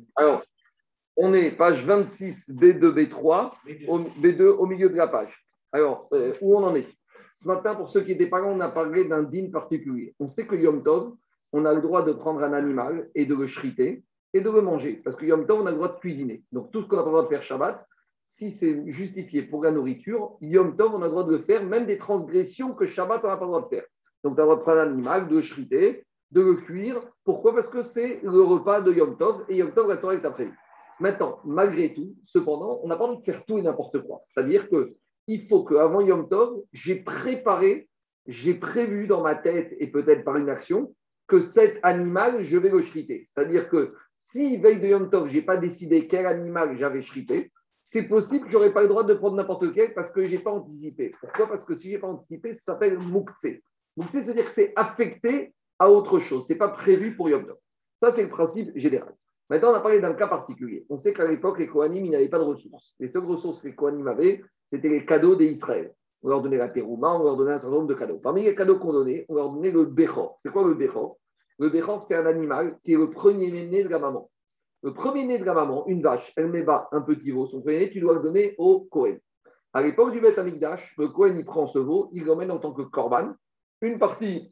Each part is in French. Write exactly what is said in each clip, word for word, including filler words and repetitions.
Alors, on est page vingt-six, B deux, B trois, au, B deux au milieu de la page. Alors, euh, où on en est? Ce matin, pour ceux qui n'étaient pas là, on a parlé d'un dîn particulier. On sait que Yom Tov, on a le droit de prendre un animal et de le shriter et de le manger. Parce que Yom Tov, on a le droit de cuisiner. Donc, tout ce qu'on n'a pas le droit de faire Shabbat, si c'est justifié pour la nourriture, Yom Tov, on a le droit de le faire, même des transgressions que Shabbat, on n'a pas le droit de faire. Donc, tu as le droit de prendre un animal, de le shriter, de le cuire. Pourquoi? Parce que c'est le repas de Yom Tov et Yom Tov, la Torah est prévu. Maintenant, malgré tout, cependant, on n'a pas envie de faire tout et n'importe quoi. C'est-à-dire qu'il faut qu'avant Yom Tov, j'ai préparé, j'ai prévu dans ma tête et peut-être par une action que cet animal, je vais le shriter. C'est-à-dire que si veille de Yom Tov, je n'ai pas décidé quel animal j'avais shrité, c'est possible que je n'aurais pas le droit de prendre n'importe quel parce que je n'ai pas anticipé. Pourquoi? Parce que si je n'ai pas anticipé, ça s'appelle mouktsé. Mouktsé, c'est-à-dire que c'est affecté à autre chose. Ce n'est pas prévu pour Yom Tov. Ça, c'est le principe général. Maintenant, on a parlé d'un cas particulier. On sait qu'à l'époque, les Kohanim, ils n'avaient pas de ressources. Les seules ressources que les Kohanim avaient, c'était les cadeaux d'Israël. On leur donnait la terouma, on leur donnait un certain nombre de cadeaux. Parmi les cadeaux qu'on donnait, on leur donnait le béchor. C'est quoi le béchor? Le béchor, c'est un animal qui est le premier-né de la maman. Le premier-né de la maman, une vache, elle met bas un petit veau. Son premier-né, tu dois le donner au Kohen. À l'époque du Beth Amikdash, le Kohen, il prend ce veau, il l'emmène en tant que korban. Une partie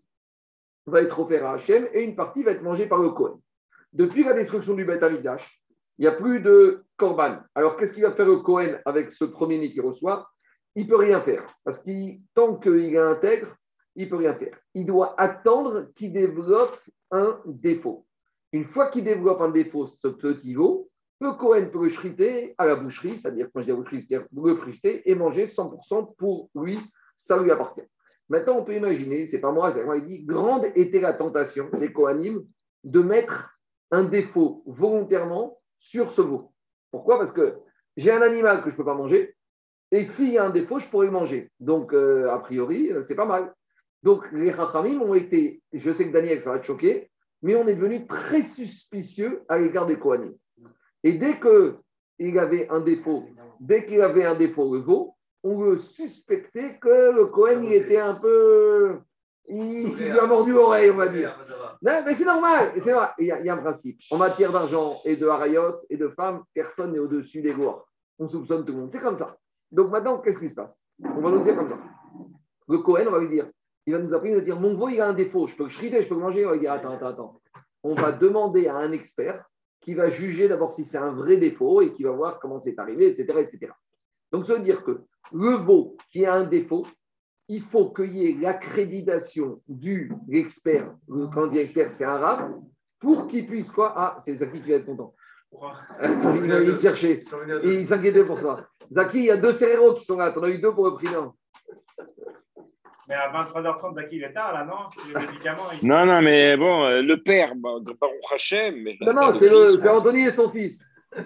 va être offerte à Hachem et une partie va être mangée par le Kohen. Depuis la destruction du Beth Amikdash, il n'y a plus de korban. Alors, qu'est-ce qu'il va faire le Kohen avec ce premier-né qu'il reçoit? Il ne peut rien faire. Parce que tant qu'il est intègre, il ne peut rien faire. Il doit attendre qu'il développe un défaut. Une fois qu'il développe un défaut, ce petit veau, le Kohen peut le shriter à la boucherie, c'est-à-dire, quand je dis à la boucherie, c'est-à-dire le friter et manger cent pour cent pour lui, ça lui appartient. Maintenant, on peut imaginer, c'est pas moi, c'est moi qui dis, grande était la tentation des Kohanim de mettre un défaut volontairement sur ce veau. Pourquoi? Parce que j'ai un animal que je ne peux pas manger, et s'il y a un défaut, je pourrais le manger. Donc, euh, a priori, c'est pas mal. Donc, les Chachamim ont été, je sais que Daniel, ça va te choquer, mais on est devenu très suspicieux à l'égard des Kohanim. Et dès qu'il avait un défaut, dès qu'il avait un défaut, le veau, on le suspectait que le Kohen, il était un peu... Il, il lui a mordu l'oreille, on va dire. Non, mais c'est normal. C'est vrai. Il, y a, il y a un principe. En matière d'argent et de harayot et de femmes, personne n'est au-dessus des lois. On soupçonne tout le monde. C'est comme ça. Donc maintenant, qu'est-ce qui se passe? On va nous dire comme ça. Le Kohen, on va lui dire, il va nous apprendre à dire, mon veau, il a un défaut. Je peux le shriter, je peux le manger. On va dire, attends, attends, attends. On va demander à un expert qui va juger d'abord si c'est un vrai défaut et qui va voir comment c'est arrivé, et cetera, et cetera. Donc, ça veut dire que le veau qui a un défaut, il faut qu'il y ait l'accréditation du l'expert, quand on dit expert, c'est un arabe, pour qu'il puisse quoi? Ah, c'est Zaki qui va être content. Il va te chercher. Et il s'inquiétait pour toi. Zaki, il y a deux céréros qui sont là. Tu en as eu deux pour le prix d'un. Mais à vingt-trois heures trente, Zaki, il est tard là, non? Le médicament. Il... Non, non, mais bon, le père, Baruch Hashem. Mais non, non, c'est, le, c'est Anthony et son fils.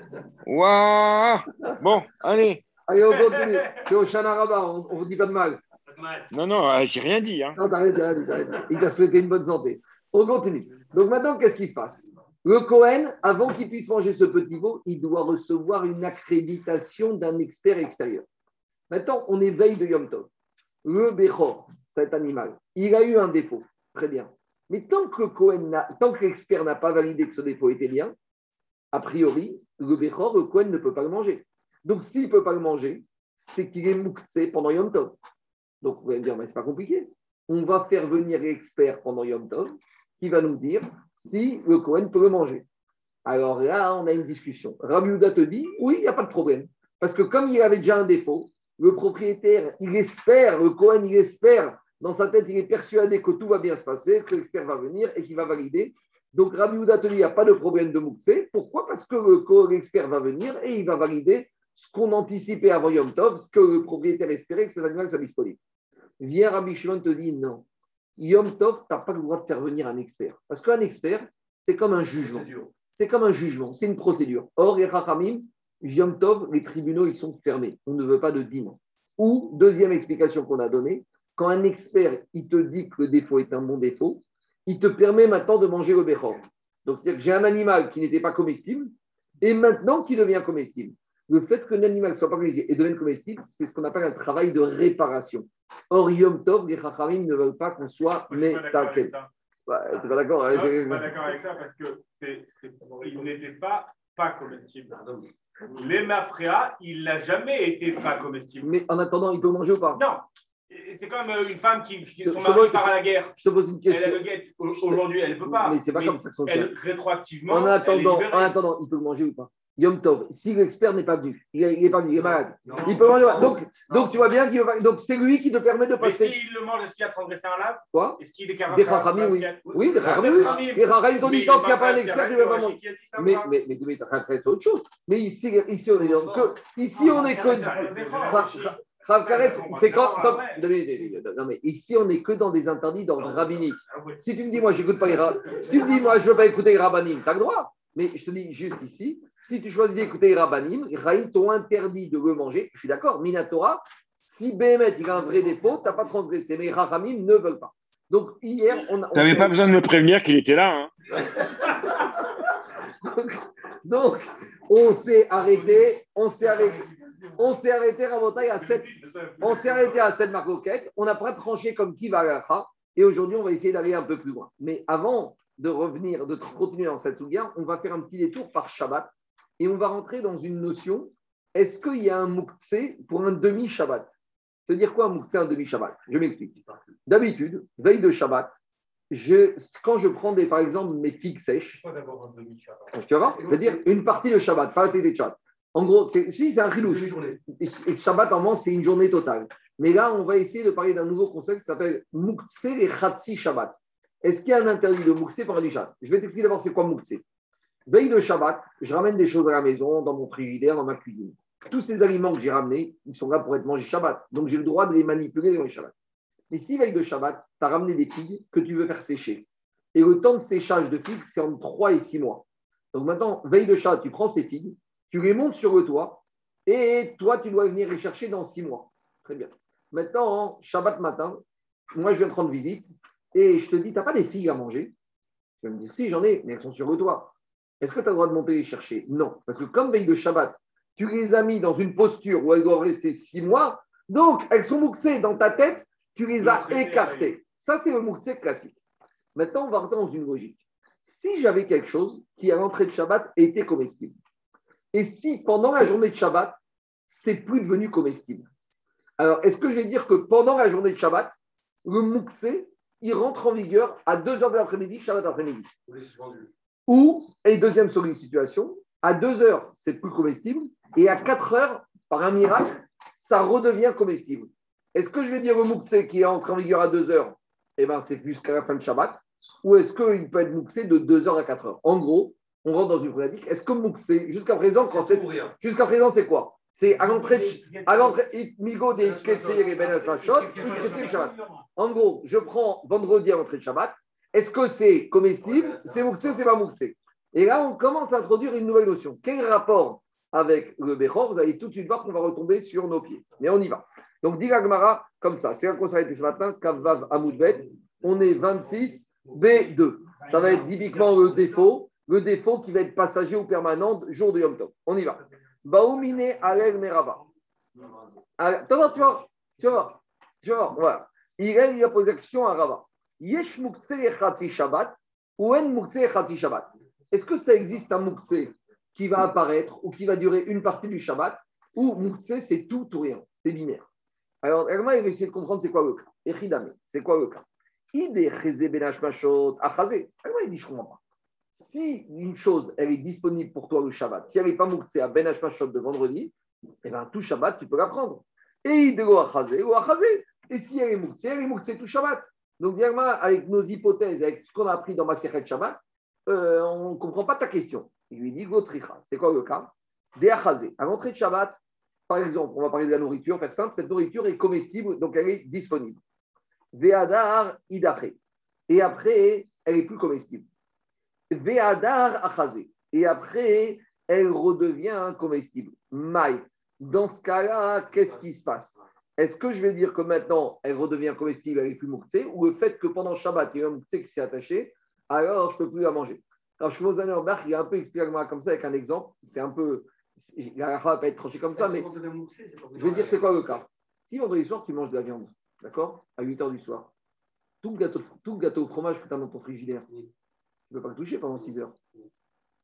Waouh! Bon, allez. Allez, on continue. C'est au Shana Rabbah, on ne vous dit pas de mal. Non, non, euh, j'ai rien dit. Hein. Non, t'arrêtes, t'arrêtes, t'arrêtes. Il t'a souhaité une bonne santé. On continue. Donc maintenant, qu'est-ce qui se passe? Le Kohen, avant qu'il puisse manger ce petit veau, il doit recevoir une accréditation d'un expert extérieur. Maintenant, on est veille de Yom Tov. Le Bechor, cet animal, il a eu un défaut. Très bien. Mais tant que, le Kohen n'a, tant que l'expert n'a pas validé que ce défaut était bien, a priori, le Bechor, le Kohen ne peut pas le manger. Donc, s'il ne peut pas le manger, c'est qu'il est mouktsé pendant Yom Tov. Donc, vous allez me dire, mais ce n'est pas compliqué. On va faire venir l'expert pendant Yom Tov qui va nous dire si le Kohen peut le manger. Alors là, on a une discussion. Rabbi Yehuda te dit, oui, il n'y a pas de problème. Parce que comme il avait déjà un défaut, le propriétaire, il espère, le Kohen, il espère, dans sa tête, il est persuadé que tout va bien se passer, que l'expert va venir et qu'il va valider. Donc, Rabbi Yehuda te dit, il n'y a pas de problème de mouktsé. Pourquoi? Parce que le, l'expert va venir et il va valider ce qu'on anticipait avant Yom Tov, ce que le propriétaire espérait que cet animal soit disponible. Viens, Rabbi Shimon te dit non. Yom Tov, tu n'as pas le droit de faire venir un expert. Parce qu'un expert, c'est comme un jugement. C'est comme un jugement, c'est une procédure. Or, les Chachamim, Yom Tov, les tribunaux, ils sont fermés. On ne veut pas de dîme. Ou, deuxième explication qu'on a donnée, quand un expert, il te dit que le défaut est un bon défaut, il te permet maintenant de manger le Bechor. Donc, c'est-à-dire que j'ai un animal qui n'était pas comestible et maintenant qui devient comestible. Le fait que l'animal ne soit pas comestible et devienne comestible, c'est ce qu'on appelle un travail de réparation. Or, Yom Tov, les Chachamim ne veulent pas qu'on soit métakel. Bah, tu n'es pas d'accord? Ouais, Je ne suis pas d'accord avec ça parce que c'est, c'est, il n'était pas pas comestible. Les mafréas, il n'a jamais été pas comestible. Mais en attendant, il peut manger ou pas? Non. C'est comme une femme qui, qui son Je mari pose- part à la guerre. Je te pose une question. Elle a le guette. Aujourd'hui, elle ne peut pas. Mais c'est pas comme ça que ça fonctionne. Elle, rétroactivement, En attendant, elle est en libérée. attendant, il peut manger ou pas? Yom Tov, si l'expert n'est pas venu, il n'est pas venu, il est malade. Non, il peut manger. non, Donc, non. donc tu vois bien qu'il va- donc c'est lui qui te permet de Mais passer. s'il le mange, est-ce qu'il a transgressé un lave? Quoi? Est-ce qu'il est caractère Des chachamim, oui. Oui, des chachamim, oui. Les chachamim t'ont dit tant qu'il n'y a pas un expert, il ne va pas manger. Mais, mais, mais, mais après, c'est autre chose. Mais ici, ici, on est dans que. Ici, on est que. Rav Karetz, c'est quand. quand- Non, mais ici, on n'est que dans des interdits d'ordre rabbinique. Si tu me dis, moi, j'écoute pas les rabbins, si tu me dis, moi, je ne veux pas écouter les rabbinim, tu as le droit. Mais je te dis juste ici, si tu choisis d'écouter les rabbinim, les rabbinim t'ont interdit de le manger. Je suis d'accord, Minatora, si Béhémet, il a un vrai défaut, tu n'as pas transgressé. Mais les rabbinim ne veulent pas. Donc, hier, on a. Tu n'avais pas besoin de me prévenir qu'il était là. donc, Hein. donc, on s'est arrêté, on s'est arrêté. On s'est arrêté à sept, on s'est arrêté à sept marcoquettes. On n'a pas tranché comme qui va à la. Et aujourd'hui, on va essayer d'aller un peu plus loin. Mais avant de revenir, de continuer dans cette souga, on va faire un petit détour par Shabbat et on va rentrer dans une notion. Est-ce qu'il y a un mouktsé pour un demi-Shabbat? C'est-à-dire quoi un mouktsé, un demi-Shabbat? Je m'explique. D'habitude, veille de Shabbat, je, quand je prends des, par exemple mes figues sèches, tu vas voir, c'est-à-dire une partie de Shabbat, pas la télé de Shabbat. En gros, c'est, si, c'est un chilouche. Et Shabbat, en moment, c'est une journée totale. Mais là, on va essayer de parler d'un nouveau concept qui s'appelle Mouktsé et Khatsi Shabbat. Est-ce qu'il y a un interdit de Mouktsé pour un Shabbat? Je vais t'expliquer d'abord c'est quoi Mouktsé. Veille de Shabbat, je ramène des choses à la maison, dans mon frigidaire, dans ma cuisine. Tous ces aliments que j'ai ramenés, ils sont là pour être mangés Shabbat. Donc, j'ai le droit de les manipuler dans les Shabbat. Mais si veille de Shabbat, tu as ramené des figues que tu veux faire sécher, et le temps de séchage de figues, c'est entre trois et six mois. Donc maintenant, veille de Shabbat, tu prends ces figues, tu les montes sur le toit, et toi, tu dois venir les chercher dans six mois. Très bien. Maintenant, Shabbat matin, moi, je viens te rendre visite, et je te dis, tu n'as pas des figues à manger? Tu vas me dire, si, j'en ai, mais elles sont sur le toit. Est-ce que tu as le droit de monter les chercher? Non. Parce que comme veille de Shabbat, tu les as mis dans une posture où elles doivent rester six mois, donc elles sont mouxées dans ta tête, tu les as écartées. Ça, c'est le mouxé classique. Maintenant, on va rentrer dans une logique. Si j'avais quelque chose qui, à l'entrée de Shabbat, était comestible, et si, pendant la journée de Shabbat, c'est plus devenu comestible, alors, est-ce que je vais dire que pendant la journée de Shabbat, le mouxé, il rentre en vigueur à deux heures de l'après-midi, Shabbat après-midi? Ou, et deuxième situation, à deux heures, c'est plus comestible, et à quatre heures, par un miracle, ça redevient comestible. Est-ce que je vais dire le mouxé qui entre en vigueur à deux heures, eh ben, c'est jusqu'à la fin de Shabbat, ou est-ce qu'il peut être mouxé de deux heures à quatre heures? En gros, on rentre dans une problématique. Est-ce que mouxé, jusqu'à présent, quand c'est, jusqu'à présent, c'est quoi? C'est à l'entrée, de, à l'entrée, migo des Ketsir et Ben Hashot, en gros, je prends vendredi à l'entrée de Shabbat. Est-ce que c'est comestible? C'est mouxé ou c'est pas mouxé? Et là, on commence à introduire une nouvelle notion. Quel rapport avec le Bechor? Vous allez tout de suite voir qu'on va retomber sur nos pieds. Mais on y va. Donc, dit la Gemara comme ça. C'est un qu'on s'est arrêté ce matin. Kavav Amoudbet. On est vingt-six B deux. Ça va être typiquement le défaut. Le défaut qui va être passager ou permanent jour de Yom Tov. On y va. Baoumine Alel Merava. Attends, tu vois. Tu vois. Tu vois. Voilà. Il a posé la question à Rava. Yesh Moukse Echati Shabbat ou En Moukse Echati Shabbat. Est-ce que ça existe un Moukse qui va apparaître ou qui va durer une partie du Shabbat, ou Moukse, c'est tout ou rien, c'est binaire? Alors, Elma, il va essayer de comprendre c'est quoi le cas. Echidame, c'est quoi le cas? Ide Cheze Benash Mashot Achase. Elma, il dit je ne comprends pas. Si une chose, elle est disponible pour toi le Shabbat, si elle n'est pas Moukse à Benash Mashot de vendredi, eh bien, tout Shabbat, tu peux la prendre. Et Idego Achase ou Achase. Et si elle est Moukse, elle est Moukse tout Shabbat. Donc, Elma, avec nos hypothèses, avec ce qu'on a appris dans Masechet Shabbat, Euh, on ne comprend pas ta question. Il lui dit Gotzricha. C'est quoi le cas? Des achazés. À l'entrée de Shabbat, par exemple, on va parler de la nourriture, faire simple, cette nourriture est comestible, donc elle est disponible. Ve'adar idaché. Et après, elle est plus comestible. Ve'adar achazé. Et après, elle redevient comestible. Maï. Dans ce cas-là, qu'est-ce qui se passe? Est-ce que je vais dire que maintenant, elle redevient comestible, elle est plus mouxée, ou le fait que pendant Shabbat, il y a un mouxé qui s'est attaché, alors je ne peux plus la manger. Alors, je suis en Berg, il a un peu expliqué comme ça avec un exemple. C'est un peu. La ne va pas être tranchée comme ça, mais. Je vais dire, c'est quoi le cas? Si vendredi soir, tu manges de la viande, d'accord? À huit heures du soir, tout le gâteau, tout le gâteau au fromage que tu as dans ton frigidaire, tu ne peux pas le toucher pendant six heures.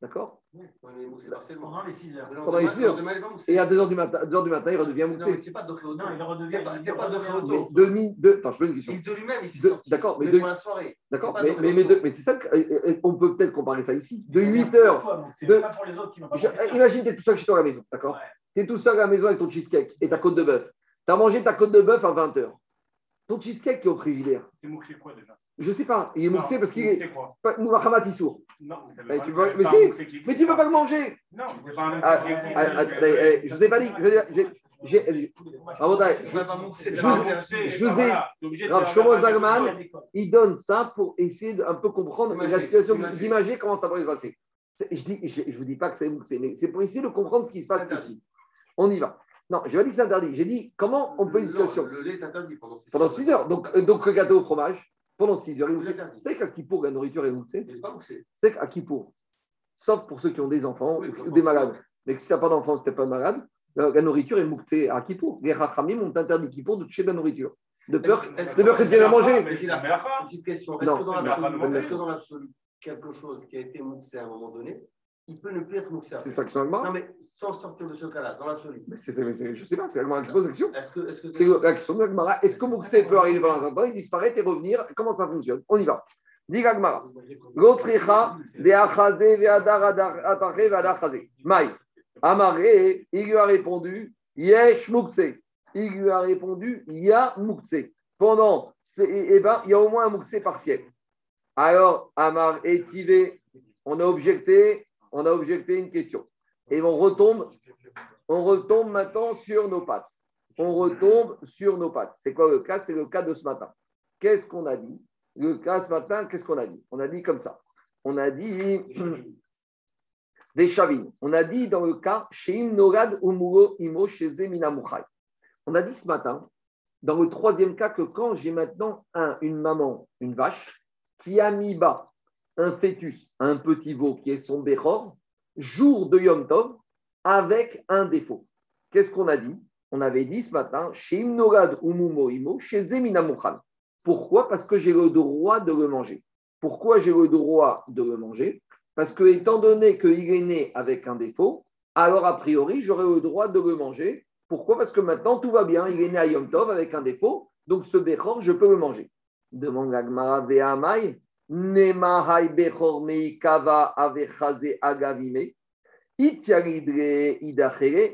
D'accord? Oui, mais c'est partiellement. Pendant les six heures. Pendant les six heures. Et à deux heures du matin, deux heures du matin, il redevient Non, mouxé. mais c'est pas de Non, il redevient. Il n'y a pas de Mais de mi- de- Attends, je veux une question. Il de lui-même, il s'est De- sorti. d'accord, mais mais de- pour la soirée. D'accord, C'est mais, pas mais, de mais, photo. de- mais c'est ça qu'on peut peut-être comparer ça ici. De huit heures. C'est de- pas pour les autres qui n'ont pas Je- compris. Imagine, tu es tout seul chez toi à la maison, d'accord? Ouais. Tu es tout seul à la maison avec ton cheesecake et ta côte de bœuf. Tu as mangé ta côte de bœuf à vingt heures. Ton cheesecake qui est au frigidaire, C'est mouché quoi déjà? je sais pas, il est mouxé parce qu'il est. C'est quoi? pas- Mouhamed Issour. Non, mais ça veut Eh, pas- tu ça vois- veut mais pas si, un mouxé qui existe, Mais tu ne peux ça. pas le manger. Non, c'est pas un mouxé Ah, qui existe. ah, ah, eh, eh, je vous ai pas dit. je- j'ai- j'ai- Ah, bon, t'as- C'est pas un mouxé, je c'est vous- pas un mouxé. je vous ai- Rav Shlomo Zalman, il donne ça pour essayer d'un peu comprendre Imager, la situation, imager. d'imager comment ça pourrait se passer. C'est- Je ne je, je vous dis pas que c'est mouxé, mais c'est pour essayer de comprendre ce qui se passe ici. On y va. Non, je n'ai pas dit que c'est interdit. J'ai dit comment on peut une Non, situation. Le lait est interdit pendant six Pendant six heures. Donc, euh, donc le gâteau au fromage, pendant six heures. il est mouxé. Il est interdit. Vous savez qu'à Kippour, la nourriture est mouxée. Il n'est pas mouxé. Vous savez qu'à Kippour, sauf pour ceux qui ont des enfants Oui, ou pour- des malades, mais que si tu n'as pas d'enfant, si tu n'es pas malade, la, la nourriture est mouxée à Kippour. Les Rachamim ont interdit Kippour de toucher de la nourriture. De peur, Est-ce- est-ce de peur que tu aies à manger. Mais il a- Une petite question. Est-ce Non, que dans il n'a pas l'absolu, demandé. est-ce que dans l'absolu, quelque chose qui a été mouxé à un moment donné, il peut ne plus être mouxé après? C'est ça qui sont Non, mais sans sortir de ce cas-là, dans l'absolu. Mais c'est, c'est, c'est- je ne sais pas, c'est la Gemara qui se pose la question. Est-ce que, est-ce que C'est la question de la Gemara. Est-ce que Mouxé peut arriver dans un temps, il disparaît et revenir? Comment ça fonctionne? On y va. Dis la Gemara. L'autricha, de achazé, ve'adar, ataché, ve'adachazé. Maï. Amaré, il lui a répondu, yesh Mouxé. Il lui a répondu, ya Mouxé. Pendant, eh ben, il y a au moins un Mouxé partiel. Alors, Amar et Tivé, on a objecté, on a objecté une question. Et on retombe, on retombe maintenant sur nos pattes. On retombe sur nos pattes. C'est quoi le cas? C'est le cas de ce matin. Qu'est-ce qu'on a dit? Le cas ce matin, qu'est-ce qu'on a dit? On a dit comme ça. On a dit des chavines. On a dit dans le cas Sheim Norad Umuro Imo Sheze Minamuchai. On a dit ce matin, dans le troisième cas, que quand j'ai maintenant un, une maman, une vache, qui a mis bas un fœtus, un petit veau qui est son Bechor, jour de Yom Tov, avec un défaut. Qu'est-ce qu'on a dit? On avait dit ce matin, chez Imnorad Umumo Imo, chez Zemina Mouchan. Pourquoi? Parce que j'ai le droit de le manger. Pourquoi j'ai le droit de le manger? Parce que, étant donné qu'il est né avec un défaut, alors a priori, j'aurai le droit de le manger. Pourquoi? Parce que maintenant, tout va bien. Il est né à Yom Tov avec un défaut, donc ce Bechor, je peux le manger. Demande la Gemara Ve'amai. Nemahai Bechor Meikava Avechaze Agavime. Itiaridre Idachere.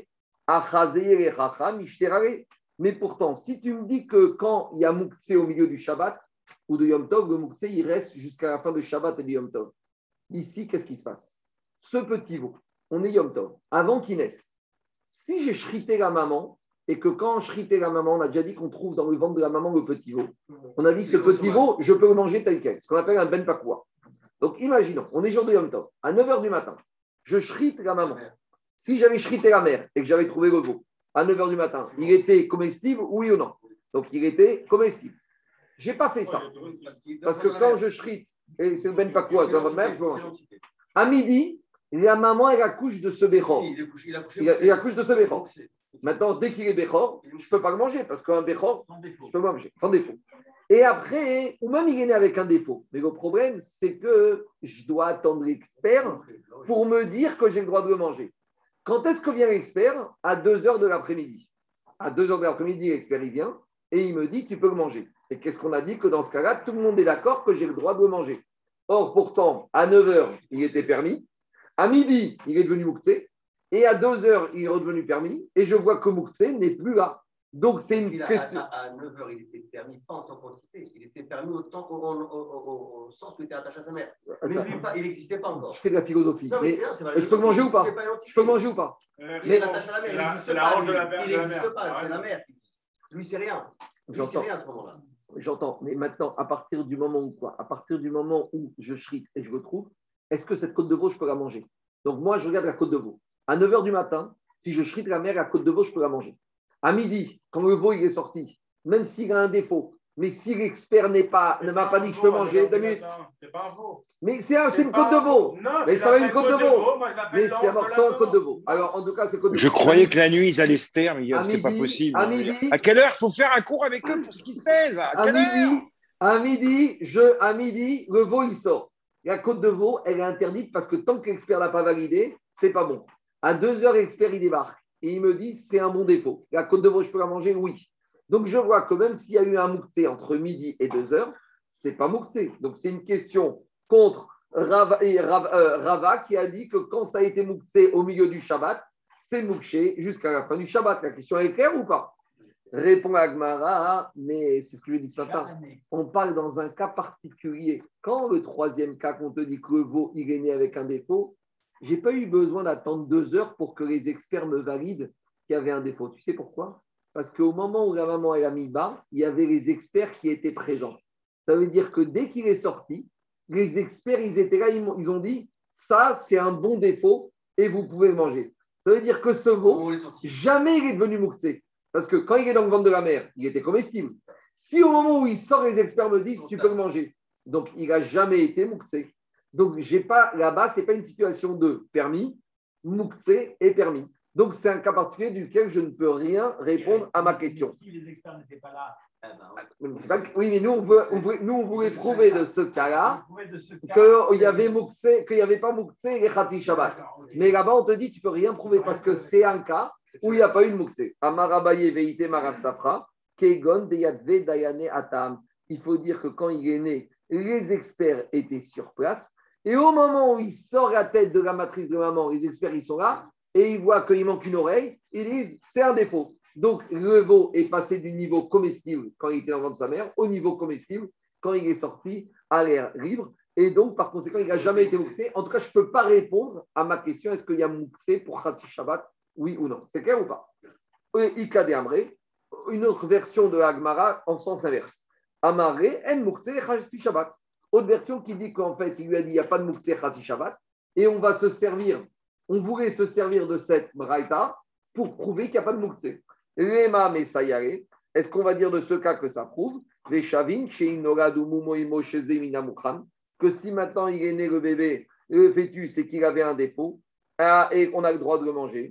Mais pourtant, si tu me dis que quand il y a Mouktsé au milieu du Shabbat ou de Yom Tov, le Mouktsé, il reste jusqu'à la fin du Shabbat et du Yom Tov. Ici, qu'est-ce qui se passe? Ce petit veau, on est Yom Tov, avant qu'il naisse. Si j'ai shrité la maman, et que quand on shrité la maman, on a déjà dit qu'on trouve dans le ventre de la maman le petit veau, on a dit ce petit veau, je peux le manger tel quel, ce qu'on appelle un ben pakwa. Donc imaginons, on est jour de Yom Tov, à neuf heures du matin, je shrite la maman. Si j'avais shrité la mère et que j'avais trouvé le veau à neuf heures du matin, il était comestible, oui ou non? Donc il était comestible. Je n'ai pas fait ça. Parce que quand je shrite, et c'est le ben pakwa dans votre mère, je peux manger. À midi, la maman, elle accouche de ce béchor. Il, il accouche de ce béchor. Maintenant, dès qu'il est béchor, je ne peux pas le manger parce qu'un béchor, je peux manger, sans défaut. Et après, ou même il est né avec un défaut. Mais le problème, c'est que je dois attendre l'expert pour me dire que j'ai le droit de le manger. Quand est-ce que vient l'expert? À deux heures de l'après-midi. À deux heures de l'après-midi, l'expert il vient et il me dit tu peux le manger. Et qu'est-ce qu'on a dit? Que dans ce cas-là, tout le monde est d'accord que j'ai le droit de le manger. Or, pourtant, à neuf heures, il était permis. À midi, il est devenu Mouktsé. Et à deux heures, il est redevenu permis. Et je vois que Mouktsé n'est plus là. Donc, c'est une a, question. À, à neuf heures, il était permis, pas en tant qu'entité. Il était permis au, temps, au, au, au, au sens où il était attaché à sa mère. Mais lui, pas, il n'existait pas encore. Je fais de la philosophie. Non, mais, mais non, c'est je peux le manger ou pas? Je peux le manger ou pas? Il est attaché à la mère. Il n'existe pas. Il n'existe pas. C'est la mère qui existe. Lui, c'est rien. Lui, c'est rien à ce moment-là. J'entends. Mais maintenant, à partir du moment où quoi? À partir du moment où je shrite et je le trouve, est-ce que cette côte de veau, je peux la manger? Donc, moi, je regarde la côte de veau. À neuf heures du matin, si je shrite la mère, la côte de veau, je peux la manger. À midi, quand le veau il est sorti, même s'il a un défaut, mais si l'expert n'est pas, ne m'a pas dit que je peux manger, deux minutes. C'est pas un veau. Mais c'est, un, c'est une côte de veau. Non, mais ça va une côte de veau. Moi, je mais c'est un morceau en côte de veau. Alors, en tout cas, c'est côte de veau. Je croyais que la nuit, ils allaient se taire, mais À c'est midi, pas possible. à midi, À quelle heure il faut faire un cours avec eux pour ce qu'ils se taisent? À à quelle heure? midi, à midi, je, à midi, le veau il sort. la côte de veau, elle est interdite parce que tant que l'expert ne l'a pas validée, c'est pas bon. À deux heures, l'expert, il débarque et il me dit c'est un bon défaut. La côte de veau, je peux la manger? Oui. Donc, je vois que même s'il y a eu un mouktsé entre midi et deux heures, c'est pas mouktsé. Donc, c'est une question contre Rava, et Rava, euh, Rava qui a dit que quand ça a été mouktsé au milieu du Shabbat, c'est moukché jusqu'à la fin du Shabbat. La question est claire ou pas? Répond Agmara, mais c'est ce que je dis ce matin. On parle dans un cas particulier. Quand le troisième cas qu'on te dit que le veau, il est né avec un défaut, je n'ai pas eu besoin d'attendre deux heures pour que les experts me valident qu'il y avait un défaut. Tu sais pourquoi? Parce qu'au moment où la maman elle a mis bas, il y avait les experts qui étaient présents. Ça veut dire que dès qu'il est sorti, les experts, ils étaient là, ils ont dit, ça, c'est un bon défaut et vous pouvez le manger. Ça veut dire que ce veau, jamais il est devenu mouktsé. Parce que quand il est dans le ventre de la mer, il était comestible. Si au moment où il sort, les experts me disent, tu peux le manger. Donc, il n'a jamais été mouktsé. Donc, j'ai pas, là-bas, ce n'est pas une situation de permis, mouktsé et permis. Donc, c'est un cas particulier duquel je ne peux rien répondre à ma question. Si les experts n'étaient pas là, oui, mais nous, on, veut, on veut, nous, on voulait prouver de ce cas-là qu'il n'y avait, avait pas mouktsé et Khatsi Shabbat. Mais là-bas, on te dit, tu ne peux rien prouver parce que c'est un cas où il n'y a pas eu de mouktsé. Amarabaye veite marav safra, kegon deyadve dayane atam. Il faut dire que quand il est né, les experts étaient sur place. Et au moment où il sort la tête de la matrice de maman, les experts, ils sont là et ils voient qu'il manque une oreille. Ils disent, c'est un défaut. Donc, le veau est passé du niveau comestible quand il était dans le ventre de sa mère au niveau comestible quand il est sorti à l'air libre. Et donc, par conséquent, il n'a jamais été mouxé. En tout cas, je ne peux pas répondre à ma question est-ce qu'il y a mouxé pour Khatsi Shabbat, oui ou non? C'est clair ou pas? Ika de Amré, une autre version de Agmara en sens inverse. Amaré, en mouxé Khatsi Shabbat. Autre version qui dit qu'en fait, il lui a dit il n'y a pas de mouxé Khatsi Shabbat. Et on va se servir, on voulait se servir de cette braïta pour prouver qu'il n'y a pas de mouxé. Lema Mesayare, est-ce qu'on va dire de ce cas que ça prouve que si maintenant il est né le bébé, le fœtus, c'est qu'il avait un défaut et qu'on a le droit de le manger.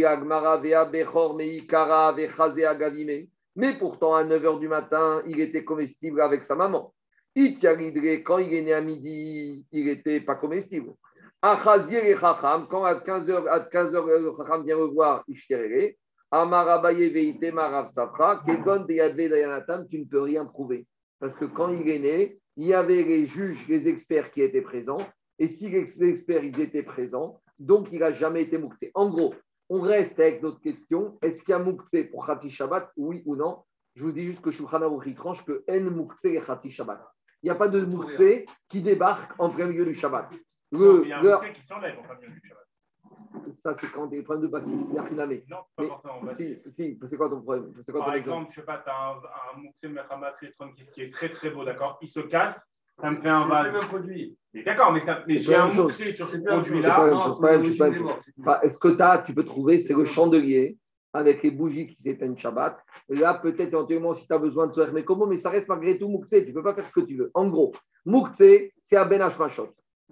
Mais pourtant, à neuf heures du matin, il était comestible avec sa maman. Quand il est né à midi, il n'était pas comestible. Quand à quinze heures, à quinze heures le Chacham vient le voir, il ch'terere. Amarabaye veite marav safra, kegon deyadve dayanatam, tu ne peux rien prouver. Parce que quand il est né, il y avait les juges, les experts qui étaient présents. Et si les experts ils étaient présents, donc il n'a jamais été mouxé. En gros, on reste avec notre question est-ce qu'il y a mouxé pour Khatsi Shabbat, oui ou non? Je vous dis juste que Shulchan Aruch tranche que en mouxé et Khatsi Shabbat. Il n'y a pas de mouxé qui débarque en plein milieu du Shabbat. Le, il y a un le... mouxé qui s'enlève en plein milieu du Shabbat. Ça, c'est quand tu as des problèmes de bassiste. Non, pas forcément bassiste. Si, si, c'est quoi ton problème? Quoi Par ton exemple, je ne sais pas, tu as un, un Mouxé Mechamat Ritron qui est très très beau, d'accord? Il se casse, ça me fait un vase. C'est le même produit. D'accord, mais, ça, mais j'ai un Mouxé sur ce produit-là. Est-ce que tu as, tu peux trouver, c'est le chandelier avec les bougies qui s'éteignent Shabbat. Là, peut-être éventuellement, si tu as besoin de se faire mes combos, mais ça reste malgré tout Mouxé. Tu ne peux pas faire ce que tu veux. En gros, Mouxé, c'est à Ben Hashmashot.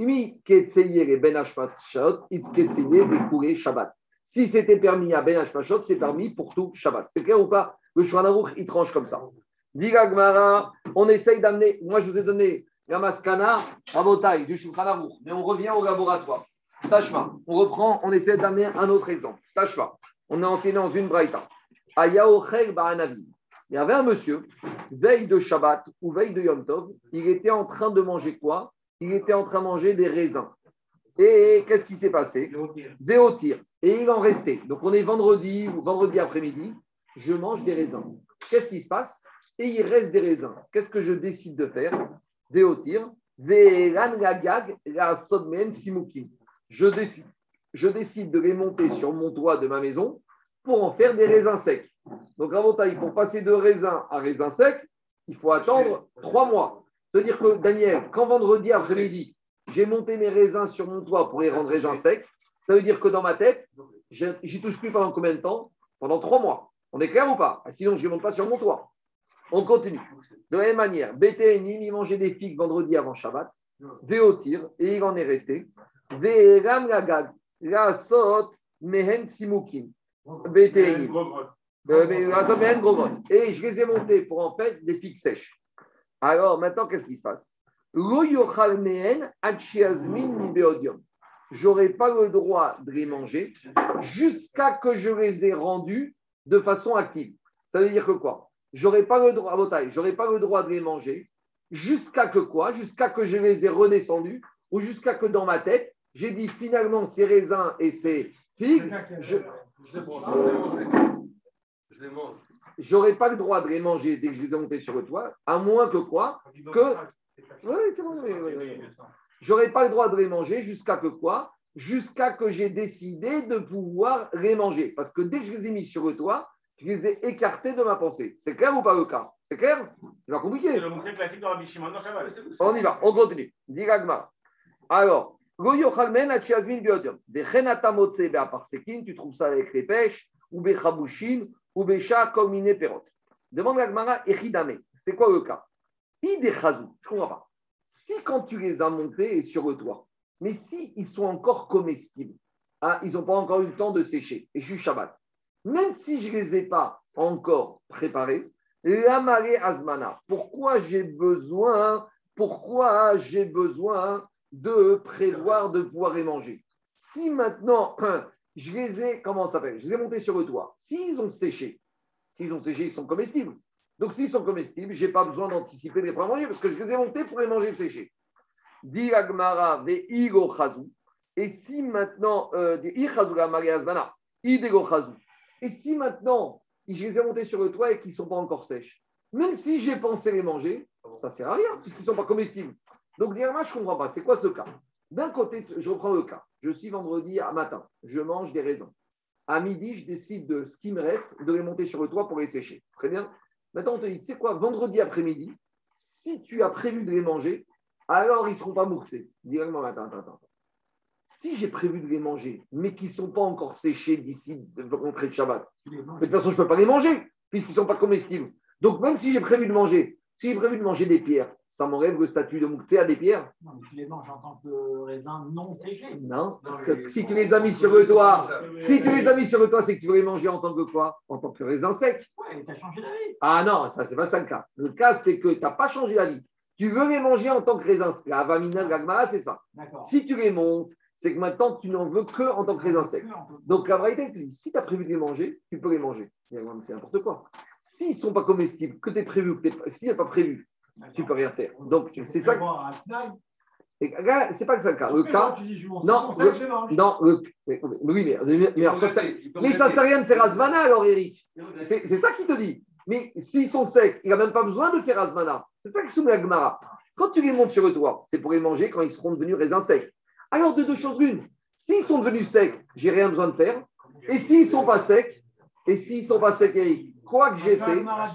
Si c'était permis à Ben Hashmashot, c'est permis pour tout Shabbat. C'est clair ou pas? Le Shulchan Aruch, il tranche comme ça. Diga Gemara, on essaye d'amener. Moi, je vous ai donné la maskana à Botaï du Shulchan Aruch, mais on revient au laboratoire. Tashma, on reprend, on essaie d'amener un autre exemple. Tashma, on est enseigné dans une braïta. Ayaochel Ba'anavim. Il y avait un monsieur, veille de Shabbat ou veille de Yom Tov, il était en train de manger quoi? Il était en train de manger des raisins. Et qu'est-ce qui s'est passé? Des otirs. Et il en restait. Donc on est vendredi ou vendredi après-midi, je mange des raisins. Qu'est-ce qui se passe? Et il reste des raisins. Qu'est-ce que je décide de faire? Des otirs. Je décide, je décide de les monter sur mon toit de ma maison pour en faire des raisins secs. Donc à Montaï, pour passer de raisin à raisin sec, il faut attendre trois mois. C'est-à-dire que, Daniel, quand vendredi après-midi, j'ai monté mes raisins sur mon toit pour les rendre raisins secs, ça veut dire que dans ma tête, j'y touche plus pendant combien de temps? Pendant trois mois. On est clair ou pas? Sinon, je ne les monte pas sur mon toit. On continue. De la même manière, B T N, il mangeait des figues vendredi avant Shabbat, Véotir, et il en est resté. Véram Lagag, la sot, mehen simukim. B T N. Et je les ai montés pour en fait des figues sèches. Alors, maintenant, qu'est-ce qui se passe? Lo yochal mehen ad sheazmin mi beodium. J'aurai pas le droit de les manger jusqu'à que je les ai rendus de façon active. Ça veut dire que quoi? J'aurai pas le droit, j'aurai pas le droit de les manger jusqu'à que quoi? Jusqu'à que je les ai redescendus ou jusqu'à que dans ma tête, j'ai dit finalement ces raisins et ces figues, je, je les mange. Je les mange. J'aurais pas le droit de les manger dès que je les ai montés sur le toit, à moins que quoi? Que. Oui, c'est bon, oui, oui, oui. J'aurais pas le droit de les manger jusqu'à que quoi? Jusqu'à que j'ai décidé de pouvoir les manger. Parce que dès que je les ai mis sur le toit, je les ai écartés de ma pensée. C'est clair ou pas le cas? C'est clair? C'est pas compliqué. C'est le mot classique de Rabbi Shimon dans Shabbat. On y va, on continue. Diragma. Alors, tu trouves ça avec les pêches, ou bechabushin, ou becha komine perot. Demande à Gmara, echidame. C'est quoi le cas? Idechazou, je ne comprends pas. Si quand tu les as montés sur le toit, mais si ils sont encore comestibles, hein, ils n'ont pas encore eu le temps de sécher, et je suis Shabbat, même si je ne les ai pas encore préparés, l'amare azmana, pourquoi j'ai besoin, pourquoi j'ai besoin de prévoir de pouvoir les manger? Si maintenant, je les ai, comment ça s'appelle? Je les ai montés sur le toit, s'ils ont séché, s'ils ont séché, ils sont comestibles. Donc, s'ils sont comestibles, je n'ai pas besoin d'anticiper de les prendre à manger parce que je les ai montés pour les manger séchés. Di agmara ve igo chazou. Et si maintenant, euh, et si maintenant, je les ai montés sur le toit et qu'ils ne sont pas encore sèches, même si j'ai pensé les manger, ça ne sert à rien puisqu'ils ne sont pas comestibles. Donc, directement, je ne comprends pas. C'est quoi ce cas? D'un côté, je reprends le cas. Je suis vendredi à matin, je mange des raisins. À midi, je décide de ce qui me reste, de les monter sur le toit pour les sécher. Très bien. Maintenant, on te dit, tu sais quoi, vendredi après-midi, si tu as prévu de les manger, alors ils ne seront pas moursés. Directement, attends, attends, attends. Si j'ai prévu de les manger, mais qu'ils ne sont pas encore séchés d'ici l'entrée de Shabbat, de toute façon, je ne peux pas les manger, puisqu'ils ne sont pas comestibles. Donc, même si j'ai prévu de manger, si j'ai prévu de manger des pierres, ça m'enlève le statut de mouktsé à des pierres. Non, mais tu les manges en tant que raisin non séché. Non, parce que si tu les as mis sur le toit, si tu les as mis sur le toit, c'est que tu veux les manger en tant que quoi? En tant que raisin sec. Ouais, tu as changé d'avis. Ah non, ça, c'est pas ça le cas. Le cas, c'est que tu n'as pas changé d'avis. Tu veux les manger en tant que raisin sec. La vamina, l'agmara, c'est ça. D'accord. Si tu les montes, c'est que maintenant, tu n'en veux que en tant que raisin sec. Donc, la vérité, si tu as prévu de les manger, tu peux les manger. C'est n'importe quoi. S'ils ne sont pas comestibles, que tu es prévu, que s'il n'y a pas prévu, tu ne peux rien faire. Donc, c'est ça. C'est pas que ça le cas. Le cas. Non, le, non le, mais, oui, mais, mais, mais, ça, ça, mais ça ne sert à rien de faire Asmana alors, Eric. C'est, c'est ça qu'il te dit. Mais s'ils sont secs, il n'a même pas besoin de faire Asmana. C'est ça qui soumet la Gemara. Quand tu les montes sur le toit, c'est pour les manger quand ils seront devenus raisins secs. Alors, de deux choses l'une. S'ils sont devenus secs, j'ai rien besoin de faire. Et s'ils ne sont pas secs, et s'ils ne sont pas secs, Eric, quoi que j'ai fait.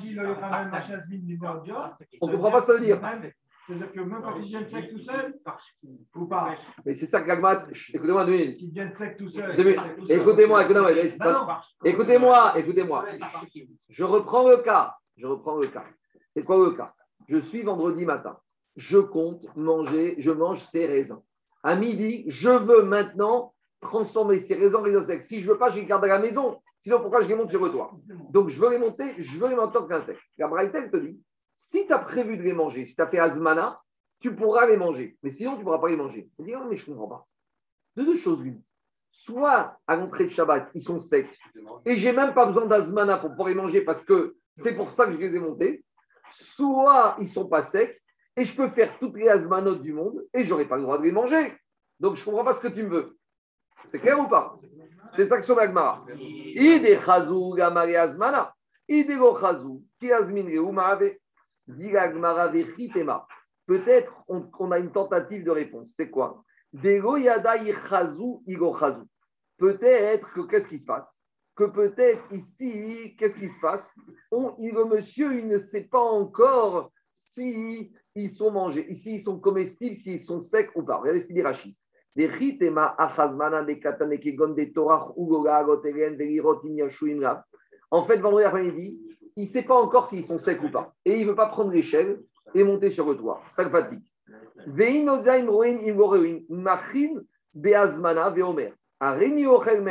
On ne comprend pas ce que ça veut dire. C'est-à-dire que même quand ils viennent secs tout seuls, ou pas. Mais c'est ça que l'agma. Écoutez-moi deux minutes. S'ils viennent secs tout seuls. Écoutez-moi, écoutez-moi. Écoutez-moi, écoutez-moi. Je reprends le cas. Je reprends le cas. C'est quoi le cas? Je suis vendredi matin. Je compte manger, je mange ces raisins. À midi, je veux maintenant transformer ces raisins en raisins secs. Si je ne veux pas, je les garde à la maison. Sinon, pourquoi je les monte sur le toit? Donc, je veux les monter, je veux les monter en quinze sec. La Braïta te dit, si tu as prévu de les manger, si tu as fait Azmana, tu pourras les manger. Mais sinon, tu ne pourras pas les manger. Je dis, non, mais je ne comprends pas. De deux choses l'une. Soit à l'entrée de Shabbat, ils sont secs, et je n'ai même pas besoin d'Azmana pour pouvoir les manger parce que c'est pour ça que je les ai montés. Soit ils ne sont pas secs, et je peux faire toutes les Azmanotes du monde, et je n'aurai pas le droit de les manger. Donc, je ne comprends pas ce que tu me veux. C'est clair ou pas? C'est ça que c'est Magmara. Ide chazou gamari azmana. Ide go chazou ki azmin reu ma'ave. Dit Agmara vechitema. Peut-être on, on a une tentative de réponse. C'est quoi? Dego yada ichazou igo chazou. Peut-être que qu'est-ce qui se passe? Que peut-être ici, qu'est-ce qui se passe? on, il, Le monsieur, il ne sait pas encore si ils sont mangés, si ils sont comestibles, s'ils sont secs ou pas. Regardez ce qu'il dit Rachid. En fait, vendredi après-midi, il ne sait pas encore s'ils sont secs ou pas. Et il ne veut pas prendre l'échelle et monter sur le toit. Ça le fatigue.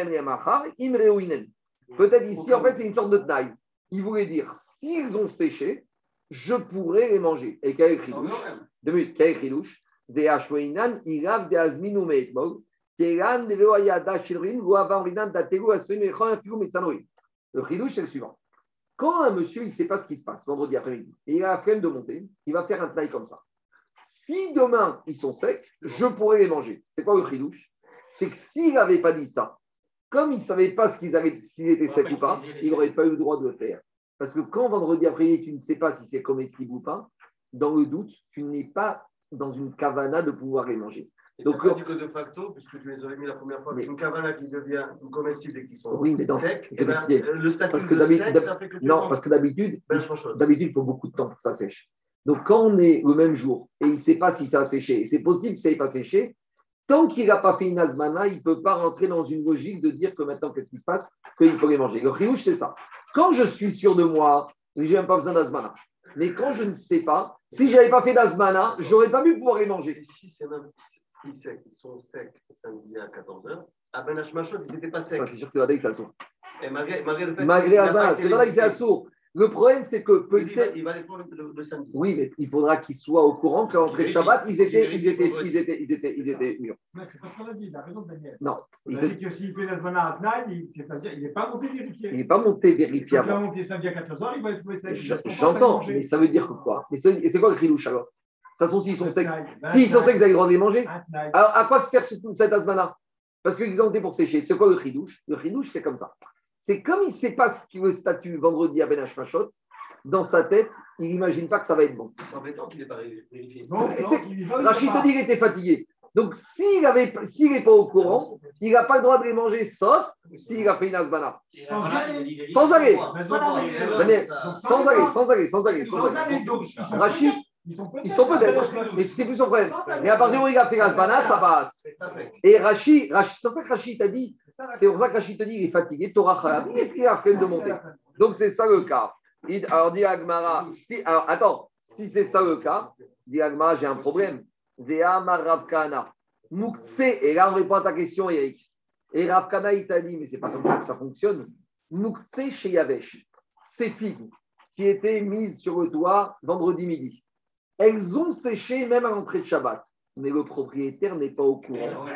Peut-être ici, en fait, c'est une sorte de taille. Il voulait dire, s'ils ont séché, je pourrais les manger. Et quel est le chidouche? Deux minutes, quel est le chidouche? Des hashweinan, ilav de azminu meitmog, keran de veoyada shilrin, ou avanrinan datelu asoim echon afiou metzanoï. Le chidouche, c'est le suivant. Quand un monsieur, il ne sait pas ce qui se passe vendredi après-midi, et il a la flemme de monter, il va faire un taille comme ça. Si demain, ils sont secs, je pourrais les manger. C'est quoi le chidouche? C'est que s'il n'avait pas dit ça, comme il ne savait pas ce qu'ils, avaient, qu'ils étaient secs ou pas, il n'aurait pas eu le droit de le faire. Parce que quand vendredi après-midi, tu ne sais pas si c'est comestible ou pas, dans le doute, tu n'es pas dans une kavana de pouvoir les manger. Et donc, tu as dit que de facto, puisque tu les avais mis la première fois, mais une kavana qui devient comestible et qui sont oui, mais dans, secs, eh ben, le statut parce que de sec, ça fait que tu non, parce que d'habitude, ben, d'habitude, il faut beaucoup de temps pour que ça sèche. Donc, quand on est le même jour et il ne sait pas si ça a séché, et c'est possible que ça n'ait pas séché, tant qu'il n'a pas fait une azmana, il ne peut pas rentrer dans une logique de dire que maintenant, qu'est-ce qui se passe, qu'il faut les manger. Le chidouche, c'est ça. Quand je suis sûr de moi, je n'ai même pas besoin d'azmana. Mais quand je ne sais pas, si je n'avais pas fait d'azmana, je n'aurais pas pu pouvoir les manger. Et si c'est même ils, secs, ils sont secs samedi à quatorze heures, à Ben Hashmashot, ils n'étaient pas secs. Ça, c'est sûr que tu vas dire que c'est assourd. Et malgré, malgré le fait malgré azmana, c'est vrai que c'est assourd. Le problème, c'est que peut-être. Il va aller pour le, le, le samedi. Oui, mais il faudra qu'ils soient au courant qu'à l'entrée de Shabbat, ils étaient, ils étaient, ils étaient, ils étaient, ils étaient mûrs. C'est pas ce qu'on a dit, il a raison, Daniel. Non. Il a dit que s'il fait l'Azmana à Tnaï, c'est-à-dire qu'il n'est pas monté vérifier. Il n'est pas monté vérifier Quand il va avant. monter samedi à quatorze heures, il va le trouver sec. J'entends, mais ça veut dire que quoi? Mais c'est, c'est quoi le chidouche alors? De toute façon, s'ils sont secs, s'ils sont secs, ils ont le droit de les manger. Alors, à quoi sert cette azmana? Parce qu'ils ont été pour sécher. C'est quoi le chidouche? Le chidouche, c'est comme ça. C'est comme il ne sait pas ce qu'il veut statut vendredi à Ben Hashmashot, dans sa tête, il n'imagine pas que ça va être bon. C'est embêtant qu'il n'ait pas vérifié. Non, non, Rachid te dit qu'il était fatigué. Donc, s'il n'est s'il pas au courant, il n'a pas le droit de les manger, sauf s'il a fait une azmana. Sans aller. Sans aller. Sans aller, sans aller, sans aller. Sans aller. Rachid, ils sont peut-être, mais c'est plus son problème. Mais à partir du moment où il a fait l'azmana, ça passe. Et Rachid, c'est ça que Rachid t'a dit. C'est pour ça que Rachid te dit qu'il est fatigué, Torah Chayab, il a flemme de monter. Donc, c'est ça le cas. Alors, dit Agmara, si, alors attends, si c'est ça le cas, dit Agmara, j'ai un problème. Ve'amar Ravkana, Moukhtse, et là on répond à ta question, Eric. Et Ravkana, il t'a dit, mais c'est pas comme ça que ça fonctionne. Moukhtse chez Yavesh, ces figues qui étaient mises sur le toit vendredi midi, elles ont séché même à l'entrée de Shabbat. Mais le propriétaire n'est pas au courant.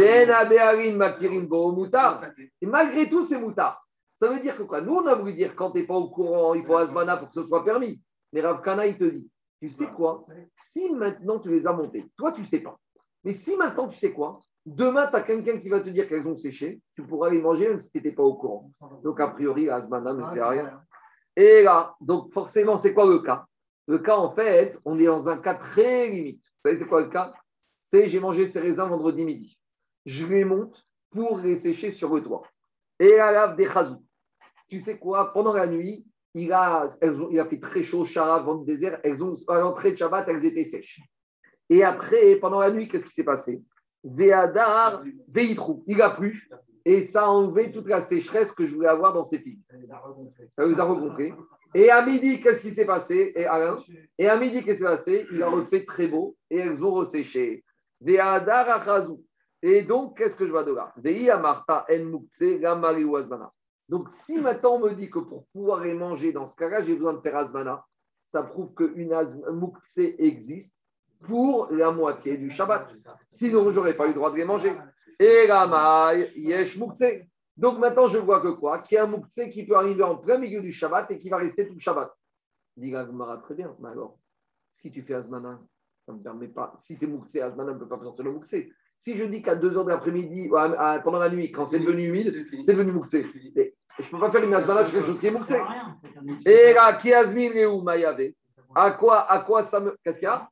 Et malgré tout, c'est moutard. Ça veut dire que quoi? Nous, on a voulu dire quand tu n'es pas au courant, il faut azmana pour que ce soit permis. Mais Rav Kana, il te dit, tu sais quoi? Si maintenant tu les as montées, toi, tu ne sais pas. Mais si maintenant, tu sais quoi? Demain, tu as quelqu'un qui va te dire qu'elles ont séché, tu pourras les manger même si tu n'étais pas au courant. Donc, a priori, azmana ne sert à rien. Et là, donc forcément, c'est quoi le cas? Le cas, en fait, on est dans un cas très limite. Vous savez, c'est quoi le cas? C'est j'ai mangé ces raisins vendredi midi. Je les monte pour les sécher sur le toit. Et à la des chazou. Tu sais quoi? Pendant la nuit, il a, elles ont, il a fait très chaud, Shara, vent de désert. Elles ont, à l'entrée de Shabbat, elles étaient sèches. Et après, pendant la nuit, qu'est-ce qui s'est passé? Ve'adar, ve'itrou. Il a plu. Et ça a enlevé toute la sécheresse que je voulais avoir dans ces figues. Ça les a regonflées. Et à midi, qu'est-ce qui s'est passé? Et, Alain, et à midi, qu'est-ce qui s'est passé? Il a refait très beau et elles ont resséché. Ve'adar achazou. Et donc, qu'est-ce que je vois de là? Ve'i amarta en mukse gamari wazmana. Donc, si maintenant on me dit que pour pouvoir les manger dans ce cas-là, j'ai besoin de faire azmana, ça prouve qu'une mukse existe pour la moitié du Shabbat. Sinon, je n'aurais pas eu le droit de les manger. Et ramay yesh mukse. Donc maintenant, je vois que quoi? Qu'il y a un mukse qui peut arriver en plein milieu du Shabbat et qui va rester tout le Shabbat. Dit Gagmara, très bien. Mais alors, si tu fais azmana, ça ne me permet pas. Si c'est mukse, azmana ne peut pas sortir le mukse. Si je dis qu'à deux heures de l'après-midi, pendant la nuit, quand c'est devenu humide, c'est devenu mukse. Je ne peux pas faire une azmana sur quelque chose qui est mukse. Et là, qui azmin et où maïave? À quoi, à quoi ça me. Qu'est-ce qu'il y a?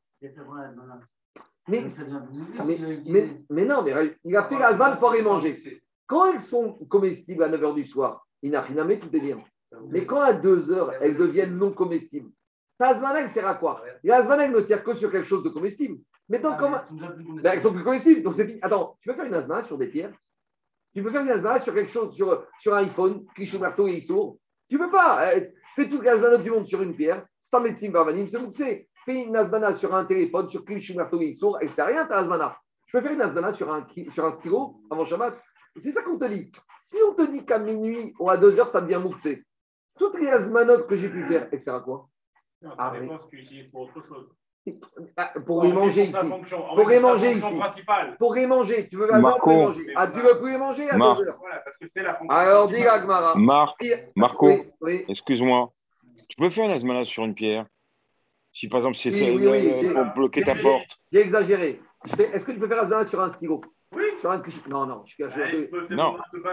Mais, mais, mais, mais non, mais il a fait l'azman pour les manger. Quand elles sont comestibles à neuf heures du soir, inachiname, tout est bien. Mais quand à deux heures, elles deviennent non comestibles, ta azmana, elle sert à quoi? L'azmana, elle ne sert que sur quelque chose de comestible. Mais donc, comment... ben, elles sont plus comestibles. Donc, c'est... Attends, tu peux faire une azmana sur des pierres? Tu peux faire une azmana sur quelque chose, sur, sur un iPhone, cliché marteau et sourd? Tu peux pas. Fais toute l'azmana du monde sur une pierre. C'est un médecin barbanim, c'est mouxé. Fais une azmana sur un téléphone, sur cliché marteau et sourd, et c'est rien ta azmana. Je peux faire une azmana sur un, sur un stylo avant Shabbat. C'est ça qu'on te dit. Si on te dit qu'à minuit ou à deux heures, ça devient mouxé, toutes les azmanotes que j'ai pu faire, et ça sert à quoi? Non, ça dépend ce qu'ils utilisent pour autre chose. Ah, pour les manger ici. Pour les manger ici. Pour les manger. Tu veux la viande pour les manger. Ah, tu veux plus les manger à deux heures. Voilà, parce que c'est la fonction. Alors, dis la Gemara. Marc, Marco, oui, oui. excuse-moi. Tu peux faire une asmana sur une pierre? Si par exemple c'est oui, ça, oui, oui, pour bloquer ta porte. J'ai exagéré. Est-ce que tu peux faire asmana sur un stylo? Oui. Sur un... Non, non. Je suis ouais, un... Non.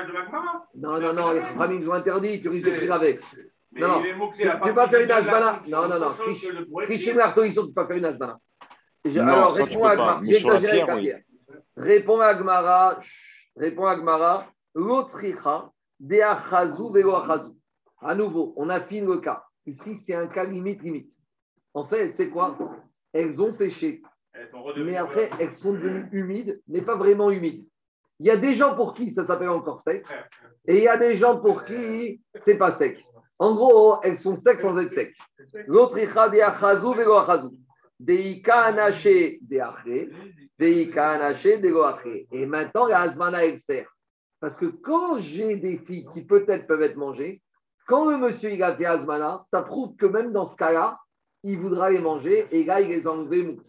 Non, non, non. Les Khamim nous ont interdit. Tu risques d'écrire avec. Mais non, non. Tu ne peux pas faire une asmana. Non, non, non. Tricher Marteau, ils sont, tu ne peux pas faire une asmana. Alors, réponds à Agmara. J'ai exagéré avec la pierre. Réponds à Agmara. Réponds à Agmara. L'autricha, deachazu velo achazu. À nouveau, on affine le cas. Ici, c'est un cas limite, limite. En fait, c'est quoi? Elles ont séché. Mais après, elles sont devenues humides, mais pas vraiment humides. Il y a des gens pour qui ça s'appelle encore sec. Et il y a des gens pour qui c'est pas sec. En gros, elles sont secs sans être secs. L'autricha, deachazu velo achazu. Deika anaché deachre, deika anaché degoachre. Et maintenant, la asmana, elle sert. Parce que quand j'ai des filles qui peut-être peuvent être mangées, quand le monsieur il a fait asmana, ça prouve que même dans ce cas-là, il voudra les manger et là, il les a enlevés moukse.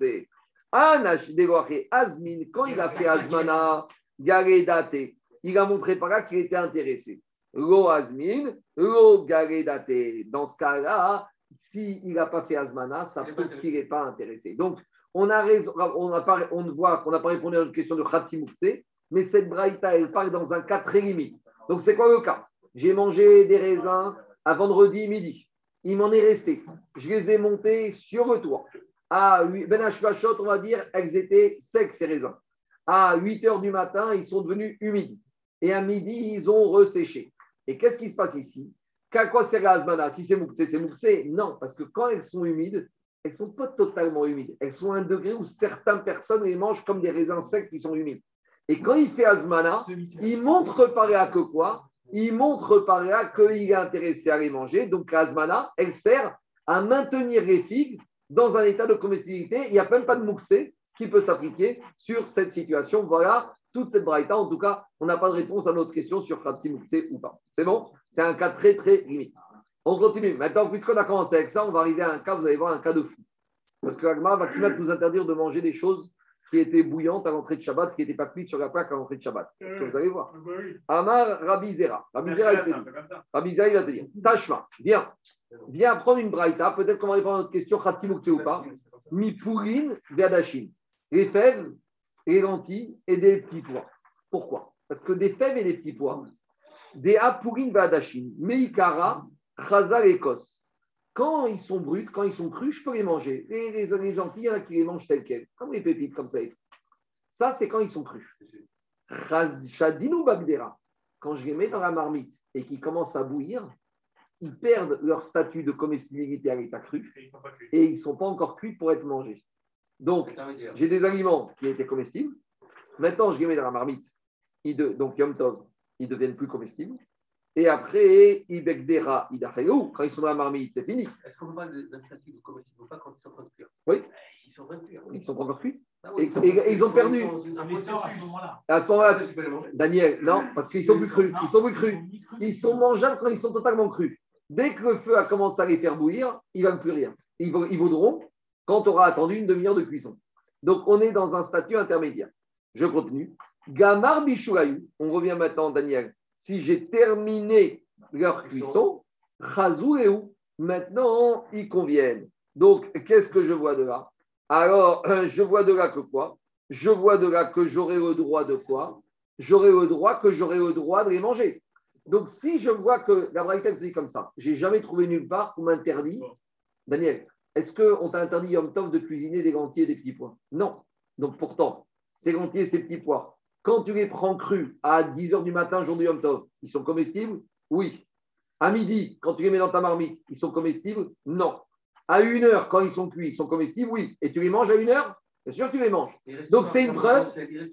Anaché degoachre, asmin, quand il a fait asmana, garedate, il a montré par là qu'il était intéressé. Lo asmin, lo garedate. Dans ce cas-là, s'il n'a pas fait Azmana, ça prouve qu'il n'est pas intéressé. Donc, on a raison, on, a pas, on voit qu'on n'a pas répondu à une question de Khatsi Moukse, mais cette braïta, elle parle dans un cas très limite. Donc, c'est quoi le cas? J'ai mangé des raisins à vendredi midi. Il m'en est resté. Je les ai montés sur le toit. À Ben Hashvachot, on va dire, elles étaient secs, ces raisins. À huit heures du matin, ils sont devenus humides. Et à midi, ils ont resséché. Et qu'est-ce qui se passe ici? Qu'à quoi sert la Azmana? Si c'est Moukse, c'est Moukse? Non, parce que quand elles sont humides, elles ne sont pas totalement humides. Elles sont à un degré où certaines personnes les mangent comme des raisins secs qui sont humides. Et quand il fait Azmana, il montre par là que quoi? Il montre par là qu'il est intéressé à les manger. Donc la Azmana, elle sert à maintenir les figues dans un état de comestibilité. Il n'y a même pas de Moukse qui peut s'appliquer sur cette situation. Voilà toute cette braïta. En tout cas, on n'a pas de réponse à notre question sur Khatsi Moukse ou pas. C'est bon? C'est un cas très, très limite. On continue. Maintenant, puisqu'on a commencé avec ça, on va arriver à un cas, vous allez voir, un cas de fou. Parce que l'Agma va nous interdire de manger des choses qui étaient bouillantes à l'entrée de Shabbat, qui n'étaient pas cuites sur la plaque à l'entrée de Shabbat. Parce que vous allez voir. Amar Rabbi Zera. Rabbi Zera, il te dit. Rabbi Zera, il va te dire. Tashma, viens. Viens prendre une braïta. Peut-être qu'on va répondre à notre question, Khatsi Moukse ou pas. Mipourin Veadashin. Les fèves, les lentilles et des petits pois. Pourquoi? Parce que des fèves et des petits pois, des apourin vadashin, meikara, chazal et kos. Quand ils sont bruts, quand ils sont crus, je peux les manger. Et les, les lentilles, il y en a qui les mangent telles quelles, comme les pépites, comme ça. Ça, c'est quand ils sont crus. Shadinu bagdera. Quand je les mets dans la marmite et qu'ils commencent à bouillir, ils perdent leur statut de comestibilité à l'état cru et ils ne sont pas encore cuits pour être mangés. Donc, j'ai des aliments qui étaient comestibles. Maintenant, je les mets dans la marmite. Ils de, donc, Yom Tov, ils deviennent plus comestibles. Et après, Ibekdera, Idachayou, quand ils sont dans la marmite, c'est fini. Est-ce qu'on parle d'un statut de comestible ou pas quand ils sont en train de cuire? Oui. Ils sont en train de cuire. Ils sont pas encore cuits. Ah oui, et, ils et, et ils ont perdu. À ce moment-là. À ce moment-là, Daniel, non, parce qu'ils sont plus crus. Ils sont plus crus. Ils sont mangeables quand ils sont totalement crus. Dès que le feu a commencé à les faire bouillir, il ne va plus rien. Ils, ils vaudront quand on aura attendu une demi-heure de cuisson. Donc, on est dans un statut intermédiaire. Je continue. Gamar Bishurayu, on revient maintenant, Daniel. Si j'ai terminé leur cuisson, Chazouéou, maintenant ils conviennent. Donc, qu'est-ce que je vois de là? Alors, je vois de là que quoi? Je vois de là que j'aurai le droit de quoi? J'aurai le droit que j'aurai le droit de les manger. Donc, si je vois que la Braïta dit comme ça, j'ai jamais trouvé nulle part qu'on m'interdit. Daniel, est-ce qu'on t'a interdit Yom Tov de cuisiner des lentilles et des petits pois? Non. Donc, pourtant, ces lentilles et ces petits pois, quand tu les prends crus à dix heures du matin, jour du Yom Tov, ils sont comestibles? Oui. À midi, quand tu les mets dans ta marmite, ils sont comestibles? Non. À une heure, quand ils sont cuits, ils sont comestibles? Oui. Et tu les manges à une heure? Bien sûr que tu les manges. Donc, c'est une preuve.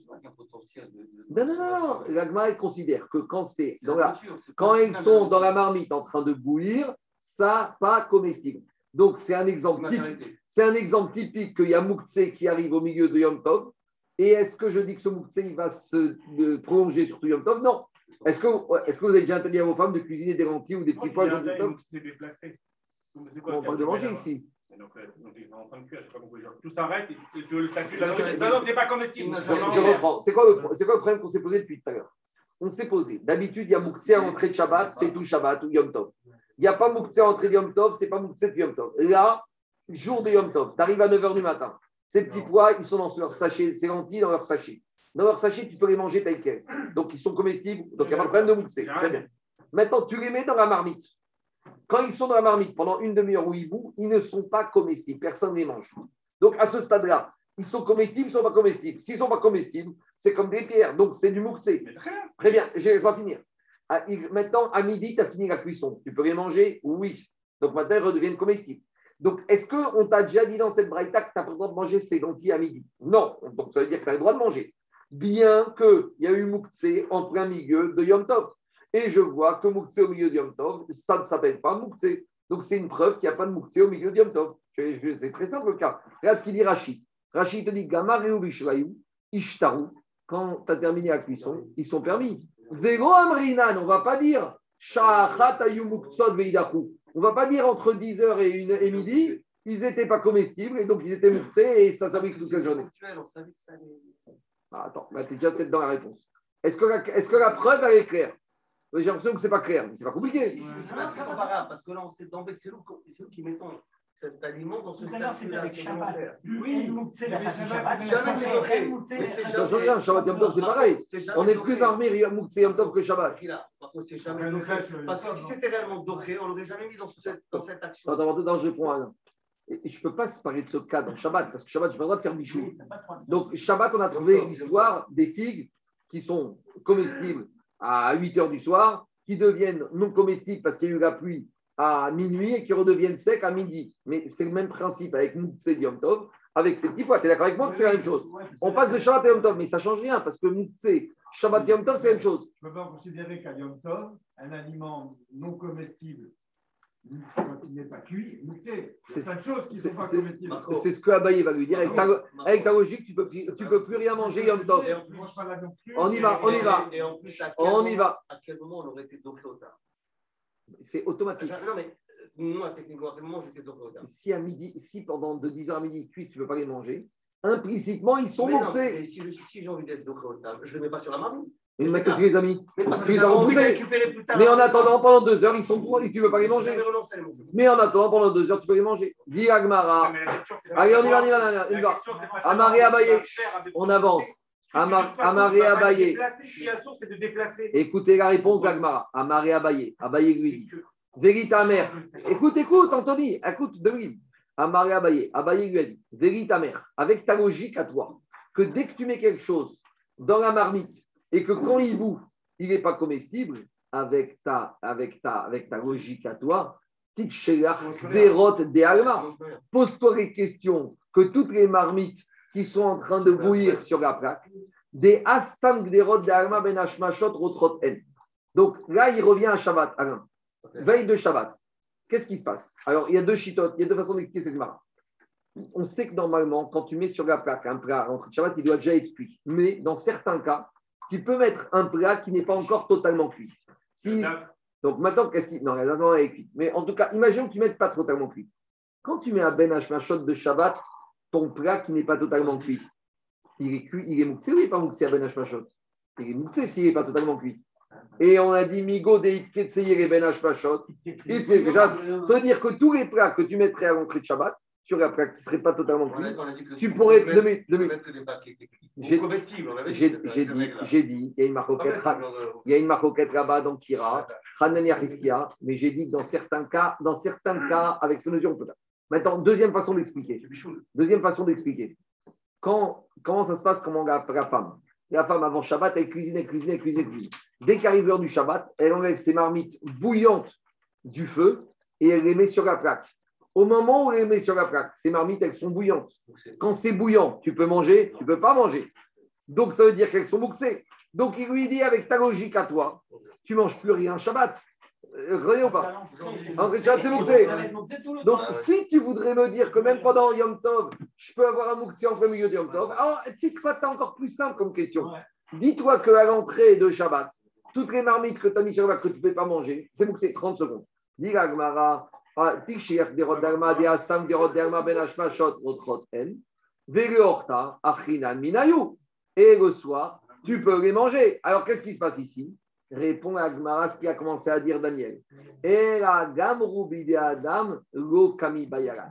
Non, non, non. L'Agma, elle considère que quand, c'est dans la... quand ils sont dans la marmite en train de bouillir, ça, pas comestible. Donc, c'est un exemple typique. C'est un exemple typique qu'il y a Moukse qui arrive au milieu de Yom Tov. Et est-ce que je dis que ce Moukse, il va se prolonger sur tout Yom Tov? Non. Est-ce que, est-ce que vous avez déjà interdit à vos femmes de cuisiner des lentilles ou des petits pois Yom Tov? On parle de manger ici. Donc, euh, donc ils sont en train de cuire, je ne sais pas pourquoi. Tout s'arrête et je le statue de la nourriture. Non, non, c'est pas comestible. Je, je reprends. C'est quoi, le, c'est quoi le problème qu'on s'est posé depuis tout à l'heure? On s'est posé. D'habitude, il y a Moukhtse à l'entrée de Shabbat, c'est tout Shabbat ou Yom Tov. Il n'y a pas Moukhtse à l'entrée de Yom Tov, c'est pas Moukhtse de Yom Tov. Là, jour de Yom Tov, tu arrives à neuf heures du matin. Ces petits pois, ils sont dans leur sachet, ces lentilles dans leur sachet. Dans leur sachet, tu peux les manger tel quel. Donc, ils sont comestibles. Donc, il n'y a pas de problème de Moukhtse. Très bien. Maintenant, tu les mets dans la marmite. Quand ils sont dans la marmite pendant une demi-heure ou ils bouent, ils ne sont pas comestibles. Personne ne les mange. Donc, à ce stade-là, ils sont comestibles, ils ne sont pas comestibles. S'ils ne sont pas comestibles, c'est comme des pierres. Donc, c'est du Moukhtse. Très bien, je laisse pas finir. Maintenant, à midi, tu as fini la cuisson. Tu peux les manger? Oui. Donc, maintenant, ils redeviennent comestibles. Donc, est-ce qu'on t'a déjà dit dans cette braïta que tu n'as pas le droit de manger ces lentilles à midi? Non. Donc, ça veut dire que tu as le droit de manger. Bien qu'il y a eu Moukhtse en plein milieu de Yom Tov. Et je vois que Moukhtse au milieu de Yom Tov, ça ne s'appelle pas Moukhtse. Donc, c'est une preuve qu'il n'y a pas de Moukhtse au milieu de Yom Tov. C'est très simple le cas. Regarde ce qu'il dit Rachid. Rachid te dit Gamar et Ubishraïou, Ishtaru. Quand tu as terminé la cuisson, ils sont permis. Vélo Amrinan, on ne va pas dire Sha'achat ayu Muktsot veidachu. On ne va pas dire entre dix heures et, une, et midi, ils n'étaient pas comestibles et donc ils étaient Moukhtse et ça s'abrique toute la journée. Ah, attends, bah, tu es déjà peut-être dans la réponse. Est-ce que la, est-ce que la preuve elle est claire? J'ai l'impression que ce n'est pas clair, mais ce n'est pas compliqué. Si, si, si, c'est pas très comparable, parce que là, on sait d'emblée que c'est nous, c'est nous qui mettons cet aliment dans ce statut-là. Oui, jamais c'est bloqué. Ça change rien, Shabbat Yom Tov, c'est pareil. On est plus armé Moukhtse Yom Tov que Shabbat. C'est jamais bloqué. Parce que si c'était réellement bloqué, on ne l'aurait jamais mis dans cette, dans cette action. Attends, attends, je réponds à un. Et je ne peux pas se parler de ce cas dans Shabbat, parce que Shabbat, je n'ai pas le droit de faire bichou. Donc, Shabbat, on a trouvé l'histoire des figues qui sont comestibles à huit heures du soir, qui deviennent non comestibles parce qu'il y a eu la pluie à minuit et qui redeviennent secs à midi. Mais c'est le même principe avec Moukhtse et Yom Tov, avec ces petits pois. Tu es d'accord avec moi que c'est la même chose? On passe de Shabbat à Yom Tov, mais ça ne change rien parce que Moukhtse, Shabbat, Yom Tov, c'est la même chose. Je ne peux pas considérer qu'à Yom Tov, un aliment non comestible, quand il n'est pas cuit, c'est plein de choses qui ne sont pas comestibles. C'est ce que Abaye va lui dire. Avec ta, avec ta logique, tu ne peux, tu peux plus rien manger Yom Tov. On y va, on y va. On y va. À quel moment on aurait été doché au tard? C'est automatique. Non, mais moi, techniquement, à quel moment j'étais doché au tard? Si, à midi, si pendant de dix heures à midi ils cuisent, tu ne peux pas les manger, implicitement, ils sont mouxés. Si, si j'ai envie d'être doché au tard, je ne les mets pas sur la marmite. Mais maintenant, tu les as mis. Mais parce que tu les as repoussés. Mais en attendant, pendant deux heures, ils sont pour et tu ne veux pas les manger. Mais en attendant, pendant deux heures, tu peux les manger. Dis Agmara. Allez, on y va, on y va. On y va. Amaré Abaye. On avance. Amaré Abaye. Écoutez la réponse d'Agmara. Amaré Abaye. Abaye lui dit. Vérita mère. Écoute, écoute, Anthony. Écoute, David. Amaré Abaye. Abaye lui a dit. Vérita mère. Avec ta logique à toi, que dès que tu mets quelque chose dans la marmite, et que quand il bout, il n'est pas comestible, avec ta, avec ta, avec ta logique à toi, pose-toi les questions que toutes les marmites qui sont en train de bouillir sur la plaque, des astam gderot de alma ben hashmashot rotrot en. Donc là, il revient à Shabbat, Alain. Veille de Shabbat. Qu'est-ce qui se passe? Alors, il y a deux chitotes, il y a deux façons d'expliquer cette marque. On sait que normalement, quand tu mets sur la plaque un plat à l'entrée de Shabbat, il doit déjà être cuit. Mais dans certains cas, tu peux mettre un plat qui n'est pas encore totalement cuit. Si, donc maintenant, qu'est-ce qui. Non, la dinde est cuite. Mais en tout cas, imagine que tu ne mettes pas totalement cuit. Quand tu mets un ben hashmashot de Shabbat, ton plat qui n'est pas totalement cuit, il est cuit, il est mouxé ou il n'est pas mouxé à ben hashmashot? Il est mouxé s'il n'est pas totalement cuit. Et on a dit migo de itketseye les ben hashmashot. Ça veut dire que tous les plats que tu mettrais à l'entrée de Shabbat, sur la plaque qui ne serait pas totalement cuit, tu pourrais. Le mettre, le mettre. J'ai dit, j'ai dit, il y a une maroquette, il y a une maroquette là-bas dans Kira, Hanania Riskia, mais j'ai dit que dans certains cas, dans certains cas, avec ces mesures, on peut pas. Maintenant, deuxième façon d'expliquer. Deuxième façon d'expliquer. Quand, comment ça se passe, comment la, la femme La femme, avant Shabbat, elle cuisine, elle cuisine, elle cuisine, elle cuisine. Dès qu'arrive l'heure du Shabbat, elle enlève ses marmites bouillantes du feu et elle les met sur la plaque. Au moment où elle les met sur la plaque, ces marmites, elles sont bouillantes. Quand c'est bouillant, tu peux manger, tu ne peux pas manger. Donc, ça veut dire qu'elles sont mouxées. Donc, il lui dit, avec ta logique à toi, tu ne manges plus rien Shabbat. Rien ou pas? En Shabbat, c'est mouxé. Donc, si tu voudrais me dire que même pendant Yom Tov, je peux avoir un mouxé en plein milieu de Yom Tov, alors, tu sais quoi, tu as encore plus simple comme question. Dis-toi qu'à l'entrée de Shabbat, toutes les marmites que tu as mis sur la plaque que tu ne peux pas manger, c'est mouxé trente secondes. Dis la Gemara. Et le soir, tu peux les manger. Alors, qu'est-ce qui se passe ici? Répond à Gmara ce qui a commencé à dire Daniel. Et la gamru bide adam lo kami bayara.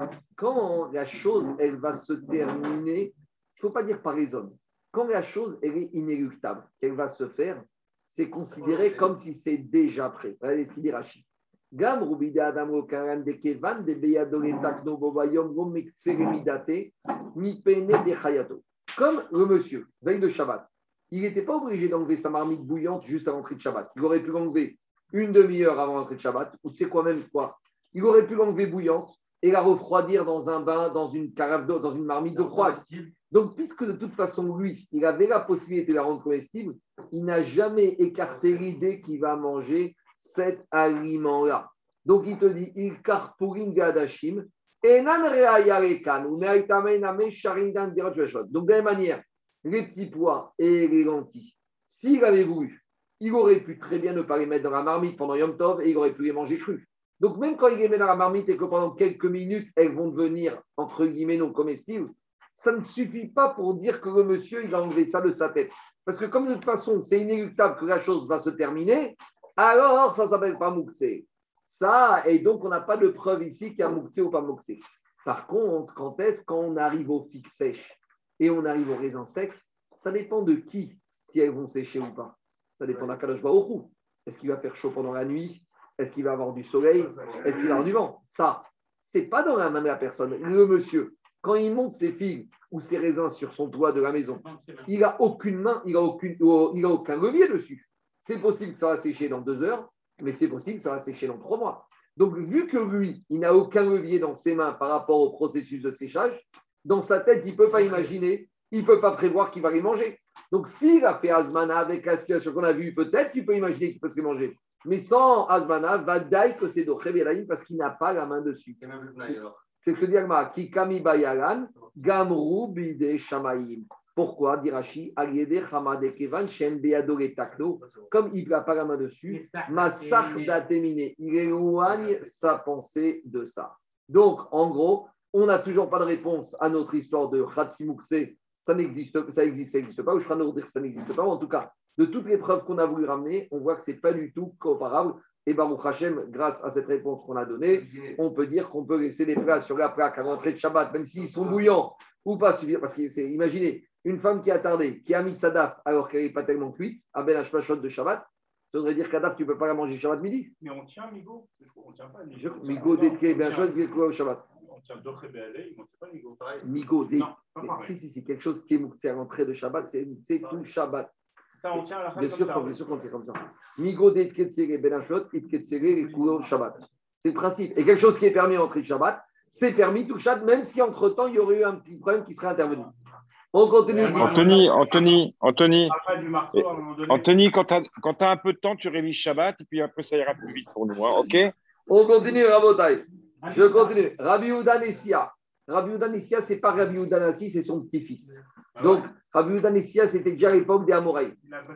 Quand la chose, elle va se terminer, il ne faut pas dire par les hommes. Quand la chose, elle est inéluctable, qu'elle va se faire, c'est considéré comme si c'est déjà prêt. Regardez ce qu'il dit Rachid. Gamru bide adam lo karan de kevan de beyadole takno bobayom lo mikseremidate mi pene de chayato. Comme le monsieur, veille de Shabbat, il n'était pas obligé d'enlever sa marmite bouillante juste à l'entrée de Shabbat. Il aurait pu l'enlever une demi-heure avant l'entrée de Shabbat, ou tu sais quoi même quoi. Il aurait pu l'enlever bouillante et la refroidir dans un bain, dans une carafe d'eau, dans une marmite d'eau froide. Donc, puisque de toute façon, lui, il avait la possibilité de la rendre comestible, il n'a jamais écarté l'idée qu'il va manger cet aliment-là. Donc, il te dit, il karpurin gadashim, enan reayarekan, ou meaitamen sharindan dirot. Donc, de la même manière, les petits pois et les lentilles, s'il avait voulu, il aurait pu très bien ne pas les mettre dans la marmite pendant Yom Tov et il aurait pu les manger crus. Donc, même quand il les met dans la marmite et que pendant quelques minutes, elles vont devenir, entre guillemets, non comestibles, ça ne suffit pas pour dire que le monsieur, il a enlevé ça de sa tête. Parce que comme de toute façon, c'est inéluctable que la chose va se terminer, alors ça ne s'appelle pas mouktsé. Ça, et donc on n'a pas de preuve ici qu'il y a mouktsé ou pas mouktsé. Par contre, quand est-ce qu'on arrive au figue sèche et on arrive au raisin sec, ça dépend de qui, si elles vont sécher ou pas. Ça dépend d'Akadosh Baruch Hu. Est-ce qu'il va faire chaud pendant la nuit? Est-ce qu'il va avoir du soleil? Est-ce qu'il va avoir du vent? Ça, ce n'est pas dans la main de la personne. Le monsieur, quand il monte ses figues ou ses raisins sur son toit de la maison, il n'a aucune main, il n'a aucune, il a aucun levier dessus. C'est possible que ça va sécher dans deux heures, mais c'est possible que ça va sécher dans trois mois. Donc, vu que lui, il n'a aucun levier dans ses mains par rapport au processus de séchage, dans sa tête, il ne peut pas imaginer, il ne peut pas prévoir qu'il va les manger. Donc, s'il a fait Azmana avec la situation qu'on a vue, peut-être tu peux imaginer qu'il peut se les manger. Mais sans Azmana, va d'aille que c'est d'Ochrev parce qu'il n'a pas la main dessus. C'est ce que dit Agma, qui kami bayalan, gamru bide shamaim. Pourquoi, dit Rashi, aliede chamade kevan shen beadore takno, comme il n'a pas la main dessus, massach datemine, il éloigne sa pensée de ça. Donc, en gros, on n'a toujours pas de réponse à notre histoire de Khatsimukse. Ça n'existe, ça existe, ça n'existe pas, ou Shranor dire que ça n'existe pas. En tout cas, de toutes les preuves qu'on a voulu ramener, on voit que ce n'est pas du tout comparable. Et Baruch Hashem, grâce à cette réponse qu'on a donnée, on peut dire qu'on peut laisser des plats sur la plaque à l'entrée de Shabbat, même s'ils sont bouillants ou pas suffisants. Parce que c'est, imaginez, une femme qui a tardé, qui a mis sa daf alors qu'elle n'est pas tellement cuite, à Ben Hashmashot de Shabbat, ça voudrait dire qu'à daf, tu ne peux pas la manger Shabbat midi. Mais on tient Migo. On tient pas Migo. Migo d'été, Ben Hashmashot, au Shabbat. On tient d'autres B L A, ils ne tient pas Migo. Migo d'été. Si, si, si, quelque chose qui est mouktsé à l'entrée de Shabbat, c'est, c'est tout Shabbat. Ça, on tient à la fin bien sûr, comme bien sûr qu'on c'est comme ça. Migo de Tketsere Benachot, Tketsere et Kulo Shabbat. C'est le principe. Et quelque chose qui est permis en de Shabbat, c'est permis tout Shabbat, même si entre-temps, il y aurait eu un petit problème qui serait intervenu. On continue. Anthony, Anthony, Anthony, marteau, donné... Anthony, quand tu as un peu de temps, tu révises Shabbat et puis après, ça ira plus vite pour nous. Hein, OK? On continue, Rabotai. Je continue. Rabbi Yehuda Nessia. Rabbi Yehuda Nessia, ce n'est pas Rabbi Yehuda Nassi, c'est son petit-fils. Donc, Rabbi Yehuda Nessia, c'était déjà l'époque des Amoraïs.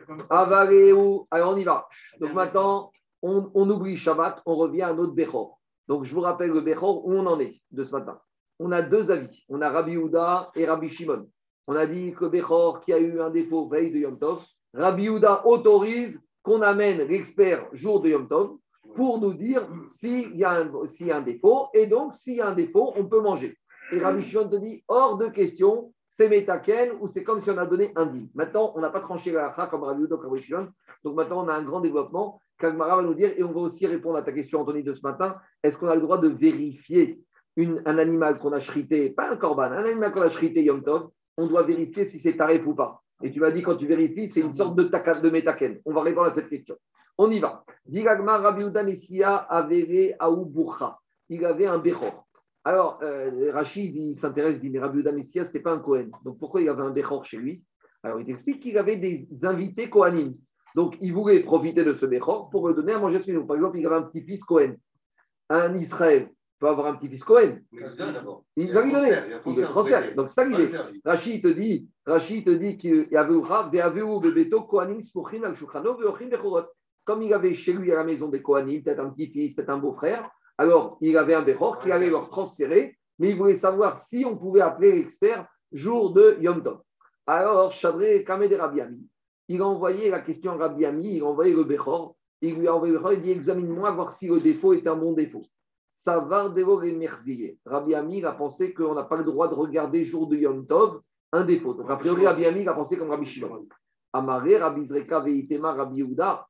Avaréou. Alors, on y va. Donc, maintenant, on, on oublie Shabbat, on revient à notre Bechor. Donc, je vous rappelle le Bechor, où on en est de ce matin. On a deux avis. On a Rabbi Yehuda et Rabbi Shimon. On a dit que Bechor, qui a eu un défaut veille de Yom Tov, Rabbi Yehuda autorise qu'on amène l'expert jour de Yom Tov pour nous dire s'il y, s'il y a un défaut. Et donc, s'il y a un défaut, on peut manger. Et Rabbi Shimon te dit, hors de question, c'est Metaken ou c'est comme si on a donné un dîme. Maintenant, on n'a pas tranché la halakha comme Rabbi Yehuda comme Rabbi Shimon. Donc maintenant, on a un grand développement qu'Agmara va nous dire. Et on va aussi répondre à ta question, Anthony, de ce matin. Est-ce qu'on a le droit de vérifier une, un animal qu'on a shrité, pas un korban, un animal qu'on a shrité Yom Tov, on doit vérifier si c'est tarif ou pas. Et tu m'as dit, quand tu vérifies, c'est une sorte de, takas, de Metaken. On va répondre à cette question. On y va. Diragma Rabbi Yehuda Nessia avéré Aoubourcha. Il avait un Bechor. Alors, euh, Rachid, il s'intéresse, il dit, mais Rabbi Yehuda Nessia, ce n'était pas un Kohen. Donc, pourquoi il avait un Bechor chez lui? Alors, il explique qu'il avait des invités Kohanim. Donc, il voulait profiter de ce Bechor pour le donner à manger chez nous. Par exemple, il avait un petit-fils Kohen. Un Israël peut avoir un petit-fils Kohen. Il va lui donner. Il le transfère. Donc, ça l'idée. Rachid te dit, Rachid te dit qu'il y avait comme il avait chez lui à la maison des Kohanim, peut-être un petit-fils, peut-être un beau-frère. Alors, il avait un Bechor qui allait leur transférer, mais il voulait savoir si on pouvait appeler l'expert jour de Yom Tov. Alors, Shadré Kamed Rabbi Ami, il a envoyé la question à Rabbi Ami, il a envoyé le Bechor, il lui a envoyé le Bechor, il dit examine-moi, voir si le défaut est un bon défaut. Savar Devo et Merzeye. Rabbi Ami il a pensé qu'on n'a pas le droit de regarder jour de Yom Tov un défaut. Donc, a priori, Rabbi Ami il a pensé comme Rabbi Shimon. Amaré, Rabbi Zreka, Veitema, Rabbi Yehuda.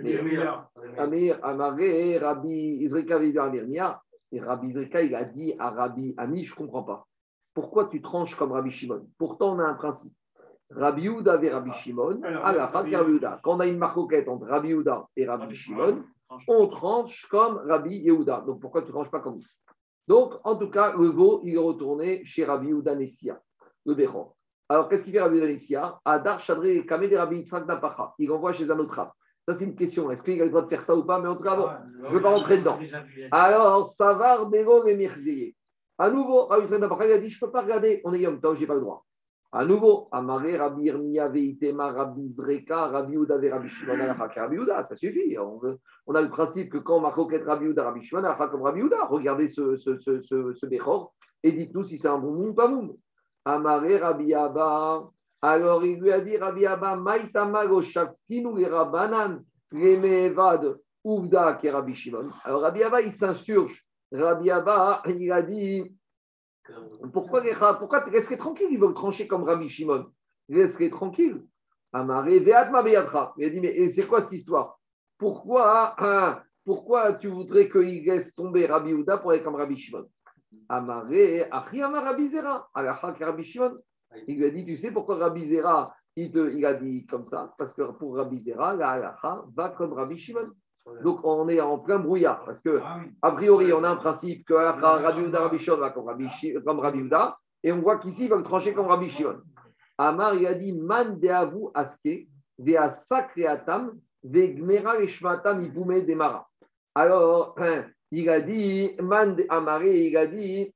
Amir, Amaré, Rabbi Zreka, Veitema, et Rabbi Zreka, il a dit à Rabbi Ami, je ne comprends pas. Pourquoi tu tranches comme Rabbi Shimon? Pourtant, on a un principe. Rabbi Yehuda et Rabbi Shimon, Alacha et Rabbi Yehuda. Quand on a une marcoquette entre Rabbi Yehuda et Rabbi Shimon, on tranche comme Rabbi Yehuda. Donc, pourquoi tu ne tranches pas comme lui? Donc, en tout cas, le veau, il est retourné chez Rabbi Yehuda Nessia, le Bechor. Alors, qu'est-ce qu'il fait Rabbi Yehuda Nessia? Adar Shadré Kameh de Rabbi Yitzhak Napacha. Il envoie chez un autre rab. Ça, c'est une question. Est-ce qu'il a le droit de faire ça ou pas? Mais en tout cas, bon, je ne veux pas rentrer dedans. Alors, Savar Dego et Mirzeye. À nouveau, Rabbi Yitzhak Napacha, il a dit je ne peux pas regarder, on est Yom Tov, je n'ai pas le droit. À nouveau, Amaré, Rabbi Irmia, Veitema, Rabbi Zreka, Rabbi Yehuda, Rabbi Shimon, Alachak, Rabbi Yehuda, ça suffit. On, veut, on a le principe que quand on marque Rabbi Yehuda, Rabbi Shimon, Alachak comme Rabbi Yehuda, regardez ce, ce, ce, ce, ce Bechor et dites-nous si c'est un bon moum ou pas moum. Amaré, Rabbi Abba, alors il lui a dit, Rabbi Abba, Maïtamago, Shaktinu, les Rabbanan, les Mevad, Ouvda, qui est Rabbi Shimon. Alors Rabbi Abba, il s'insurge. Rabbi Abba, il a dit, Pourquoi, pourquoi restez tranquille? Ils veulent trancher comme Rabbi Shimon. Restez tranquille. Amaré, Veatma Beyatra. Il a dit, mais c'est quoi cette histoire? Pourquoi, hein, pourquoi tu voudrais qu'il laisse tomber Rabbi Yehuda pour aller comme Rabbi Shimon? Amaré, Achiyama Rabbi Zera. Alachak Rabbi Shimon. Il lui a dit, tu sais pourquoi Rabbi Zera, il, te, il a dit comme ça? Parce que pour Rabbi Zera, la halacha va comme Rabbi Shimon. Donc, on est en plein brouillard parce que, a priori, on a un principe que Rabbi Yehuda, Rabbi Shimon va comme Rabbi, comme Rabbi Yehuda, et on voit qu'ici, il va le trancher comme Rabbi Shimon. Amar, il a dit Man deavu aske, de asakreatam, de gmera leshmatam ibume demara. Alors, il a dit Man Amaré, il a dit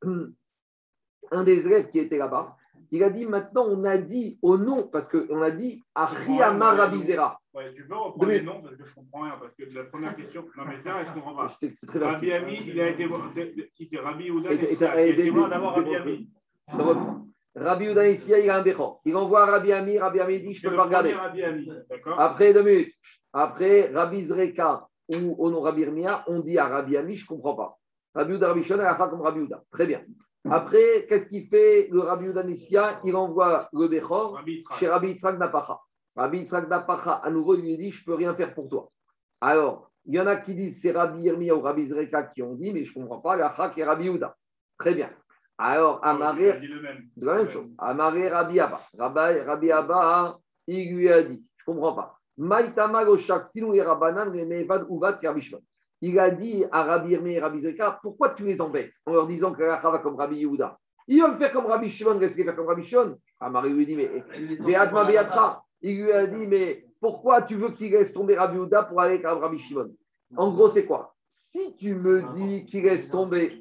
un des élèves qui était là-bas. Il a dit maintenant, on a dit au nom, parce qu'on a dit Achiyama Rabbi Zera. Ouais, tu peux reprendre les noms parce que je ne comprends rien. Parce que la première question, non mais ça, je ne comprends pas. C'est très Rabbi Ami, il a été voir. Qui c'est Rabbi Yehuda? Il a été voir d'abord Rabbi Ami. Je te reprends. Rabbi Yehuda ici, il a un Bechor. Il envoie Rabbi Ami, Rabbi Ami dit je ne peux pas regarder. Après deux minutes, après Rabbi Zreka ou au nom Rabbi Irmia, on dit à Rabbi Ami, je ne comprends pas. Rabbi Yehuda, Rabbi Shimon, elle a comme Rabbi Yehuda. Très bien. Après, qu'est-ce qu'il fait le Rabbi Yehuda Nessia? Il envoie le Bechor chez Rabbi Yitzhak Napacha. Rabbi Yitzhak Napacha, à nouveau, il lui dit je ne peux rien faire pour toi. Alors, il y en a qui disent c'est Rabbi Irmia ou Rabbi Zreka qui ont dit, mais je ne comprends pas, la Chak et Rabbi Yehuda. Très bien. Alors, Amaré, de la même chose. Amaré Rabbi Abba. Rabbi, Rabbi Abba, il lui a dit je ne comprends pas. Maïtamago Shaktinu et Rabbanan, les Mevad Uvat Kerbishman. Il a dit à Rabbi Irmia et Rabbi Zreka, pourquoi tu les embêtes en leur disant que la va comme Rabbi Yehuda? Il va me faire comme Rabbi Shimon, rester faire comme Rabbi Shimon. Amaré lui dit, mais Beatma Beatra. Il lui a dit, mais pourquoi tu veux qu'il laisse tomber Rabbi Yehuda pour aller comme Rabbi Shimon? En gros, c'est quoi? Si tu me dis qu'il laisse tomber,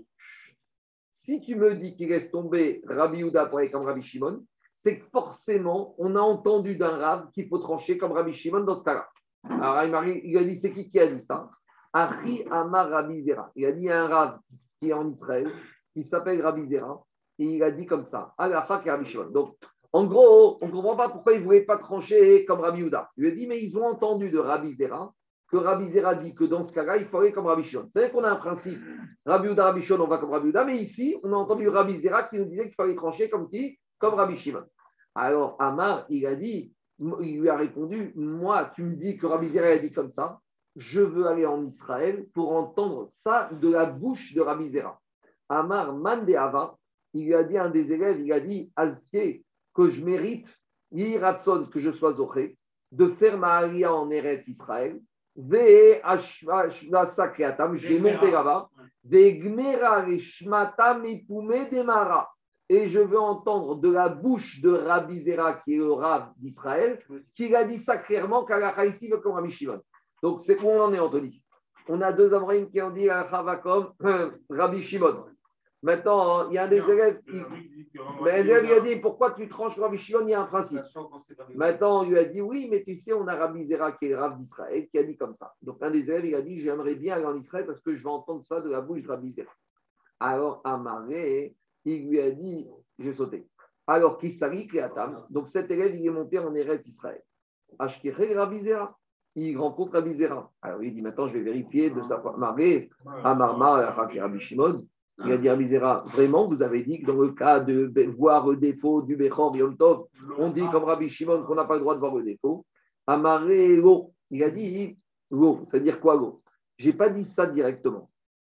si tu me dis qu'il laisse tomber Rabbi Yehuda pour aller comme Rabbi Shimon, c'est que forcément, on a entendu d'un Rav qu'il faut trancher comme Rabbi Shimon dans ce cas-là. Alors, il a dit, c'est qui qui a dit ça? Ari Amar Rabbi Zera. Il a dit à un Rav qui est en Israël, qui s'appelle Rabbi Zera, et il a dit comme ça, Alachak et Rabbi Shimon. Donc, en gros, on ne comprend pas pourquoi il ne voulait pas trancher comme Rabbi Yehuda. Il lui a dit, mais ils ont entendu de Rabbi Zera que Rabbi Zera dit que dans ce cas-là, il faut aller comme Rabbi Shimon. C'est vrai qu'on a un principe, Rabbi Yehuda, Rabbi Shimon, on va comme Rabbi Yehuda, mais ici, on a entendu Rabbi Zera qui nous disait qu'il fallait trancher comme qui? Comme Rabbi Shimon. Alors, Amar, il a dit, il lui a répondu, moi, tu me dis que Rabbi Zera a dit comme ça, je veux aller en Israël pour entendre ça de la bouche de Rabbi Zera. Amar Mandéava, il lui a dit à un des élèves, il a dit, Azke, que je mérite, Yiratson, que je sois zoché, de faire ma alia en Eretz Israël, Ve Ashvasakreatam, je vais monter là-bas, Ve Gmera Rishmata Mipume Demara, et je veux entendre de la bouche de Rabbi Zera, qui est le Rav d'Israël, qu'il a dit ça clairement qu'Alacha ici veut comme Rabbi Shimon. Donc, c'est où on en est, Anthony? On a deux Amorim qui ont dit Alacha va comme Rabbi Shimon. Maintenant, il y a un des élèves qui. Mais l'élève lui a dit pourquoi tu tranches Rabbi Shimon, il y a un principe. Maintenant, on lui a dit oui, mais tu sais, on a Rabbi Zera qui est le Rav d'Israël qui a dit comme ça. Donc, un des élèves, il a dit j'aimerais bien aller en Israël parce que je vais entendre ça de la bouche de Rabbi Zera. Alors, Amaré, il lui a dit j'ai sauté. Alors, Kisari Kreatam, donc cet élève, il est monté en Eretz Israël. Ashkiré Rabbi Zera. Il rencontre Rabbi Zera. Alors, il dit maintenant, je vais vérifier de sa part. Maré, Amarma, Rabbi Shimon. Il a dit à Misera, vraiment, vous avez dit que dans le cas de voir le défaut du Bechor Yom Tov, on dit comme Rabbi Shimon qu'on n'a pas le droit de voir le défaut. Amaré l'eau. Il a dit l'eau. C'est-à-dire quoi l'eau? Je n'ai pas dit ça directement.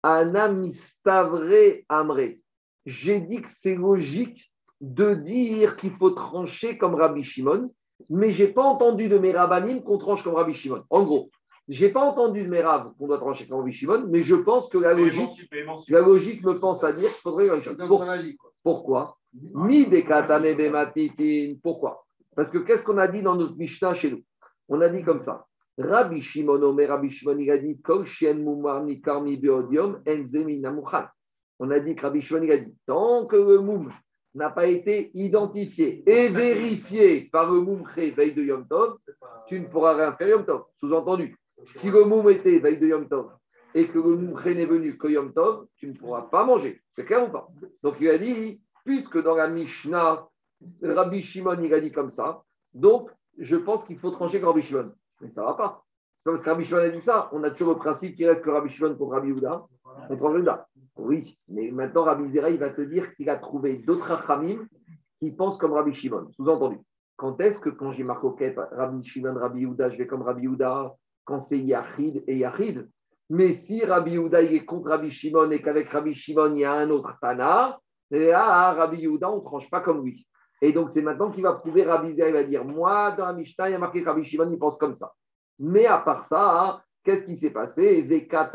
Anamistavre Amré. J'ai dit que c'est logique de dire qu'il faut trancher comme Rabbi Shimon, mais je n'ai pas entendu de mes rabbanim qu'on tranche comme Rabbi Shimon. En gros, je n'ai pas entendu de mes rabbins qu'on doit trancher comme Rabbi Shimon, mais je pense que la logique, émancipé, émancipé. La logique me pense à dire qu'il faudrait Rabbi Shimon. Pour, pourquoi Mi de katane bematitin. Pourquoi? Parce que qu'est-ce qu'on a dit dans notre Mishnah chez nous? On a dit comme ça. Rabbi Shimon, Omer Rabbi Shimon, il a dit Kol shen mumar nikar mi beodium enze mina muchan. On a dit que Rabbi Shimon, il a dit tant que le moum n'a pas été identifié et vérifié par le moumché veille de Yom Tov, tu ne pourras rien faire Yom Tov. Sous-entendu. Si le moum était veille de Yom Tov et que le moumché n'est venu que Yom Tov, tu ne pourras pas manger. C'est clair ou pas? Donc il a dit, puisque dans la Mishnah, Rabbi Shimon, il a dit comme ça, donc je pense qu'il faut trancher comme Rabbi Shimon. Mais ça ne va pas. Parce que Rabbi Shimon a dit ça, on a toujours le principe qu'il reste que Rabbi Shimon contre Rabbi Yehuda, contre Rabbi Yehuda. Oui, mais maintenant Rabbi Zera, il va te dire qu'il a trouvé d'autres Rachamim qui pensent comme Rabbi Shimon. Sous-entendu. Quand est-ce que quand j'ai ma coquette, Rabbi Shimon, Rabbi Yehuda, je vais comme Rabbi Yehuda? Quand c'est Yachid et Yachid. Mais si Rabbi Yehuda il est contre Rabbi Shimon et qu'avec Rabbi Shimon il y a un autre Tana, là, Rabbi Yehuda, on ne tranche pas comme lui. Et donc c'est maintenant qu'il va prouver Rabbi Zera, il va dire moi, dans la Mishnah, il y a marqué Rabbi Shimon, il pense comme ça. Mais à part ça, hein, qu'est-ce qui s'est passé?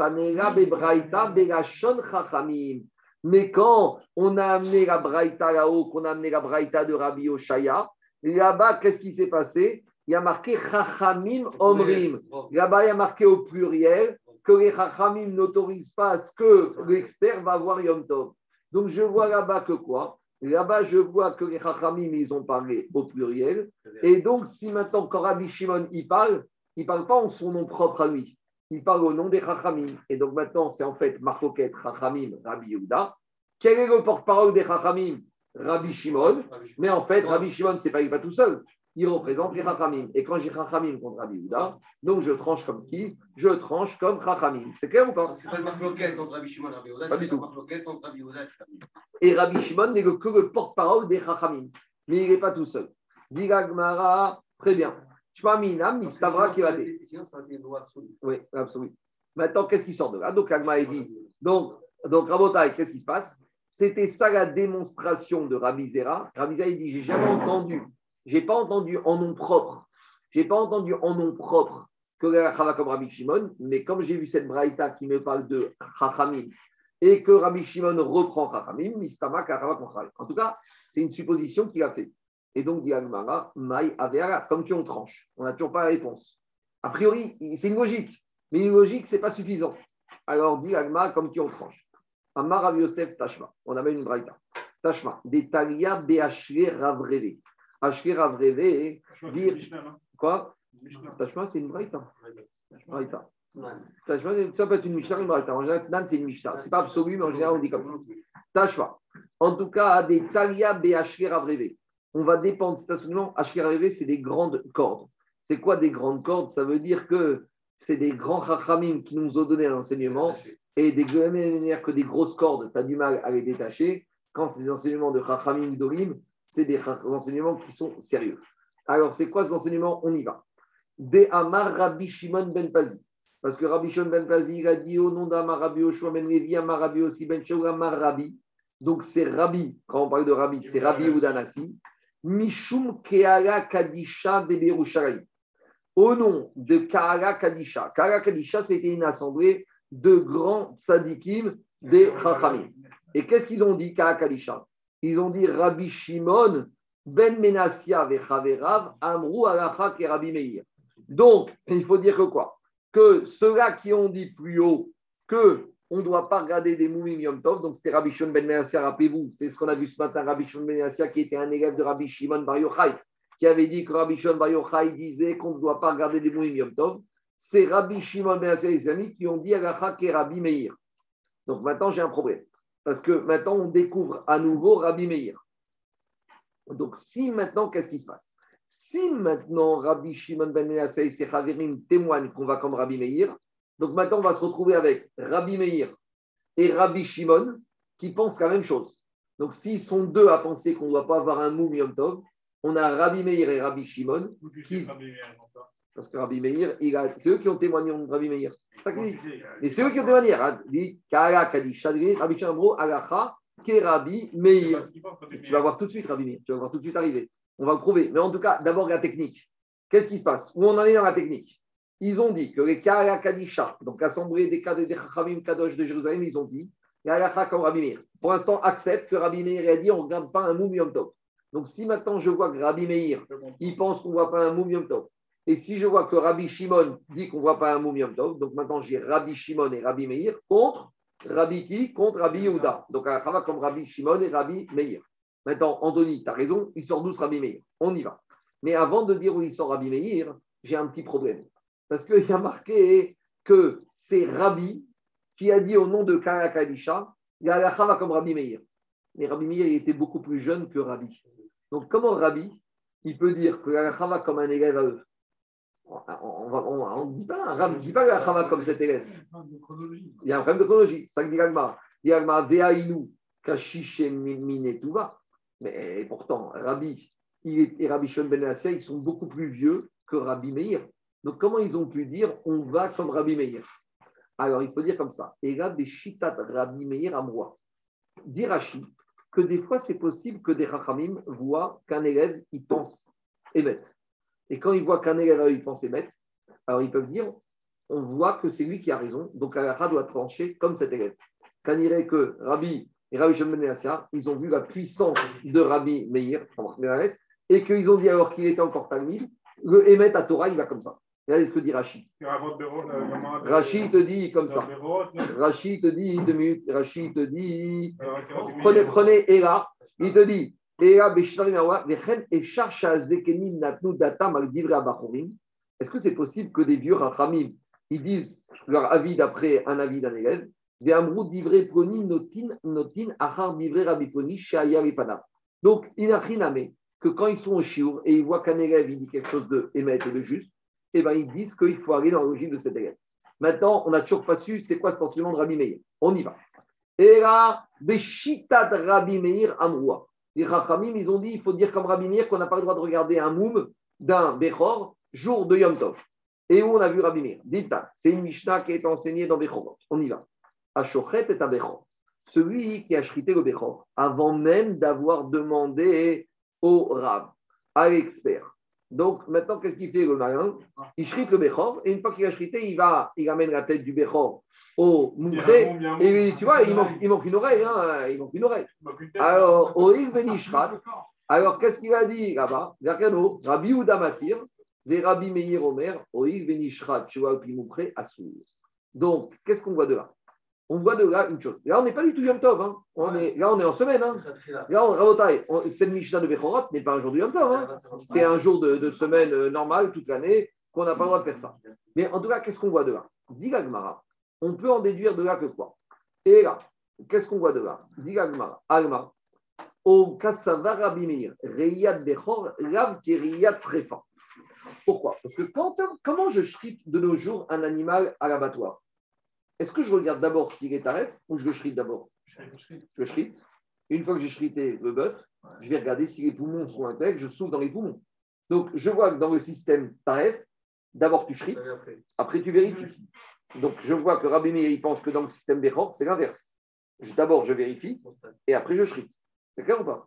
Mais quand on a amené la Braïta là-haut, qu'on a amené la Braïta de Rabbi Oshaya, là-bas, qu'est-ce qui s'est passé? Il y a marqué Chachamim Omrim. Là-bas, il y a marqué au pluriel que les Chachamim n'autorisent pas à ce que l'expert va voir Yom Tov. Donc, je vois là-bas que quoi? Là-bas, je vois que les Chachamim, ils ont parlé au pluriel. Et donc, si maintenant, quand Rabbi Shimon y parle, il ne parle pas en son nom propre à lui. Il parle au nom des Chachamim. Et donc, maintenant, c'est en fait Marcoquette, Chachamim, Rabbi Yehuda. Quel est le porte-parole des Chachamim? Rabbi Shimon. Mais en fait, Rabbi Shimon, ce n'est pas, il pas tout seul. Il représente les Chachamim. Et quand j'ai Chachamim contre Rabbi Yehuda, donc je tranche comme qui? Je tranche comme Chachamim. C'est clair ou pas? C'est pas le Marcoquette contre Rabbi Shimon et Rabbi Yehuda, c'est le Marcoquette contre Rabbi Yehuda. Et Rabbi Shimon n'est que le porte-parole des Chachamim. Mais il n'est pas tout seul. Diga Gmara, très bien. Shmaminam, Mistavra qui va dire. Sinon, ça va être une loi absolue. Oui, absolue. Maintenant, qu'est-ce qui sort de là? Donc, Agma a dit. Donc, donc Rabotai, qu'est-ce qui se passe? C'était ça la démonstration de Rabbi Zera. Rabbi Zera, il dit j'ai jamais entendu. J'ai pas entendu en nom propre, j'ai pas entendu en nom propre que la Chava comme Rabbi Shimon, mais comme j'ai vu cette braïta qui me parle de Chachamim et que Rabbi Shimon reprend Chachamim, Mistama Chava contre. En tout cas, c'est une supposition qu'il a fait. Et donc, dit Agmara, Maï Aveara, comme qui on tranche. On n'a toujours pas la réponse. A priori, c'est une logique, mais une logique, c'est pas suffisant. Alors, dit Agmara, comme qui on tranche. Amar Rav Yosef Tashma, on a même une braïta. Tashma, des Talia Beachre Ravreve. Ashke Ravreve, dire. Quoi? Tashma, c'est une braïta. Braïta. Tashma, ça peut être une Mishnah, une braïta. En général, Nan, c'est une Mishnah. Ce n'est pas absolu, mais en général, on dit comme ça. Tashma. En tout cas, des Talia Beachre Ravreve. On va dépendre stationnement. Ashke Ravreve, c'est des grandes cordes. C'est quoi des grandes cordes? Ça veut dire que c'est des grands chachamim qui nous ont donné l'enseignement. Et de la même manière que des grosses cordes, tu as du mal à les détacher. Quand c'est des enseignements de chachamim dorim, c'est des enseignements qui sont sérieux. Alors, c'est quoi ces enseignements? On y va. De Amar Rabbi Shimon ben Pazi. Parce que Rabbi Shimon ben Pazi, il a dit au nom d'Amar Rabbi Yoshua ben Levi, Amar Rabbi aussi ben Shaul, Amar Rabbi. Donc, c'est Rabbi. Quand on parle de Rabbi, c'est Rabbi Udanasi. Mishum Keala Kadisha de Berushalayim. Au nom de Kaala Kadisha. Kaala Kadisha, c'était une assemblée de grands tzadikim des Chachamim. Et qu'est-ce qu'ils ont dit, Kaala Kadisha? Ils ont dit Rabbi Shimon ben Menassia vechaverav amrou alacha ke Rabbi Meir. Donc, il faut dire que quoi? Que ceux-là qui ont dit plus haut que on ne doit pas regarder des moumim Yom Tov. Donc, c'était Rabbi Shimon ben Menassia, rappelez-vous, c'est ce qu'on a vu ce matin, Rabbi Shimon ben Menassia, qui était un élève de Rabbi Shimon Bar Yochai, qui avait dit que Rabbi Shimon Bar Yochai disait qu'on ne doit pas regarder des moumim Yom Tov. C'est Rabbi Shimon ben Menassia et les amis qui ont dit Agacha et Rabbi Meir. Donc, maintenant, j'ai un problème. Parce que maintenant, on découvre à nouveau Rabbi Meir. Donc, si maintenant, qu'est-ce qui se passe? Si maintenant, Rabbi Shimon ben Menassia et ses Chaverim témoignent qu'on va comme Rabbi Meir, donc maintenant, on va se retrouver avec Rabbi Meir et Rabbi Shimon qui pensent la même chose. Donc, s'ils sont deux à penser qu'on ne doit pas avoir un moum Yom Tov, on a Rabbi Meir et Rabbi Shimon. Qui... Parce que Rabbi Meir, il a... c'est eux qui ont témoigné de Rabbi Meir. C'est ça qu'il dit. Et c'est eux qui ont témoigné. Il dit Kala Kadi Shadri, Rabbi Shimon, Alacha, Ke Rabbi Meir. Tu vas voir tout de suite, Rabbi Meir. Tu vas voir tout de suite arriver. On va le prouver. Mais en tout cas, d'abord la technique. Qu'est-ce qui se passe? Où on en est dans la technique? Ils ont dit que les Kala Kadisha, donc l'assemblée des Chachamim Kadosh de Jérusalem, ils ont dit Alacha comme Rabbi Meir. Pour l'instant, accepte que Rabbi Meir a dit on ne regarde pas un moum Yom Tov. Donc si maintenant je vois que Rabbi Meir, il pense qu'on ne voit pas un moum Yom Tov. Et si je vois que Rabbi Shimon dit qu'on ne voit pas un moum Yom Tov, donc maintenant j'ai Rabbi Shimon et Rabbi Meir contre Rabbi qui? Contre Rabbi Yehuda. Donc à la Chava comme Rabbi Shimon et Rabbi Meir. Maintenant, Anthony, tu as raison, il sort d'où ce Rabbi Meir? On y va. Mais avant de dire où il sort Rabbi Meir, j'ai un petit problème. Parce qu'il y a marqué que c'est Rabbi qui a dit au nom de Kala Kadisha, il y a la Chava comme Rabbi Meir. Mais Rabbi Meir il était beaucoup plus jeune que Rabbi. Donc comment Rabbi, il peut dire que la Chava comme un élève à eux? On ne dit pas, Rabbi ne dit pas la Chava comme cet élève. Il y a un problème de chronologie. Ça dit l'Agma. Il y a l'Agma Veaïnu Kashish Minetuva. Mais pourtant, Rabbi et Rabbi Shimon ben Menassia, ils sont beaucoup plus vieux que Rabbi Meir. Donc, comment ils ont pu dire on va comme Rabbi Meir? Alors, il faut dire comme ça. Et là, des chitat Rabbi Meir Amroua. Dit Rashi que des fois, c'est possible que des Chachamim voient qu'un élève, il pense émettre. Et quand ils voient qu'un élève, il pense émettre, alors ils peuvent dire on voit que c'est lui qui a raison. Donc, la doit trancher comme cet élève. Quand il dirait que Rabbi et Rabbi Shimon ben Menassia, ils ont vu la puissance de Rabbi Meir, et qu'ils ont dit alors qu'il était encore Talmid, le émettre à Torah, il va comme ça. Regardez ce que dit Rashi. Rashi te dit comme ça. Rashi te dit, c'est mieux. Rashi te dit, prenez, prenez Ela, il te dit, est-ce que c'est possible que des vieux Rachamim, ils disent leur avis d'après un avis d'un élève? Donc, il a rien que quand ils sont au shiur et ils voient qu'un élève il dit quelque chose de émettre et de juste, eh ben, ils disent qu'il faut aller dans la logique de cet élève. Maintenant, on n'a toujours pas su c'est quoi cet enseignement de Rabbi Meir. On y va. Et là, Beshitat Rabbi Meir Amroua. Les Chachamim, ils ont dit il faut dire comme Rabbi Meir qu'on n'a pas le droit de regarder un moum d'un Bechor jour de Yom Tov. Et où on a vu Rabbi Meir? Dita, c'est une Mishnah qui est enseignée dans Bechorot. On y va. Ashochet est un Bechor. Celui qui a shrité le Bechor avant même d'avoir demandé au Rav, à l'expert. Donc, maintenant, qu'est-ce qu'il fait le malin? Il shrite le Bechor, et une fois qu'il a shrité, il va, il amène la tête du Bechor au Mouché, et tu vois, il manque, il manque une oreille, hein, il manque une oreille. Alors, Oïl Benishrat, alors qu'est-ce qu'il a dit là-bas? Rabbi Udamatir, des Rabbi Meir Omer, Oïl Benishrat, tu vois, puis Mouché, Assour. Donc, qu'est-ce qu'on voit de là? On voit de là une chose. Là, on n'est pas du tout Yom Tov. Hein. On est, là, on est en semaine. Hein. Là, on, cette Mishnah de Bechorot n'est pas un jour de Yom Tov. Hein. C'est un jour de, de semaine normale toute l'année qu'on n'a pas le droit de faire ça. Mais en tout cas, qu'est-ce qu'on voit de là? Dit l'Agmara. On peut en déduire de là que quoi? Et là, qu'est-ce qu'on voit de là? Dit l'Agmara. Alma. Au Kassava Rabbi Meir, Riyad Bechor, Rav qui Riyad Trefa. Pourquoi? Parce que quand, comment je shrite de nos jours un animal à l'abattoir? Est-ce que je regarde d'abord s'il est taref ou je le shrite d'abord? Je shrite. Une fois que j'ai shrité le bœuf, je vais regarder si les poumons sont intègres, je souffle dans les poumons. Donc, je vois que dans le système taref, d'abord tu shrites, après tu vérifies. Donc, je vois que Rabbi Meir, il pense que dans le système Bechor, c'est l'inverse. D'abord, je vérifie et après, je shrite. C'est clair ou pas?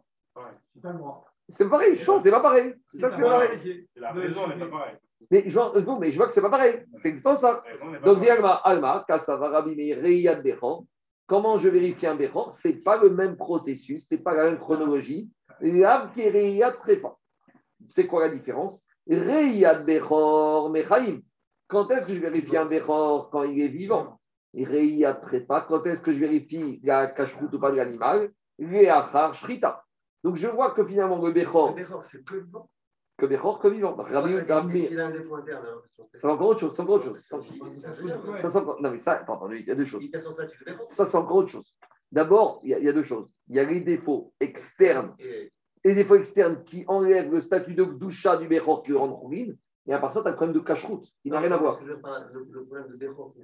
C'est pareil, je pense, c'est pas pareil. C'est ça que c'est pareil. La raison n'est pas pareille. Mais je, vois, non, mais je vois que ce n'est pas pareil. C'est exactement ça. Donc, dis Alma, Alma, Kassava Rabbi Meir, Riyad Bechor. Comment je vérifie un Bechor? Ce n'est pas le même processus, ce n'est pas la même chronologie. Rav qui est Riyad Trefa. C'est quoi la différence? Riyad Bechor Mechaim. Quand est-ce que je vérifie un Bechor? Quand il est vivant. Reia Trepa, quand est-ce que je vérifie la cache-route ou pas de l'animal? Léachar Shrita. Donc je vois que finalement le Bechor. Le Bechor, c'est que vivant. Que Bechor, que vivant. Donc, Rabbi Yehuda, S'il a un défaut interne. c'est encore autre chose. C'est encore autre chose. Ça, Ça, c'est encore... Non, mais ça, attends, il y a deux choses. Il son statut de Bechor. Ça, c'est encore autre chose. D'abord, il y, a, il y a deux choses. Il y a les défauts externes. Et les défauts externes qui enlèvent le statut de Gdusha du Bechor qui le rend Khourin. Et à part ça, tu as le problème de cache-route. Il n'a rien à voir. Le, le problème de Bechor,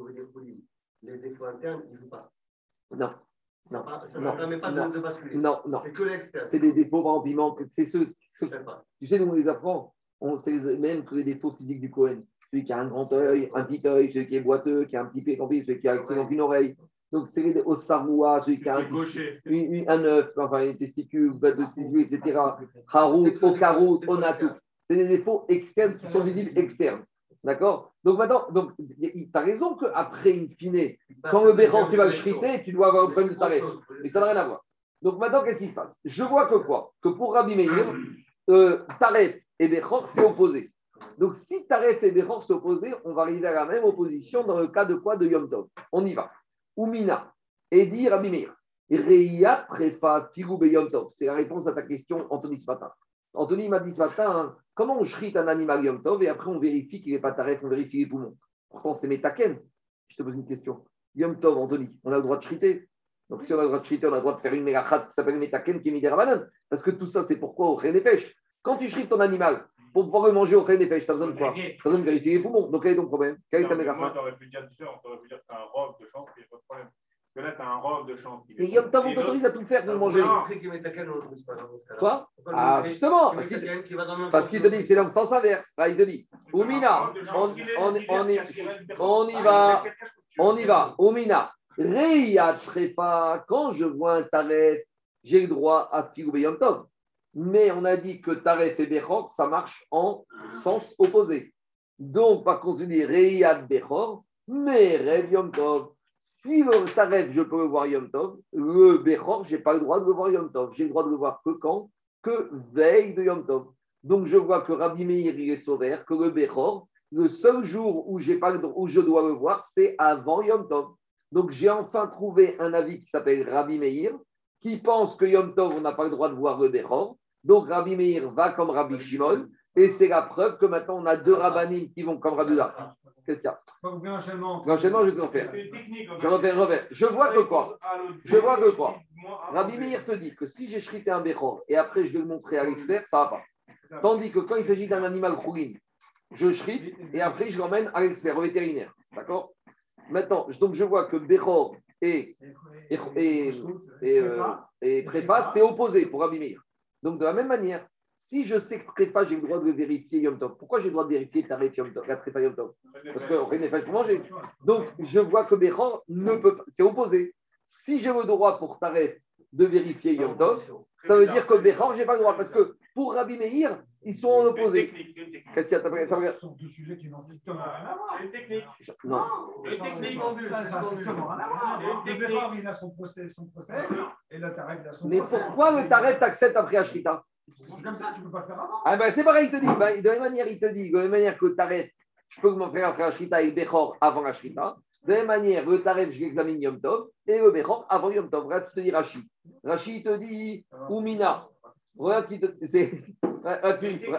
les défauts internes, ils ne jouent pas. Non. Non, ça ne permet pas non, de, de basculer. Non, non. C'est que l'externe. C'est des défauts, par exemple, il manque. C'est ceux, ceux tu sais, nous, on les apprend. On sait même que les défauts physiques du Cohen. Celui qui a un grand œil, un petit œil, celui qui est boiteux, qui a un petit pied campé, celui qui a ouais. une oreille. Donc, c'est les au saroua, celui qui a un, une, un œuf, enfin, un testicule, de testicule, et cetera. Harout, Okarout, Onatou. C'est des défauts externes qui sont visibles externes. D'accord? Donc maintenant, donc, tu as raison qu'après, in fine, quand le Bechor, tu vas le shriter, tu dois avoir un problème de taref. Et ça n'a rien à voir. Donc maintenant, qu'est-ce qui se passe? Je vois que quoi? Que pour Rabbi Meir, euh, taref et Bechor, c'est opposé. Donc si taref et Bechor sont opposés, on va arriver à la même opposition dans le cas de quoi? De Yom Tov. On y va. Oumina. Et dit Rabbi Meir. Reya trefa tigou be Yom Tov. C'est la réponse à ta question, Anthony ce matin. Anthony m'a dit ce matin, hein, comment on shrite un animal Yom Tov et après on vérifie qu'il n'est pas taref, on vérifie les poumons. Pourtant, c'est métaken. Je te pose une question. Yom Tov, Anthony, on a le droit de shriter. Donc, si on a le droit de shriter, on a le droit de faire une mégachat qui s'appelle métaken qui est midérabanan. Parce que tout ça, c'est pourquoi au Chen Nefesh. Quand tu shrites ton animal, pour pouvoir le manger au Chen Nefesh, tu as besoin de quoi? Tu as besoin de vérifier les poumons. Donc, quel est ton problème? Quel est ta mégachat? Moi, tu aurais pu dire différent. Tu aurais pu dire que tu as un robe de chance, il n'y a pas de problème. Parce que là, tu as un robe de chance. Mais Yom Tov, on t'autorise à tout faire pour manger. Quoi? Ah, justement, parce qu'il, parce qu'il te dit, c'est dans le sens inverse. Ah, il te dit, Oumina, on, on, on, y, on y va, on y va, Oumina, Reya Trefa, quand je vois un taref, j'ai le droit à Tigou Yom Tov. Mais on a dit que taref et Bechor, ça marche en sens opposé. Donc, par contre, je dis Reya Bechor, mais Rev Yom Tov. Si le taref, je peux le voir Yom Tov, le Bechor, je n'ai pas le droit de le voir Yom Tov. J'ai le droit de le voir que quand? Que veille de Yom Tov. Donc, je vois que Rabbi Meir, il est sauvé, que le Bechor, le seul jour où, j'ai pas, où je dois le voir, c'est avant Yom Tov. Donc, j'ai enfin trouvé un avis qui s'appelle Rabbi Meir, qui pense que Yom Tov, on n'a pas le droit de voir le Bechor. Donc, Rabbi Meir va comme Rabbi Shimon, et c'est la preuve que maintenant, on a deux rabbanim qui vont comme Rabbi Uda. Qu'est-ce qu'il y a? L'enchaînement, L'enchaînement, je vais te refaire. Je refais, refais. Je vois que quoi? Je vois que quoi? Rabbi Meir te dit que si j'ai shrité un Bechor et après je vais le montrer à l'expert, ça ne va pas. Tandis que quand il s'agit d'un animal khourin, je shrite et après je l'emmène à l'expert, au vétérinaire. D'accord? Maintenant, donc je vois que Bechor et, et, et, et, euh, et Tréfa, c'est opposé pour Rabbi Meir. Donc de la même manière, si je sais que Tréfa, j'ai le droit de le vérifier Yom Tov, pourquoi j'ai le droit de vérifier Taref Yom Tov, la Tréfa Yom Tov? Parce qu'on rien n'est fait pour manger. Donc, je vois que Bechor ne peut pas, c'est opposé. Si j'ai le droit pour Taref de vérifier Yom Tov, ça veut dire que Bechor, je n'ai pas le droit. Parce que pour Rabbi Meir, ils sont en opposé. Qu'est-ce qu'il y a? Ce sont deux sujets qui n'ont strictement rien à voir. C'est une technique. Non. Une technique. Ça n'a strictement rien à voir. Le Bechor, il a son process, son process, et le Taref, il a son Mais process. pourquoi le Taref t'accepte après Ashrita? C'est comme ça, tu ne peux pas faire avant. Ah ben c'est pareil, il te dit. Ben, de la même manière, il te dit, de la même manière que le Taref, je peux m'en faire après Ashrita et le Bechor avant Ashrita. De la même manière, le Taref, je l'examine Yom Tov et le Bechor avant Yom Tov. Regarde ce qu'il te dit Rashi. Rashi, il te dit Oumina. Regarde ce qu'il te dit. Regarde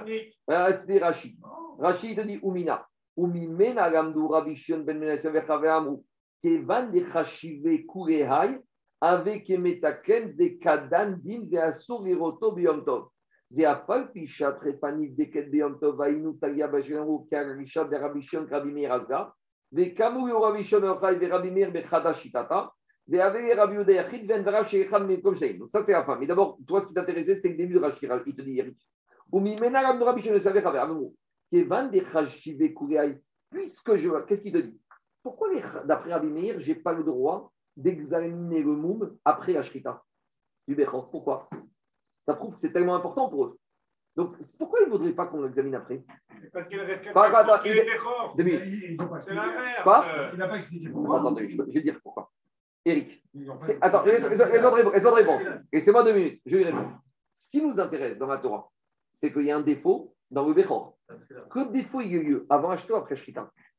ce qu'il dit Rashi. Rashi, il te dit Oumina. Oumimena gamdu Rabbi Shion ben Menashem vechave amru. Kevan de chashive kurehai avec emetaken de kadan din de asur iroto biyom tov. De apal pishat refanif de ket biyom tov vainu tagia bashenu karisha de Rabbi Shion Rabbi Meir azga. De kamu yo Rabbi Shion ochai de Rabbi Meir bechadashitata. De ave Rabbi Yehuda yachid ven verav sheicham mekom shein. Donc ça c'est la fin. Mais d'abord, toi ce qui t'intéressait c'était le début de Rashi. Il te dit Eric. Oumimena gamdu Rabbi Shion savait chave amru. Kevan de chashive kurehai. Puisque je vois, qu'est-ce qu'il te dit? Pourquoi, d'après Rabbi Meir, je n'ai pas le droit d'examiner le moum après Ashrita du Bechor? Pourquoi? Ça prouve que c'est tellement important pour eux. Donc, pourquoi il ne faudrait pas qu'on l'examine après? Parce qu'il reste Pas, pas, quatre il- qui est Bechor. Deux minutes. Ils n'ont pas C'est expliqué. l'inverse. Quoi? Il n'a pas expliqué pourquoi. Attendez, je, je vais dire pourquoi. Eric, Ils n'ont pas c'est- expliqué. attends, laisse- laisse- laisse-moi de répondre, laisse-moi de répondre. Laissez-moi deux minutes, je vais y répondre. Ce qui nous intéresse dans la Torah, c'est qu'il y a un défaut dans le Bechor. Que le défaut il y a eu lieu avant Ashrita ou après Ashrita?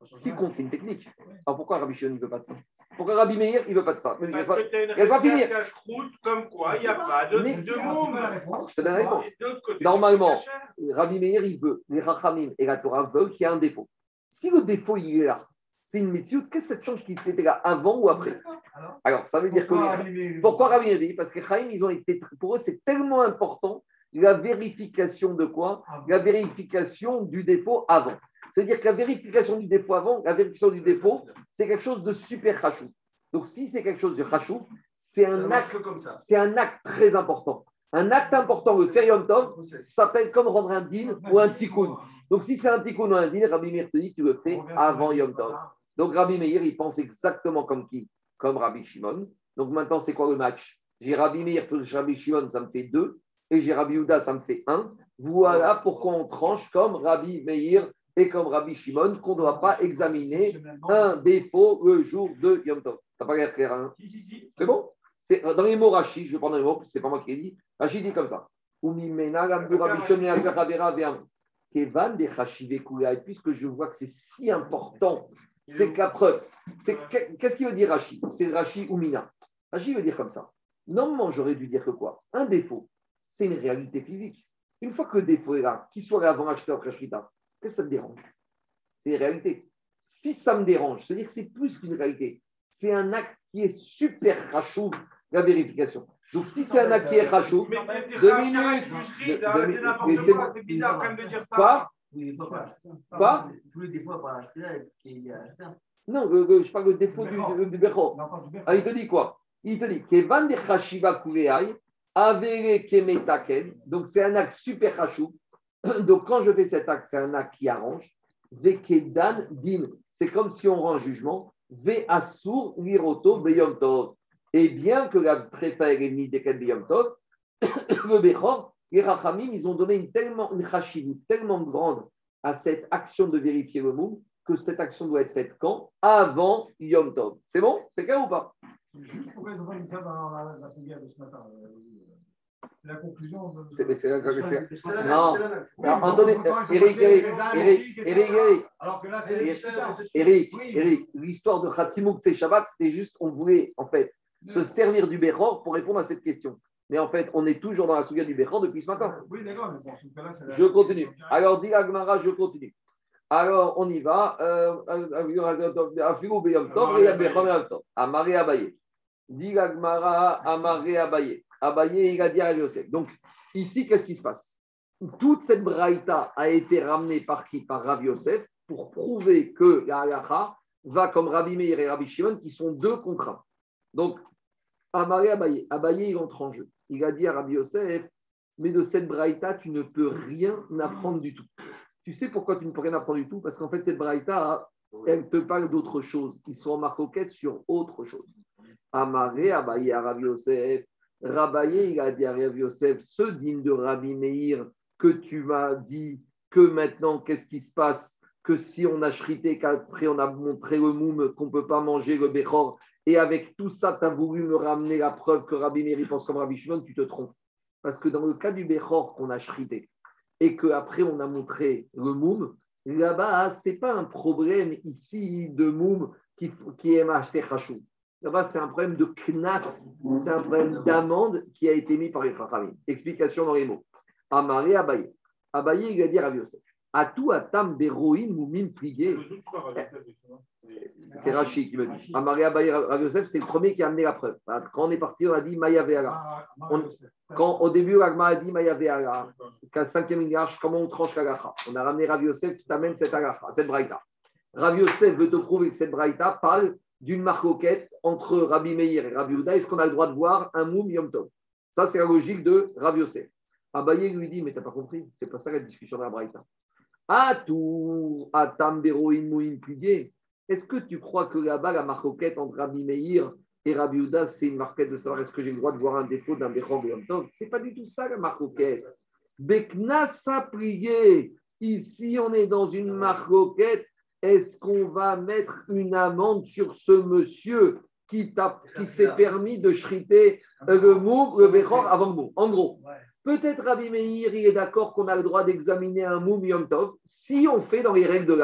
Ce qui compte, c'est une technique. Alors pourquoi Rabbi Shimon ne veut pas de ça? Pourquoi Rabbi Meir, il ne veut pas de ça? Parce que tu as une réserve cache-croûte comme quoi il n'y a pas de moum. Je te donne la réponse. Normalement, Rabbi Meir, il veut, les Rachamim et la Torah veulent qu'il y ait un défaut. Si le défaut, il est là, c'est une méthode, qu'est-ce que ça change qu'il était là avant ou après? Alors, ça veut dire que. Pourquoi Rabbi Meir dit? Parce que Chaim, ils ont été. Pour eux, c'est tellement important la vérification de quoi? La vérification du défaut avant. C'est-à-dire que la vérification du défaut avant, la vérification du défaut, c'est quelque chose de super rachou. Donc, si c'est quelque chose de rachou, c'est un acte, c'est un acte très important. Un acte important, le faire Yom Tov, s'appelle comme rendre un din ou un tikkun. Donc, si c'est un tikkun ou un din, Rabbi Meir te dit, tu le fais avant Yom Tov. Donc, Rabbi Meir, il pense exactement comme qui? Comme Rabbi Shimon. Donc, maintenant, c'est quoi le match? J'ai Rabbi Meir plus Rabbi Shimon, ça me fait deux. Et j'ai Rabbi Yehuda, ça me fait un. Voilà pourquoi on tranche comme Rabbi Meir et comme Rabbi Shimon, qu'on ne doit pas examiner un défaut le jour de Yom Tov. Ça n'a pas l'air clair, hein? Si, si, si. C'est bon? C'est, dans les mots Rashi, je vais prendre les mots, c'est pas moi qui ai dit. Rashi dit comme ça. Puisque je vois que c'est si important, c'est que la preuve. C'est, qu'est-ce qu'il veut dire Rashi? C'est Rashi ou Mina. Rashi veut dire comme ça. Normalement, j'aurais dû dire que quoi? Un défaut, c'est une réalité physique. Une fois que le défaut est là, qu'il soit là avant acheter après Shrita, qu'est-ce que ça te dérange? C'est une réalité. Si ça me dérange, c'est-à-dire que c'est plus qu'une réalité. C'est un acte qui est super rachou, la vérification. Donc, si c'est un acte qui est rachou, deux minutes. C'est bizarre quand même de dire ça. Quoi? Quoi? Non, je parle de défaut du, du Bechor. Ah, il te dit quoi? Il te dit Kevan de Chashiva Kuleai, Avere Kemetaken. Donc, c'est un acte super rachou. Donc, quand je fais cet acte, c'est un acte qui arrange. Vekedan din. C'est comme si on rend un jugement. Ve Asur Liroto Beyom Tov. Et bien que la tréfa est réunie des Beyom Tov, le Bechor, les Rachamim, ils ont donné une tellement une chashivut tellement grande à cette action de vérifier le moum que cette action doit être faite quand? Avant Yom Tov. C'est bon? C'est clair ou pas? Juste pourquoi ils n'ont pas mis ça dans la, la Séguia de ce matin? La conclusion. De... C'est, c'est, c'est, c'est, c'est, c'est, non, non, attendez, Eric, Eric, Eric, Eric, Eric, alors que là, c'est Eric, Eric, l'histoire de Khatimouk Tsé Shabbat, c'était juste, on voulait en fait se servir du Bechor pour répondre à cette question. Mais en fait, on est toujours dans la Souga du Bechor depuis ce matin. Oui, d'accord, mais bon, ce cas-là, c'est la... Je continue. Alors, dit Agmara, je continue. Alors, on y va. Amaré Abaye. Dit Agmara, Amaré Abaye. Abaye, il a dit à Yosef. Donc, ici, qu'est-ce qui se passe? Toute cette braïta a été ramenée par qui? Par Rav Yosef, pour prouver que la halacha va comme Rabbi Meir et Rabbi Shimon, qui sont deux contre un. Donc, Amaré Abaye. Abaye, il entre en jeu. Il a dit à Rabbi Yosef, mais de cette braïta, tu ne peux rien apprendre du tout. Tu sais pourquoi tu ne peux rien apprendre du tout? Parce qu'en fait, cette braïta, elle te parle d'autre chose. Ils sont en marcoquette sur autre chose. Amaré Abaye à Rabbi Yosef. Rabaye, il a dit à Rabbi Yosef, ce digne de Rabbi Meir que tu m'as dit que maintenant, qu'est-ce qui se passe? Que si on a shrité, qu'après on a montré le moum, qu'on ne peut pas manger le Bechor, et avec tout ça, tu as voulu me ramener la preuve que Rabbi Meir pense comme Rabbi Shimon, tu te trompes. Parce que dans le cas du Bechor qu'on a shrité, et qu'après on a montré le moum, là-bas, ce n'est pas un problème ici de moum qui, qui est assez rachou. Là-bas, c'est un problème de knas, c'est un problème d'amende qui a été mis par les Chachamim. Explication dans les mots. Amaré Abaye. Abaye, il va dire à Yosef. Atou atam beroïn moumim pligué. C'est Rashi qui me dit. Amaré Abaye à Yosef, c'était le premier qui a amené la preuve. Quand on est parti, on a dit Maya Veala. Quand au début, l'Agma a dit Maya Veala. Qu'à cinquième lignage, comment on tranche l'agacha? On a ramené Rav Yosef qui t'amène cette agacha, cette braïta. Rav Yosef veut te prouver que cette braïta parle d'une marcoquette entre Rabbi Meir et Rabbi Yehuda. Est-ce qu'on a le droit de voir un moum Yom Tov? Ça, c'est la logique de Rav Yosef. Abaye lui dit, mais tu n'as pas compris, c'est pas ça la discussion de la braïta. Atou, atam beroïn moum pligué. Est-ce que tu crois que là-bas, la marcoquette entre Rabbi Meir et Rabbi Yehuda, c'est une marquette de savoir est-ce que j'ai le droit de voir un défaut d'un Bechor Yom Tov? C'est pas du tout ça la marcoquette. Beknasa pligué. Ici, on est dans une marcoquette. Est-ce qu'on va mettre une amende sur ce monsieur qui, qui s'est permis de shriter le moum, le Bechor avant le moum? En gros, peut-être Rabbi Meir, il est d'accord qu'on a le droit d'examiner un moum Yom Tov si on fait dans les règles de l'art.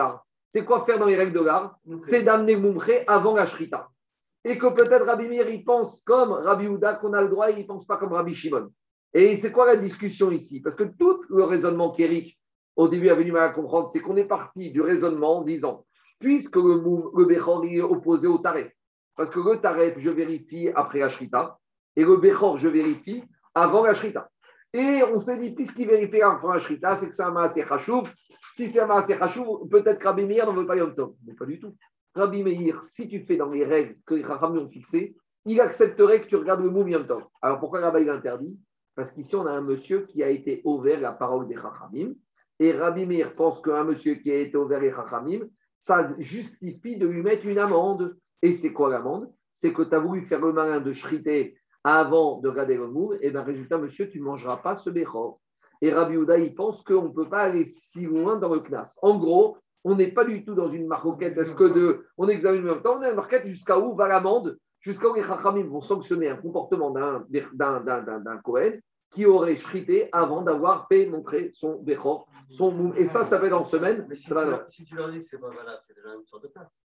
c'est quoi faire dans les règles de l'art? C'est d'amener le Moumré avant la Shrita. Et que peut-être Rabbi Meir, il pense comme Rabbi Houda qu'on a le droit et il ne pense pas comme Rabbi Shimon. Et c'est quoi la discussion ici? Parce que tout le raisonnement qu'Éric, au début, avait du mal à comprendre, c'est qu'on est parti du raisonnement en disant, puisque le, le Bechor est opposé au Taref, parce que le Taref, je vérifie après la Shrita, et le Bechor, je vérifie avant la Shrita. Et on s'est dit, puisqu'il vérifie avant la Shrita, c'est que c'est un Maaseh Chashuv. Si c'est un Maaseh Chashuv, peut-être Rabbi Meir n'en veut pas Yom Tov. Mais pas du tout. Rabbi Meir, si tu fais dans les règles que les Chachamim ont fixées, il accepterait que tu regardes le Moum Yom Tov. Alors pourquoi Rabbi il interdit? Parce qu'ici, on a un monsieur qui a été ouvert la parole des Chachamim. Et Rabbi Meir pense qu'un monsieur qui a été ouvert les Chachamim, ça justifie de lui mettre une amende. Et c'est quoi l'amende? C'est que tu as voulu faire le malin de shriter avant de regarder le Moum. Et bien, résultat, monsieur, tu ne mangeras pas ce Bechor. Et Rabbi Houda, il pense qu'on ne peut pas aller si loin dans le Knas. En gros, on n'est pas du tout dans une marquette. Est-ce que de, on examine en même temps, on a une marquette jusqu'à où va l'amende, jusqu'à où les Chachamim vont sanctionner un comportement d'un, d'un, d'un, d'un, d'un Kohen qui aurait shrité avant d'avoir fait montrer son Bechor, son Moum. Et ça, ça fait dans semaine. Mais si, tu leur, si tu leur dis que ce n'est pas valable, c'est déjà une sorte de place.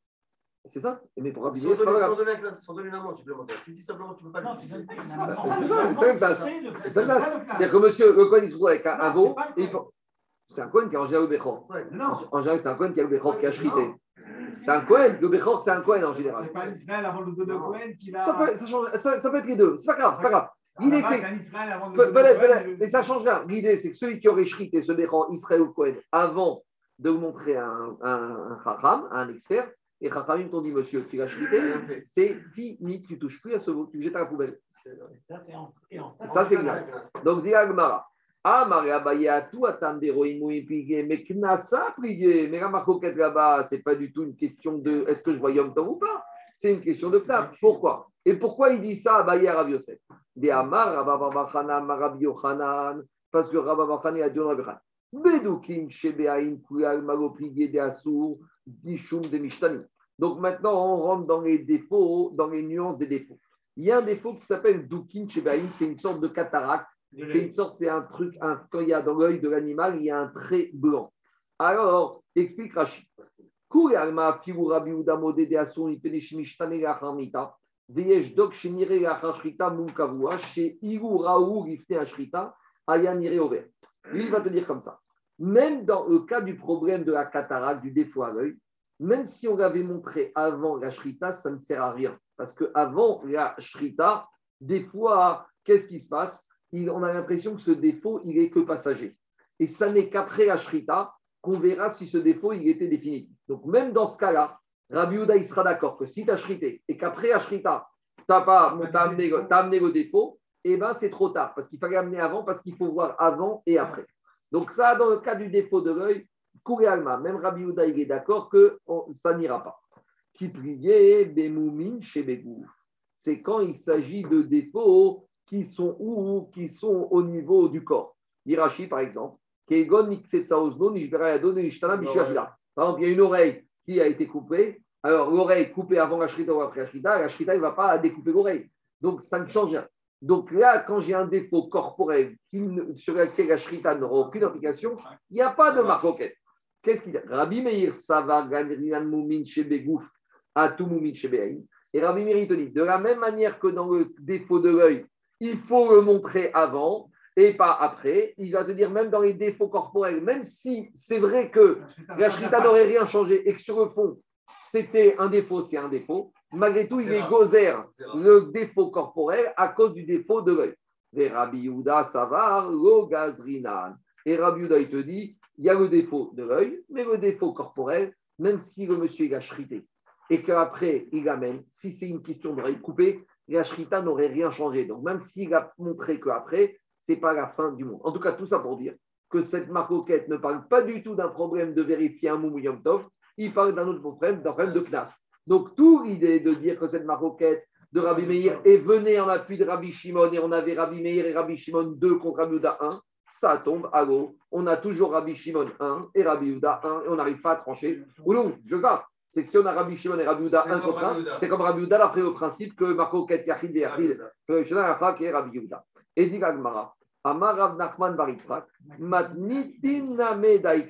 C'est ça. Mais pour Rabbi Meir, sans, sans donner la classe, sans donner une amende supplémentaire. Tu dis simplement que tu ne peux pas le dire. C'est ça, c'est ça. C'est-à-dire que monsieur, le Kohen, il se trouve avec un veau. C'est un Kohen qui a en général le Bechor. En général, c'est un Kohen qui a le Bechor qui a shrité. C'est un Kohen. Le Bechor, c'est un Kohen en général. C'est pas l'Israël avant le dos de Kohen qui l'a. Ça peut, ça, change, ça, ça peut être les deux. C'est pas grave, c'est pas grave. L'idée, c'est. C'est un Israël avant le dos de Kohen. Mais ça change rien. L'idée, c'est que celui qui aurait shrité ce Bechor, Israël ou Kohen, avant de le montrer à un, un, un Chacham, à un expert, et Chachamim t'ont dit, monsieur, tu l'as shrité, c'est fini, tu ne touches plus à ce veau, tu le jettes à la poubelle. Ça, c'est en, et en, ça, c'est glace. Donc, dit Agmara. Ah, Maria Bayatou, attendez, mais Knasa prié. Mais la marcoquette là-bas, ce n'est pas du tout une question de est-ce que je vois Yom Tov ou pas. C'est une question de flamme. Pourquoi? Et pourquoi il dit ça à Baye Rav Yosef? Des Amar, Rabba Chanan, Rabbi Yochanan, parce que Rabba Chanan a dit Rabbi Chanan. Bedoukin, Shebeain, Kuyal, Malopligé, de Assour, Dishum, de Mishtani. Donc maintenant, on rentre dans les défauts, dans les nuances des défauts. Il y a un défaut qui s'appelle Doukin, Shebeain, c'est une sorte de cataracte. C'est une sorte, c'est un truc, un, quand il y a dans l'œil de l'animal, il y a un trait blanc. Alors, explique Rachid. Kuyalma, Figu Rabbi Uda, Modé, de Assour, Ipedesh, Mishtani, Lachamita, Veyesh, Dok, Shenire, Lachashrita, Munkavua, Chez Igu, Raour, Ifte, Ashrita, Ayanire, Over. Lui, il va te dire comme ça. Même dans le cas du problème de la cataracte, du défaut à l'œil, même si on l'avait montré avant la shrita, ça ne sert à rien. Parce qu'avant la shrita, des fois, qu'est-ce qui se passe? il, On a l'impression que ce défaut, il n'est que passager. Et ça n'est qu'après la shrita qu'on verra si ce défaut, il était définitif. Donc, même dans ce cas-là, Rabbi Houda, il sera d'accord que si tu as shrité et qu'après la shrita, tu n'as pas t'as amené, t'as amené le défaut, eh bien, c'est trop tard, parce qu'il fallait amener avant, parce qu'il faut voir avant et après. Donc ça, dans le cas du défaut de l'œil, Kouré Alma, même Rabbi Houda, il est d'accord que on, ça n'ira pas. Qui priait Bemoumin chez Begou. C'est quand il s'agit de défauts qui sont où, qui sont au niveau du corps. Hirachi, par exemple, Kegon Niksetsaosno, Nishberayado, Nishtana, Bishachida. Par exemple, il y a une oreille qui a été coupée. Alors, l'oreille coupée avant la shrita ou après la shrita, la shrita, il ne va pas découper l'oreille. Donc, ça ne change rien. Donc là, quand j'ai un défaut corporel qui, sur lequel la shrita n'aura aucune application, il n'y a pas de marcoquette. Qu'est-ce qu'il dit? Rabbi Meir, ça va gagner moumin chez Begouf, à tout moumin chez Behaïm. Et Rabbi Meir, il te dit, de la même manière que dans le défaut de l'œil, il faut le montrer avant et pas après. Il va te dire, même dans les défauts corporels, même si c'est vrai que la shrita n'aurait rien changé et que sur le fond, c'était un défaut, c'est un défaut. Malgré tout, il est gozer le défaut corporel à cause du défaut de l'œil. Et Rabbi Yehuda Savar, lo gazrinan. Et Rabbi Yehuda, il te dit, il y a le défaut de l'œil, mais le défaut corporel, même si le monsieur il a shrité et qu'après il amène, si c'est une question d'oreille coupée, la shrita n'aurait rien changé. Donc même s'il a montré qu'après, ce n'est pas la fin du monde. En tout cas, tout ça pour dire que cette marcoquette ne parle pas du tout d'un problème de vérifier un moum yom tov, il parle d'un autre problème, d'un problème de knas. Donc, toute l'idée de dire que cette marcoquette de Rabbi Meir est venue en appui de Rabbi Shimon et on avait Rabbi Meir et Rabbi Shimon deux contre Rabbi Yehuda un, ça tombe à l'eau. On a toujours Rabbi Shimon un et Rabbi Yehuda un et on n'arrive pas à trancher. Ou non, je sais, c'est que si on a Rabbi Shimon et Rabbi Yehuda un contre un, c'est comme Rabbi Yehuda d'après le principe que marcoquette Yachid et Yachid, que le Shana Yachak et Rabbi Yehuda. Et dit Gagmara, Amar Rav Nachman Bar Yitzchak, Matnitin Name Daika.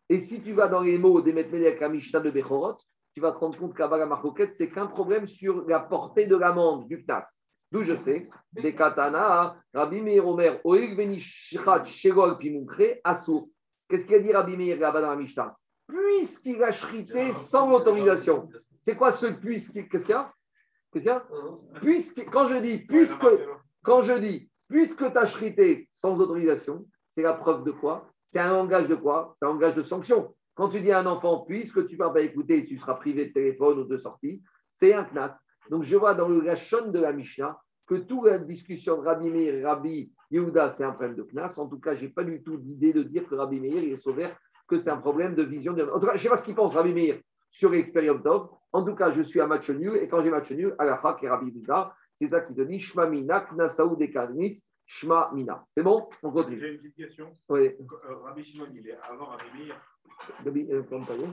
Et si tu vas dans les mots des Metmelé avec la Mishnah de Bechorot, tu vas te rendre compte qu'à la Marcoquette, c'est qu'un problème sur la portée de l'amende du Knas. D'où je sais, des Katana, Rabbi Meir Omer, Oig Benishat Shegol Pimumkre, Assour. Qu'est-ce qu'il a dit Rabbi Meir là-bas dans la Mishnah? Puisqu'il a shrité sans autorisation. C'est quoi ce puisqu'il? Qu'est-ce qu'il y a? Qu'est-ce qu'il y a? Puisque, quand je dis, puisque, quand je dis, puisque tu as shrité sans autorisation, c'est la preuve de quoi? C'est un langage de quoi? C'est un langage de sanction. Quand tu dis à un enfant, puisque tu ne vas pas écouter, tu seras privé de téléphone ou de sortie, c'est un knas. Donc je vois dans le Lachon de la Mishnah que toute la discussion de Rabbi Meir et Rabbi Yehuda, c'est un problème de knas. En tout cas, je n'ai pas du tout d'idée de dire que Rabbi Meir il est sauvé, que c'est un problème de vision. De... En tout cas, je ne sais pas ce qu'il pense, Rabbi Meir, sur l'expérience Tov. En tout cas, je suis à match nul, et quand j'ai match nul, Alachak et Rabbi Yehuda, c'est ça qui te dit Shma Mina, Knasaou Dekadnis, Shma Mina. C'est bon? On continue. J'ai une petite question. Oui. Euh, Rabbi Shimon, il est avant Rabbi Meir. Rabbi, euh,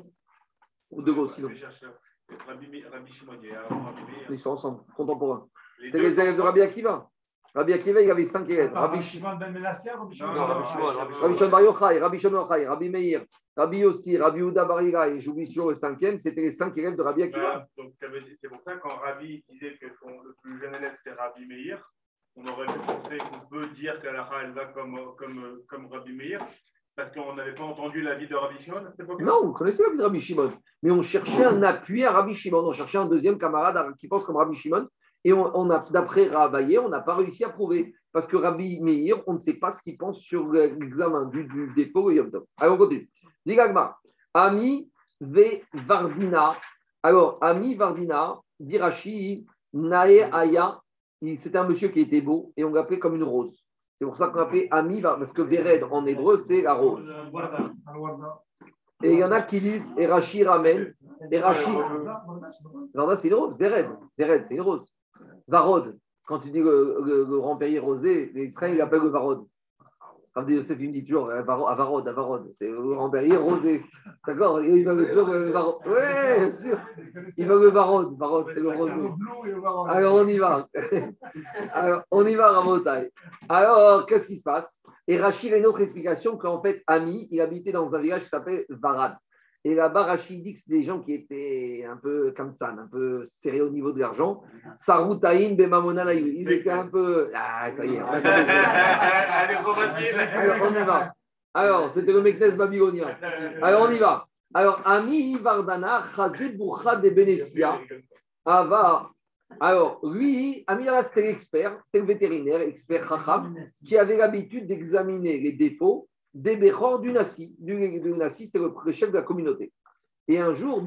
ou de gauche, sinon. Rabbi, Rabbi Shimon, il est avant Rabbi Meir. Ils sont ensemble, contemporains. C'était les élèves de Rabbi Akiva. Rabbi Akiva, il avait cinq élèves. Rabbi Shimon ben Melassia, Rabbi Shimon Rabbi Shimon Bar Yochai, Rabbi Shimon Bar Yochai, Rabbi Meir, Rabbi Yossi, Rabbi Yehuda Bar Hira, et j'oublie toujours le cinquième, c'était les cinq élèves de Rabbi Akiva. Donc c'est pour ça quand Rabbi disait que son, le plus jeune élève c'était Rabbi Meir, on aurait pu penser qu'on peut dire que la elle va comme, comme, comme Rabbi Meir, parce qu'on n'avait pas entendu l'avis de Rabbi Shimon à cette époque. Non, on connaissait l'avis de Rabbi Shimon, mais on cherchait un appui à Rabbi Shimon, on cherchait un deuxième camarade qui pense comme Rabbi Shimon. Et on, on a, d'après Rabaye, on n'a pas réussi à prouver. Parce que Rabbi Meir, on ne sait pas ce qu'il pense sur l'examen du, du dépôt et Yom Tov. Allez, on continue. Digagma. Ami ve Vardina. Alors, Ami Vardina, dit Rashi, Nae Aya, c'était un monsieur qui était beau et on l'appelait comme une rose. C'est pour ça qu'on l'appelait Ami Vardina. Parce que Vered en hébreu, c'est la rose. Et il y en a qui disent, et Rashi ramène, et Rashi. Varda, c'est une rose. Vered, Vered, c'est une rose. Varod, quand tu dis le, le, le grand périer rosé, les Israéliens l'appellent le Varod. Quand Yosef il me dit toujours à Varod, à Varod, c'est le grand périer rosé. D'accord? Il va toujours le Varod. Oui, bien sûr. Il va le Varod. Varod, c'est le rosé. Alors on y va. Alors on y va, Rabotai. Alors qu'est-ce qui se passe? Et Rachid a une autre explication qu'en fait, Ami, il habitait dans un village qui s'appelle Varad. Et là-bas, Rachid dit que c'est des gens qui étaient un peu comme ça, un peu serrés au niveau de l'argent. Saroutaïn, Bemamona, là, ils étaient un peu. Ah, ça y est. Allez, Romatine. Alors, on y va. Alors, c'était le Meknes babylonien. Alors, on y va. Alors, Ami Vardana, Chazé Boucha de Benessia, Ava. Alors, lui, Ami Vardana, c'était l'expert, c'était le vétérinaire, expert Chacham, qui avait l'habitude d'examiner les défauts des Bechor du Nassi. Du, du Nassi, c'était le, le chef de la communauté. Et un jour,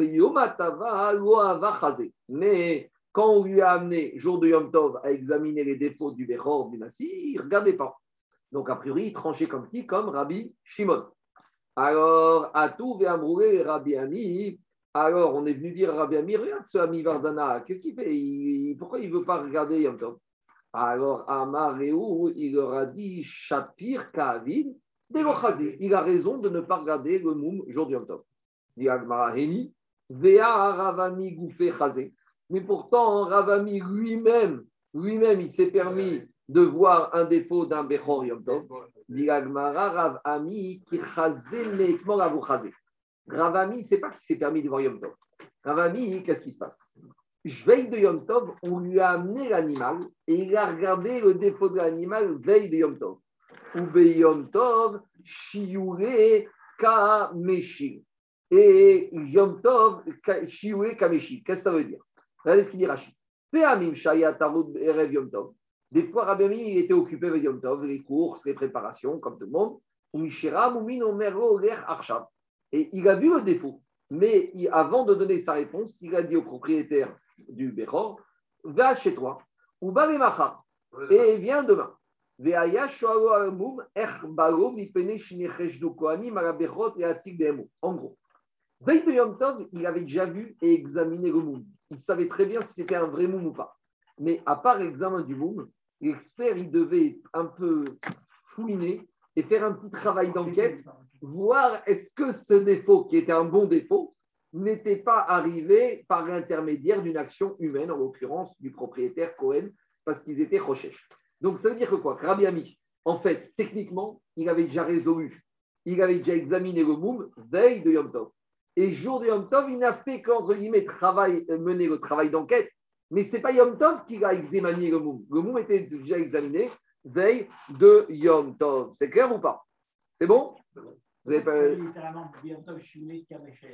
mais quand on lui a amené, jour de Yom Tov, à examiner les défauts du Bechor du Nassi, il ne regardait pas. Donc, a priori, il tranchait comme qui? Comme Rabbi Shimon. Alors, Atou ve'amroulé Rabbi Ami. Alors, on est venu dire à Rabbi Ami, regarde ce Ami Vardana, qu'est-ce qu'il fait? il, Pourquoi il ne veut pas regarder Yom Tov? Alors, Amaréou, il leur a dit, Shapir Kavin. Il a raison de ne pas regarder le moum jour du Yom Tov. Mais pourtant, Ravami lui-même, lui-même, il s'est permis de voir un défaut d'un Bechor Yom Tov. Ravami, c'est pas qu'il s'est permis de voir Yom Tov. Ravami, qu'est-ce qui se passe? Veille de Yom Tov, on lui a amené l'animal et il a regardé le défaut de l'animal veille de Yom Tov. Ube Yom Tov, Shiure Kameshi. Et Yom Tov, Shiure Kameshi. Qu'est-ce que ça veut dire? Regardez ce qu'il dit Rachid. Peamim Shaya Tarud Erev Yom Tov. Des fois, Rabbi Ami, il était occupé avec Yom Tov, les courses, les préparations, comme tout le monde. Et il a vu le défaut. Mais il, avant de donner sa réponse, il a dit au propriétaire du Bechor, va chez toi, ou va les machar, et viens demain. En gros, veille de Yom Tov, il avait déjà vu et examiné le moum. Il savait très bien si c'était un vrai moum ou pas. Mais à part l'examen du moum, l'expert, il devait un peu fouiner et faire un petit travail d'enquête, voir est-ce que ce défaut, qui était un bon défaut, n'était pas arrivé par l'intermédiaire d'une action humaine, en l'occurrence du propriétaire Cohen, parce qu'ils étaient Rochesh. Donc, ça veut dire que quoi? Rabbi Ami, en fait, techniquement, il avait déjà résolu il avait déjà examiné le moum veille de Yom Tov. Et jour de Yom Tov, il n'a fait qu'entre guillemets travail, mener le travail d'enquête, mais ce n'est pas Yom Tov qui a examiné le moum. Le moum était déjà examiné veille de Yom Tov. C'est clair ou pas? C'est bon? Vous avez pas... Littéralement, Yom Tov, je suis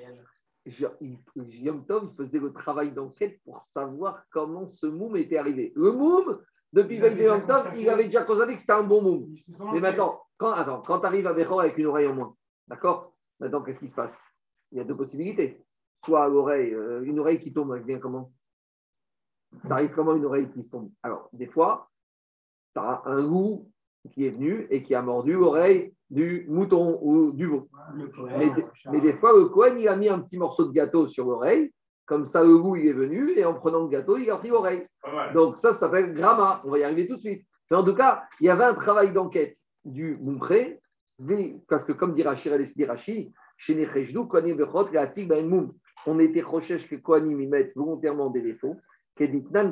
Yom Tov, il faisait le travail d'enquête pour savoir comment ce moum était arrivé. Le moum, depuis veille de Yom Tov, il avait déjà constaté que c'était un bon moum. Mais maintenant, quand, attends, quand tu arrives à Bechor avec une oreille en moins, d'accord? Maintenant, qu'est-ce qui se passe? Il y a deux possibilités. Soit l'oreille, euh, une oreille qui tombe, elle vient comment? Ça arrive comment une oreille qui se tombe? Alors, des fois, tu as un loup qui est venu et qui a mordu l'oreille du mouton ou du veau. Mais, mais des fois, le Cohen, il a mis un petit morceau de gâteau sur l'oreille, comme ça, le loup, il est venu, et en prenant le gâteau, il a pris l'oreille. Donc, ça, ça s'appelle gramma. On va y arriver tout de suite. Mais en tout cas, il y avait un travail d'enquête du Moumpré, parce que comme dit Rachid, dit Rachid, chez Nechejdu, Kohanim Bechot, Réatik, Ben Moum, on était recherche que Kohanim y mettent volontairement des défauts. Quand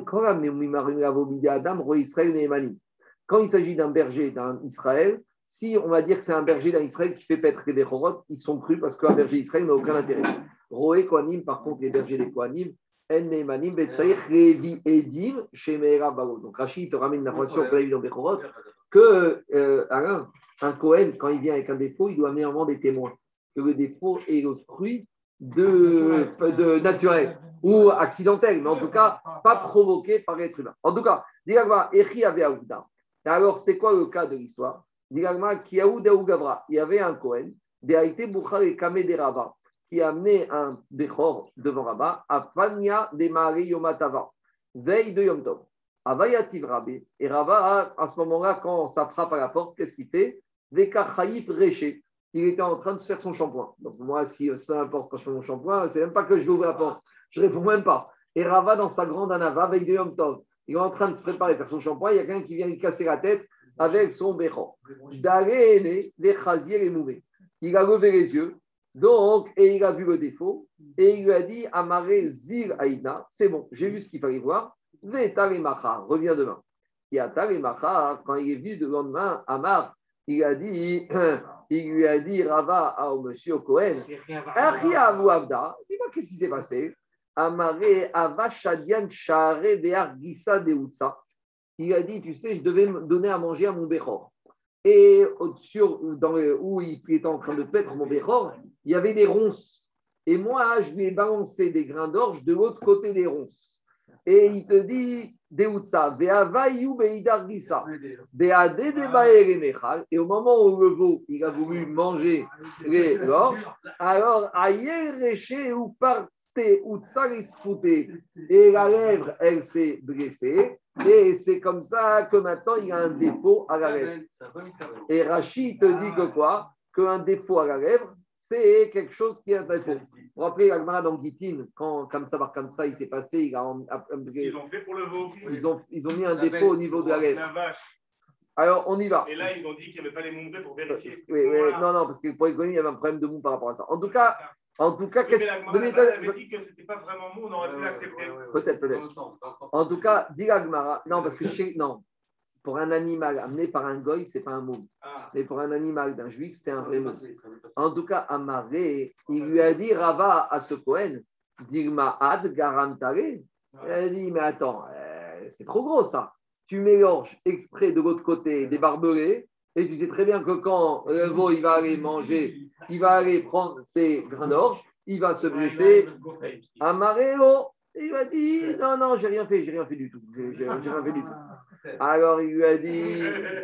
il s'agit d'un berger d'un Israël, si on va dire que c'est un berger d'un Israël qui fait paître les Bechorot, ils sont crus parce qu'un berger d'Israël n'a aucun intérêt. Roé Kohanim, par contre, les bergers des Kohanim, En Neimanim, Betsaïr, Revi Edim, chez Meera Balo. Donc Rachid te ramène une information qu'on a vue dans Bechorot que euh, Alain, un Kohen, quand il vient avec un défaut, il doit amener un moment des témoins. Que le défaut est le fruit de, de naturel ou accidentel, mais en tout cas, pas provoqué par l'être humain. En tout cas, Dilagma, Echi avait Aouda. Alors, c'était quoi le cas de l'histoire? Dilagma, Kiaouda ou Gavra. Il y avait un Kohen, Deaïté Bouchar et Kamé de Rava, qui a amené un Bechor devant Rabat, à Fania de Mari Yomatava, veille de Yom Tov. Avayativ Rabé. Et Rava, à ce moment-là, quand ça frappe à la porte, qu'est-ce qu'il fait? Veka Chaïf Réché. Il était en train de se faire son shampoing. Donc, moi, si ça importe quand je fais mon shampoing, c'est même pas que je vais ouvrir la porte. Je ne réponds même pas. Et Rava, dans sa grande anava, avec de Yom Tov, il est en train de se préparer à faire son shampoing. Il y a quelqu'un qui vient lui casser la tête avec son béchor. D'aller les chasiers les mouvés. Il a levé les yeux. Donc, et il a vu le défaut. Et il lui a dit Amaré Zir Aïna, c'est bon, j'ai vu ce qu'il fallait voir. Vetaremacha, reviens demain. Et à Taremacha, quand il est venu le lendemain, Amar, il a dit, il lui a dit, Rava, au monsieur Cohen, dis-moi, qu'est-ce qui s'est passé? Amaré, Avashadian, Share, Vear, Gissa, Deutsa. Il a dit, tu sais, je devais me donner à manger à mon Bechor. Et sur, dans le, où il était en train de paître mon Bechor, il y avait des ronces. Et moi, je lui ai balancé des grains d'orge de l'autre côté des ronces. Et il te dit, Deutsa, Veavayu, Beidar, Gissa. Et au moment où le veau il a voulu manger les gorges, alors aïe ou parté ou tsalisfouté et la lèvre elle s'est blessée et c'est comme ça que maintenant il a un défaut à la lèvre. Et Rachid te dit que quoi? Qu'un défaut à la lèvre c'est quelque chose qui est un défaut. Vous vous rappelez l'Agmara dans Gitin, quand comme ça par comme ça il s'est passé, il a, ils ont fait pour le veau. Ils ont, ils ont mis un défaut au niveau de la lèvre. Alors, on y va. Et là, ils ont dit qu'il n'y avait pas les moumbrés pour vérifier. Oui, oui, non, non, parce que pour les connus, il y avait un problème de mou par rapport à ça. En tout cas, en tout cas, qu'est-ce que. Mais la avait dit que ce n'était pas vraiment mou, on aurait pu l'accepter. Peut-être, peut-être. En tout cas, dit l'Agmara, non, parce que chez, non, pour un animal amené par un goy, ce n'est pas un mou. Ah. Mais pour un animal d'un juif, c'est un vrai mou. En tout cas, Amaré, il lui a dit, Rava à ce Cohen, Digma ad garam tare. Il a dit, mais attends, euh, c'est trop gros ça. Tu mélanges exprès de l'autre côté des barbelés et tu sais très bien que quand le veau il va aller manger, il va aller prendre ses grains d'orge, il va se blesser. Amareo, il a dit non, non, j'ai rien fait, j'ai rien fait du tout. J'ai, j'ai, j'ai rien fait du tout. Alors il lui a dit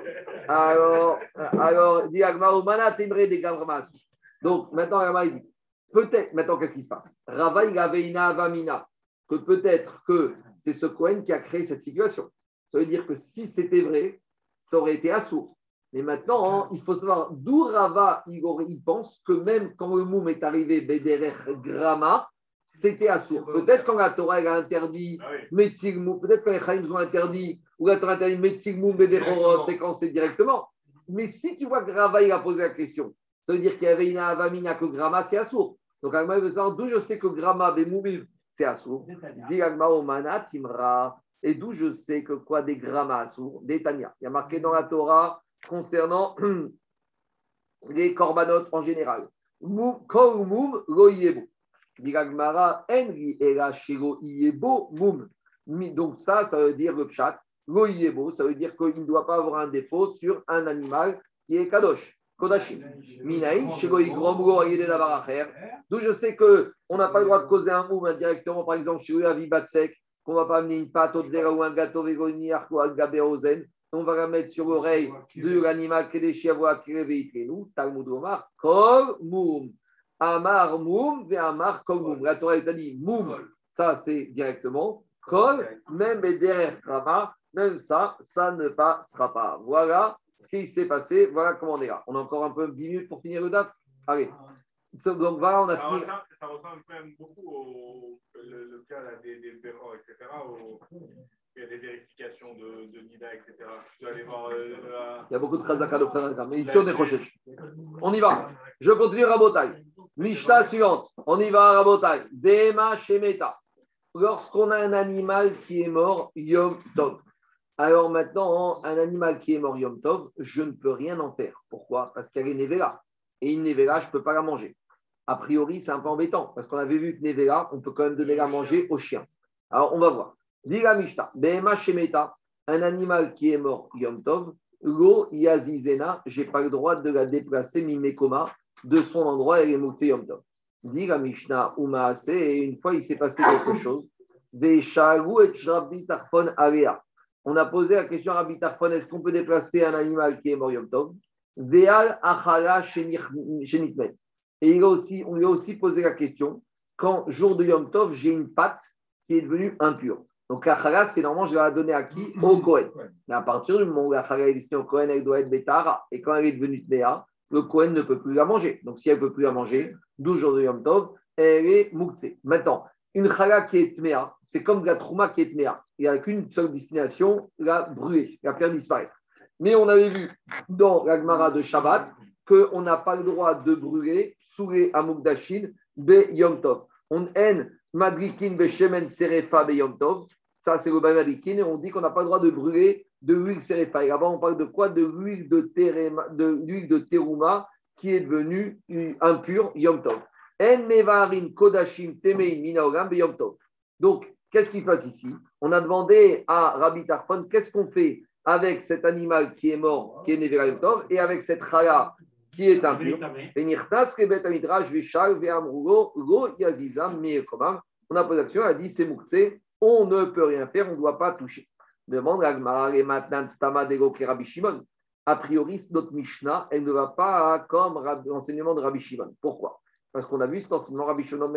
alors, alors, dit Agmaromana, t'aimerais des gamramas. Donc maintenant, Agmar il dit peut-être, maintenant qu'est-ce qui se passe? Rava il avait une avamina, que peut-être que c'est ce Cohen qui a créé cette situation. Ça veut dire que si c'était vrai, ça aurait été assourd. Mais maintenant, hein, il faut savoir d'où Rava, il, il pense que même quand le moum est arrivé, Bederer Grama, c'était assourd. Peut-être quand la Torah elle a interdit Metil Moum, peut-être quand les Chaïms ont interdit, ou la Torah a interdit Metil Moum, Bederorot, c'est quand c'est directement. Mais si tu vois que Rava, il a posé la question, ça veut dire qu'il y avait une Avamina que Grama, c'est assourd. Donc, Agma veut savoir d'où je sais que Grama, Bemoumim, c'est assourd. Dit Agma Omana, Timra. Et d'où je sais que quoi des grammas assourds, des Tania. Il y a marqué dans la Torah concernant les corbanotes en général. Kol moum lo yebo. Biragmara enri era shelo yebo moum. Donc ça, ça veut dire le pshat. Lo yebo, ça veut dire qu'il ne doit pas avoir un défaut sur un animal qui est kadosh. Kodashim. Minaï, shelo yigrom lo ayede davar acher. D'où je sais qu'on n'a pas le droit de causer un moum indirectement, par exemple, chez Avi Batsek, qu'on ne va pas amener une pâte au dera ou un gâteau végoniar ou un gabé ozen. On va la mettre sur l'oreille de l'animal qui est déchiré à nous. Talmud Omar, Kol Moum. Amar Moum, ve Amar Kol Moum. La Torah t'a dit Moum, ça c'est directement. Kol, même derrière Rama, même ça, ça ne passera pas. Voilà ce qui s'est passé. Voilà comment on est là. On a encore un peu dix minutes pour finir le date. Allez. Donc voilà, on a ça fini. Ressemble, ça ressemble quand même beaucoup au le, le cas là, des, des bémors, et cetera. Au, il y a des vérifications de, de Nida, et cetera. Tu dois aller voir. Euh, la... Il y a beaucoup de Khazaka de Khazaka, mais ici on est Rochesh. On y va. Je continue Rabotai. Mishnah suivante. On y va Rabotai. Dema Shemeta. Lorsqu'on a un animal qui est mort, Yom Tov. Alors maintenant, un animal qui est mort Yom Tov, je ne peux rien en faire. Pourquoi? Parce qu'elle est Nevela. Et une Nevela, je ne peux pas la manger. A priori, c'est un peu embêtant, parce qu'on avait vu que Nevela, on peut quand même donner la manger aux chiens. Alors, on va voir. Dit la Mishnah, Behema Shemeta, un animal qui est mort Yom Tov, Lo Yazizena, je n'ai pas le droit de la déplacer, Mimekoma, de son endroit, elle est moutée Yom Tov. Dit la Mishnah, Umaase, et une fois il s'est passé quelque chose, Vesharu et Rabbi Tarfon Alea. On a posé la question à Rabbi Tarfon, est-ce qu'on peut déplacer un animal qui est mort Yom Tov? Veal Achala Shenitmet. Et il a aussi, on lui a aussi posé la question, quand jour de Yom Tov, j'ai une pâte qui est devenue impure. Donc la chala, c'est normalement, je vais la donner à qui? Au Kohen. Mais à partir du moment où la chala est destinée au Kohen, elle doit être Betara. Et quand elle est devenue Tmea, le Kohen ne peut plus la manger. Donc si elle ne peut plus la manger, douze jours de Yom Tov, elle est Moukse. Maintenant, une chala qui est Tmea, c'est comme de la Trouma qui est Tmea. Il n'y a qu'une seule destination, la brûler, la faire disparaître. Mais on avait vu dans la Gemara de Shabbat qu'on n'a pas le droit de brûler sous les Amugdashin be Yom Tov. On haine Madrikin be Shemen Serefa be Yom Tov. Ça, c'est le Madrikin. Et on dit qu'on n'a pas le droit de brûler de l'huile Serefa. Et là-bas, on parle de quoi? De l'huile de, terema, de l'huile de Teruma qui est devenue impure Yom Tov. En Mevarin Kodashim Temein Minaogam be Yom Tov. Donc, qu'est-ce qu'il passe ici? On a demandé à Rabbi Tarfon qu'est-ce qu'on fait avec cet animal qui est mort, qui est Nevera Yom Tov, et avec cette chala qui est impure. On a posé l'action, elle a dit c'est Mouktsé, on ne peut rien faire, on ne doit pas toucher. Demande à Gmara et maintenant Stama Dego qui Rabbi Shimon. A priori, notre Mishnah, elle ne va pas comme l'enseignement de Rabbi Shimon. Pourquoi? Parce qu'on a vu cet enseignement Rabbi Shimon,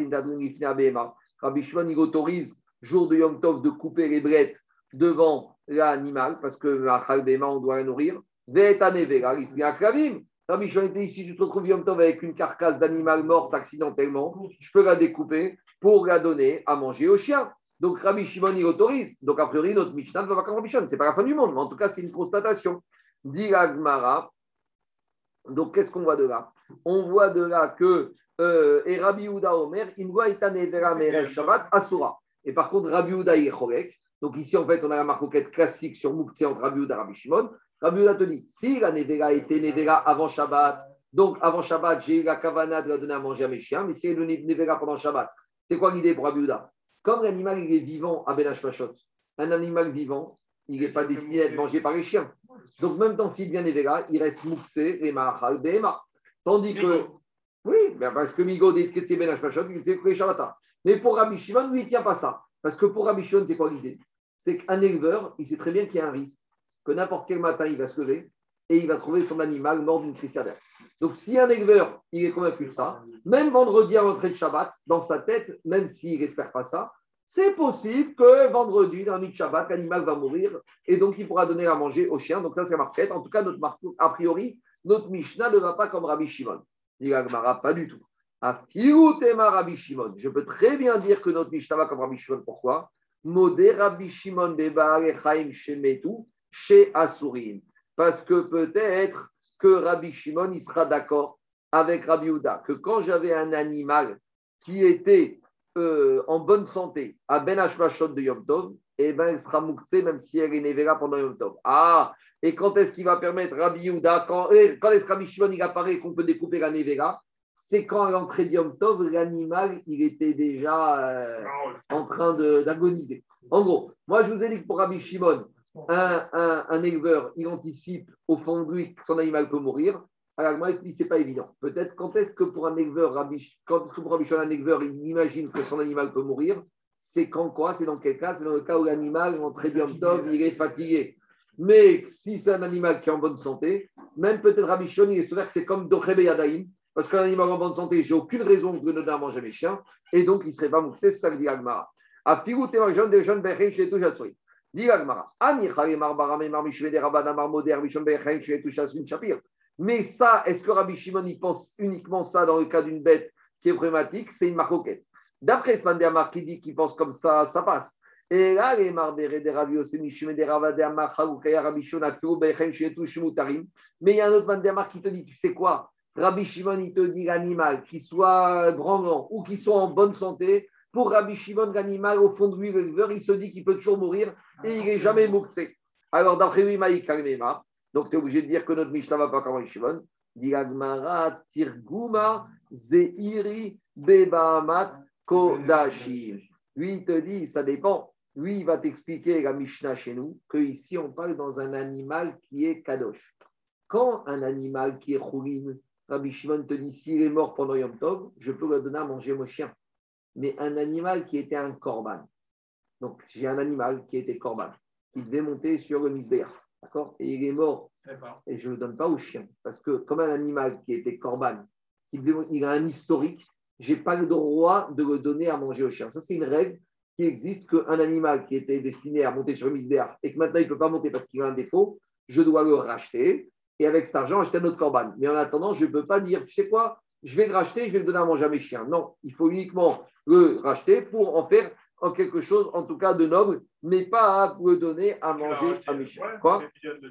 Rabbi Shimon, il autorise, jour de Yom Tov, de couper les brettes devant l'animal, parce que la Chalbéma, on doit la nourrir. Veta Nevera, il fait un klavim. Rabbi Shimon était ici, tu te retrouves Yom Tov avec une carcasse d'animal morte accidentellement, je peux la découper pour la donner à manger aux chiens. Donc Rabbi Shimon, il autorise. Donc a priori, notre Mishnah ne va pas comme Rabbi Shimon. Ce n'est pas la fin du monde, mais en tout cas, c'est une constatation. Dit la Gemara. Donc qu'est-ce qu'on voit de là? On voit de là que euh, et Rabbi Yehuda Omer, il voit Itanevera Merev Shabbat Asura. Et par contre, Rabbi Yehuda il est Chorek. Donc ici, en fait, on a la marcoquette classique sur Mouktsé entre Rabbi Yehuda et Rabbi Shimon. Rabbi Yehuda te dit, si la Nevera était Nevera avant Shabbat, donc avant Shabbat, j'ai eu la kavana de la donner à manger à mes chiens, mais si elle est Nevera pendant Shabbat, c'est quoi l'idée pour Rabbi Yehuda? Comme l'animal il est vivant à Ben Hashmashot, un animal vivant, il n'est pas destiné à être mangé par les chiens. Donc même temps, s'il devient Nevera, il reste Mouktsé, les Mahachal, Behema. Tandis que, oui, parce que Migo dit que c'est Ben Hashmashot, il sait que les Shabbatas. Mais pour Rabbi Shimon, lui, il ne tient pas ça. Parce que pour Rabbi Shimon, c'est quoi l'idée? C'est qu'un éleveur, il sait très bien qu'il y a un risque, que n'importe quel matin, il va se lever et il va trouver son animal mort d'une crise cardiaque. Donc, si un éleveur, il est convaincu de ça, même vendredi à l'entrée de Shabbat, dans sa tête, même s'il n'espère pas ça, c'est possible que vendredi, dans la nuit de Shabbat, l'animal va mourir et donc il pourra donner à manger au chien. Donc, ça, c'est la marquette. En tout cas, notre marque, a priori, notre Mishnah ne va pas comme Rabbi Shimon. Il Gemara, pas du tout. Rabbi Shimon. Je peux très bien dire que notre Mishnah va comme Rabbi Shimon. Pourquoi? Modé Rabbi Shimon Bebaare Chaim Shemetu chez Asurin. Parce que peut-être que Rabbi Shimon il sera d'accord avec Rabbi Yehuda que quand j'avais un animal qui était euh, en bonne santé à Ben Hashmashot de Yom Tov, eh ben, elle sera mouktsé même si elle est Nevera pendant Yom Tov. Ah, et quand est-ce qu'il va permettre Rabbi Yehuda, quand, eh, quand est-ce que Rabbi Shimon il apparaît qu'on peut découper la Nevera? C'est quand à l'entrée de Yom Tov, l'animal, il était déjà euh, en train de, d'agoniser. En gros, moi je vous ai dit que pour Rabbi Shimon, un, un, un éleveur, il anticipe au fond de lui que son animal peut mourir. Alors moi, il dit, c'est pas évident. Peut-être quand est-ce que pour un éleveur, Rabbi, quand est-ce que pour Rabbi Shimon, un éleveur, il imagine que son animal peut mourir? C'est quand quoi? C'est dans quel cas? C'est dans le cas où l'animal, l'entrée de Yom Tov, il est fatigué. Mais si c'est un animal qui est en bonne santé, même peut-être Rabbi Shimon, il est sûr que c'est comme Dochebe Yadaïm, parce qu'un animal en bonne santé, j'ai aucune raison de ne pas manger mes chiens, et donc il ne serait pas mouxé, c'est ça que dit Agmara. A figou te marjon de jeunes bechen chez tout chatsui. Dit Agmara. Ani chale marbara me marmichve de rabada marmoder bichon bechen chez tout chatsui chapir. Mais ça, est-ce que Rabbi Shimon il pense uniquement ça dans le cas d'une bête qui est problématique? C'est une marcoquette. D'après ce Mandéamar qui dit qu'il pense comme ça, ça passe. Et là, les marbérés des Rabbi Osemi des Ravadé Marchaoukaya Rabbi Shimon Akfou bechen chez tout shmutarim. Mais il y a un autre Mandéamar qui te dit, tu sais quoi? Rabbi Shimon, il te dit l'animal, qu'il soit branlant ou qu'il soit en bonne santé, pour Rabbi Shimon, l'animal, au fond de lui, l'éleveur, il se dit qu'il peut toujours mourir et il n'est jamais mouktsé. Alors, d'après lui, Maïk Kalmema, donc tu es obligé de dire que notre Mishnah ne va pas comme Rabbi Shimon. Dit Agmara, Tirguma, Zeiri, Bebamat, Kodashim. Lui, il te dit, ça dépend. Lui, il va t'expliquer la Mishnah chez nous, qu'ici, on parle dans un animal qui est Kadosh. Quand un animal qui est Khourin, Rabbi Shimon te dit, s'il est mort pendant Yom Tov, je peux le donner à manger mon chien. Mais un animal qui était un korban, donc j'ai un animal qui était korban, qui devait monter sur le misbéach, d'accord? Et il est mort, et je ne le donne pas au chien, parce que comme un animal qui était korban, qui devait, il a un historique, je n'ai pas le droit de le donner à manger au chien. Ça, c'est une règle qui existe, qu'un animal qui était destiné à monter sur le misbéach, et que maintenant il ne peut pas monter parce qu'il a un défaut, je dois le racheter. Et avec cet argent, acheter un autre corban. Mais en attendant, je ne peux pas dire, tu sais quoi, je vais le racheter, je vais le donner à manger à mes chiens. Non, il faut uniquement le racheter pour en faire en quelque chose, en tout cas de noble, mais pas à le donner à manger à mes chiens. Ouais, quoi?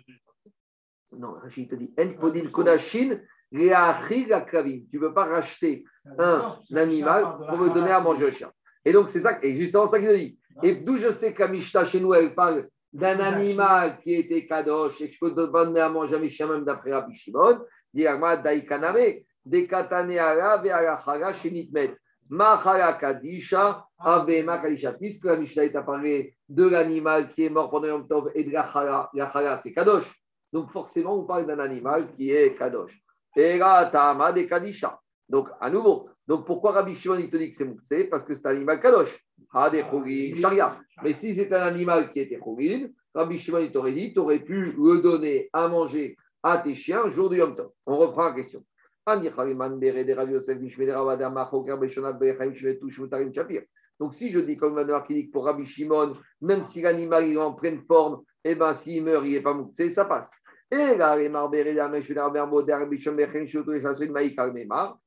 Non, Rachid te dit, En Kodashin, tu ne peux pas racheter un animal pour le donner à manger au chien. Et donc, c'est ça, et justement ça qu'il dit. Et d'où je sais qu'à Mishnah, chez nous, elle parle d'un animal qui était kadosh et que je peux te donner à manger à mes chiens même d'après Rabbi Shimon, Diagma Daikaname, Dekatane Ala Ve'alachara Shenitmet, Machala Kadisha, Avema Kadisha, puisque la Mishnah est à parler de l'animal qui est mort pendant Yom Tov et de la chala, la chala c'est kadosh. Donc forcément, on parle d'un animal qui est kadosh. Et là, Tahama de Kadisha. Donc à nouveau, donc pourquoi Rabbi Shimon il te dit que c'est mouktsé? Parce que c'est un animal kadosh. Mais si c'est un animal qui était chourine, Rabbi Shimon il t'aurait dit, tu aurais pu le donner à manger à tes chiens jour du Yom Tov. On reprend la question. Donc si je dis comme Manuel qui dit que pour Rabbi Shimon, même si l'animal est en pleine forme, et eh ben s'il meurt, il n'est pas mouktsé, ça passe. Et là, les marbérés, la mèche, la merde, Rabbi Shimon, les choutou, les chasseurs, maïk, al-memar.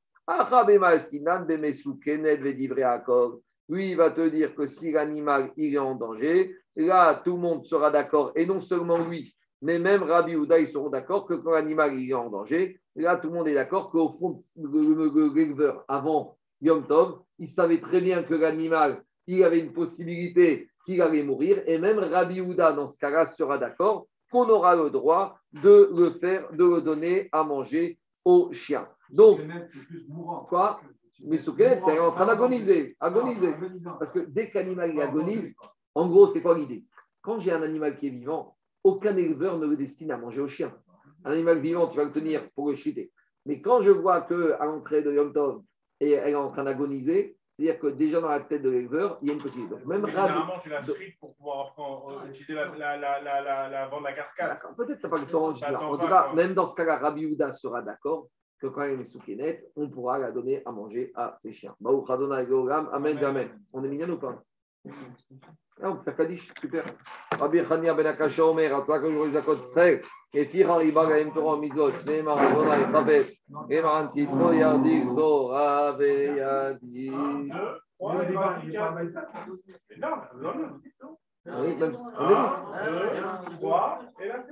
Lui, il va te dire que si l'animal il est en danger, là, tout le monde sera d'accord. Et non seulement lui, mais même Rabbi Yehuda, ils seront d'accord que quand l'animal il est en danger, là, tout le monde est d'accord qu'au fond, l'éleveur, avant Yom Tov, il savait très bien que l'animal, il avait une possibilité qu'il allait mourir. Et même Rabbi Yehuda, dans ce cas-là, sera d'accord qu'on aura le droit de le faire, de le donner à manger au chien. Donc, quoi? Mais Soukenet, c'est en train d'agoniser. Agoniser. Parce que dès qu'animal agonise, en gros, c'est quoi l'idée? Quand j'ai un animal qui est vivant, aucun éleveur ne le destine à manger au chien. Un animal vivant, tu vas le tenir pour le chuter. Mais quand je vois qu'à l'entrée de Yom Tov, et elle est en train d'agoniser, c'est-à-dire que déjà dans la tête de l'éleveur, il y a une petite. Donc, même généralement, tu la shrit pour pouvoir euh, utiliser la, la, la, la, la, la vendre la carcasse. D'accord. Peut-être que tu n'as pas le temps. En tout cas, même dans ce cas-là, Rabbi Yehuda sera d'accord que quand il est soukénet, on pourra la donner à manger à ses chiens. Baou Khadona et Amen, amen, amen. On est mignon ou pas? Ah, on peut faire Kaddish, super. Rabbi Chania ben Akasha Omer, Atzak Zakot Srek, et Tira Ibaga Em Torah Mizot, Neymar Adona et Chabet, et Maran Sitro Yardik Torah ve Yadik. Non, non, non. Oui, même on est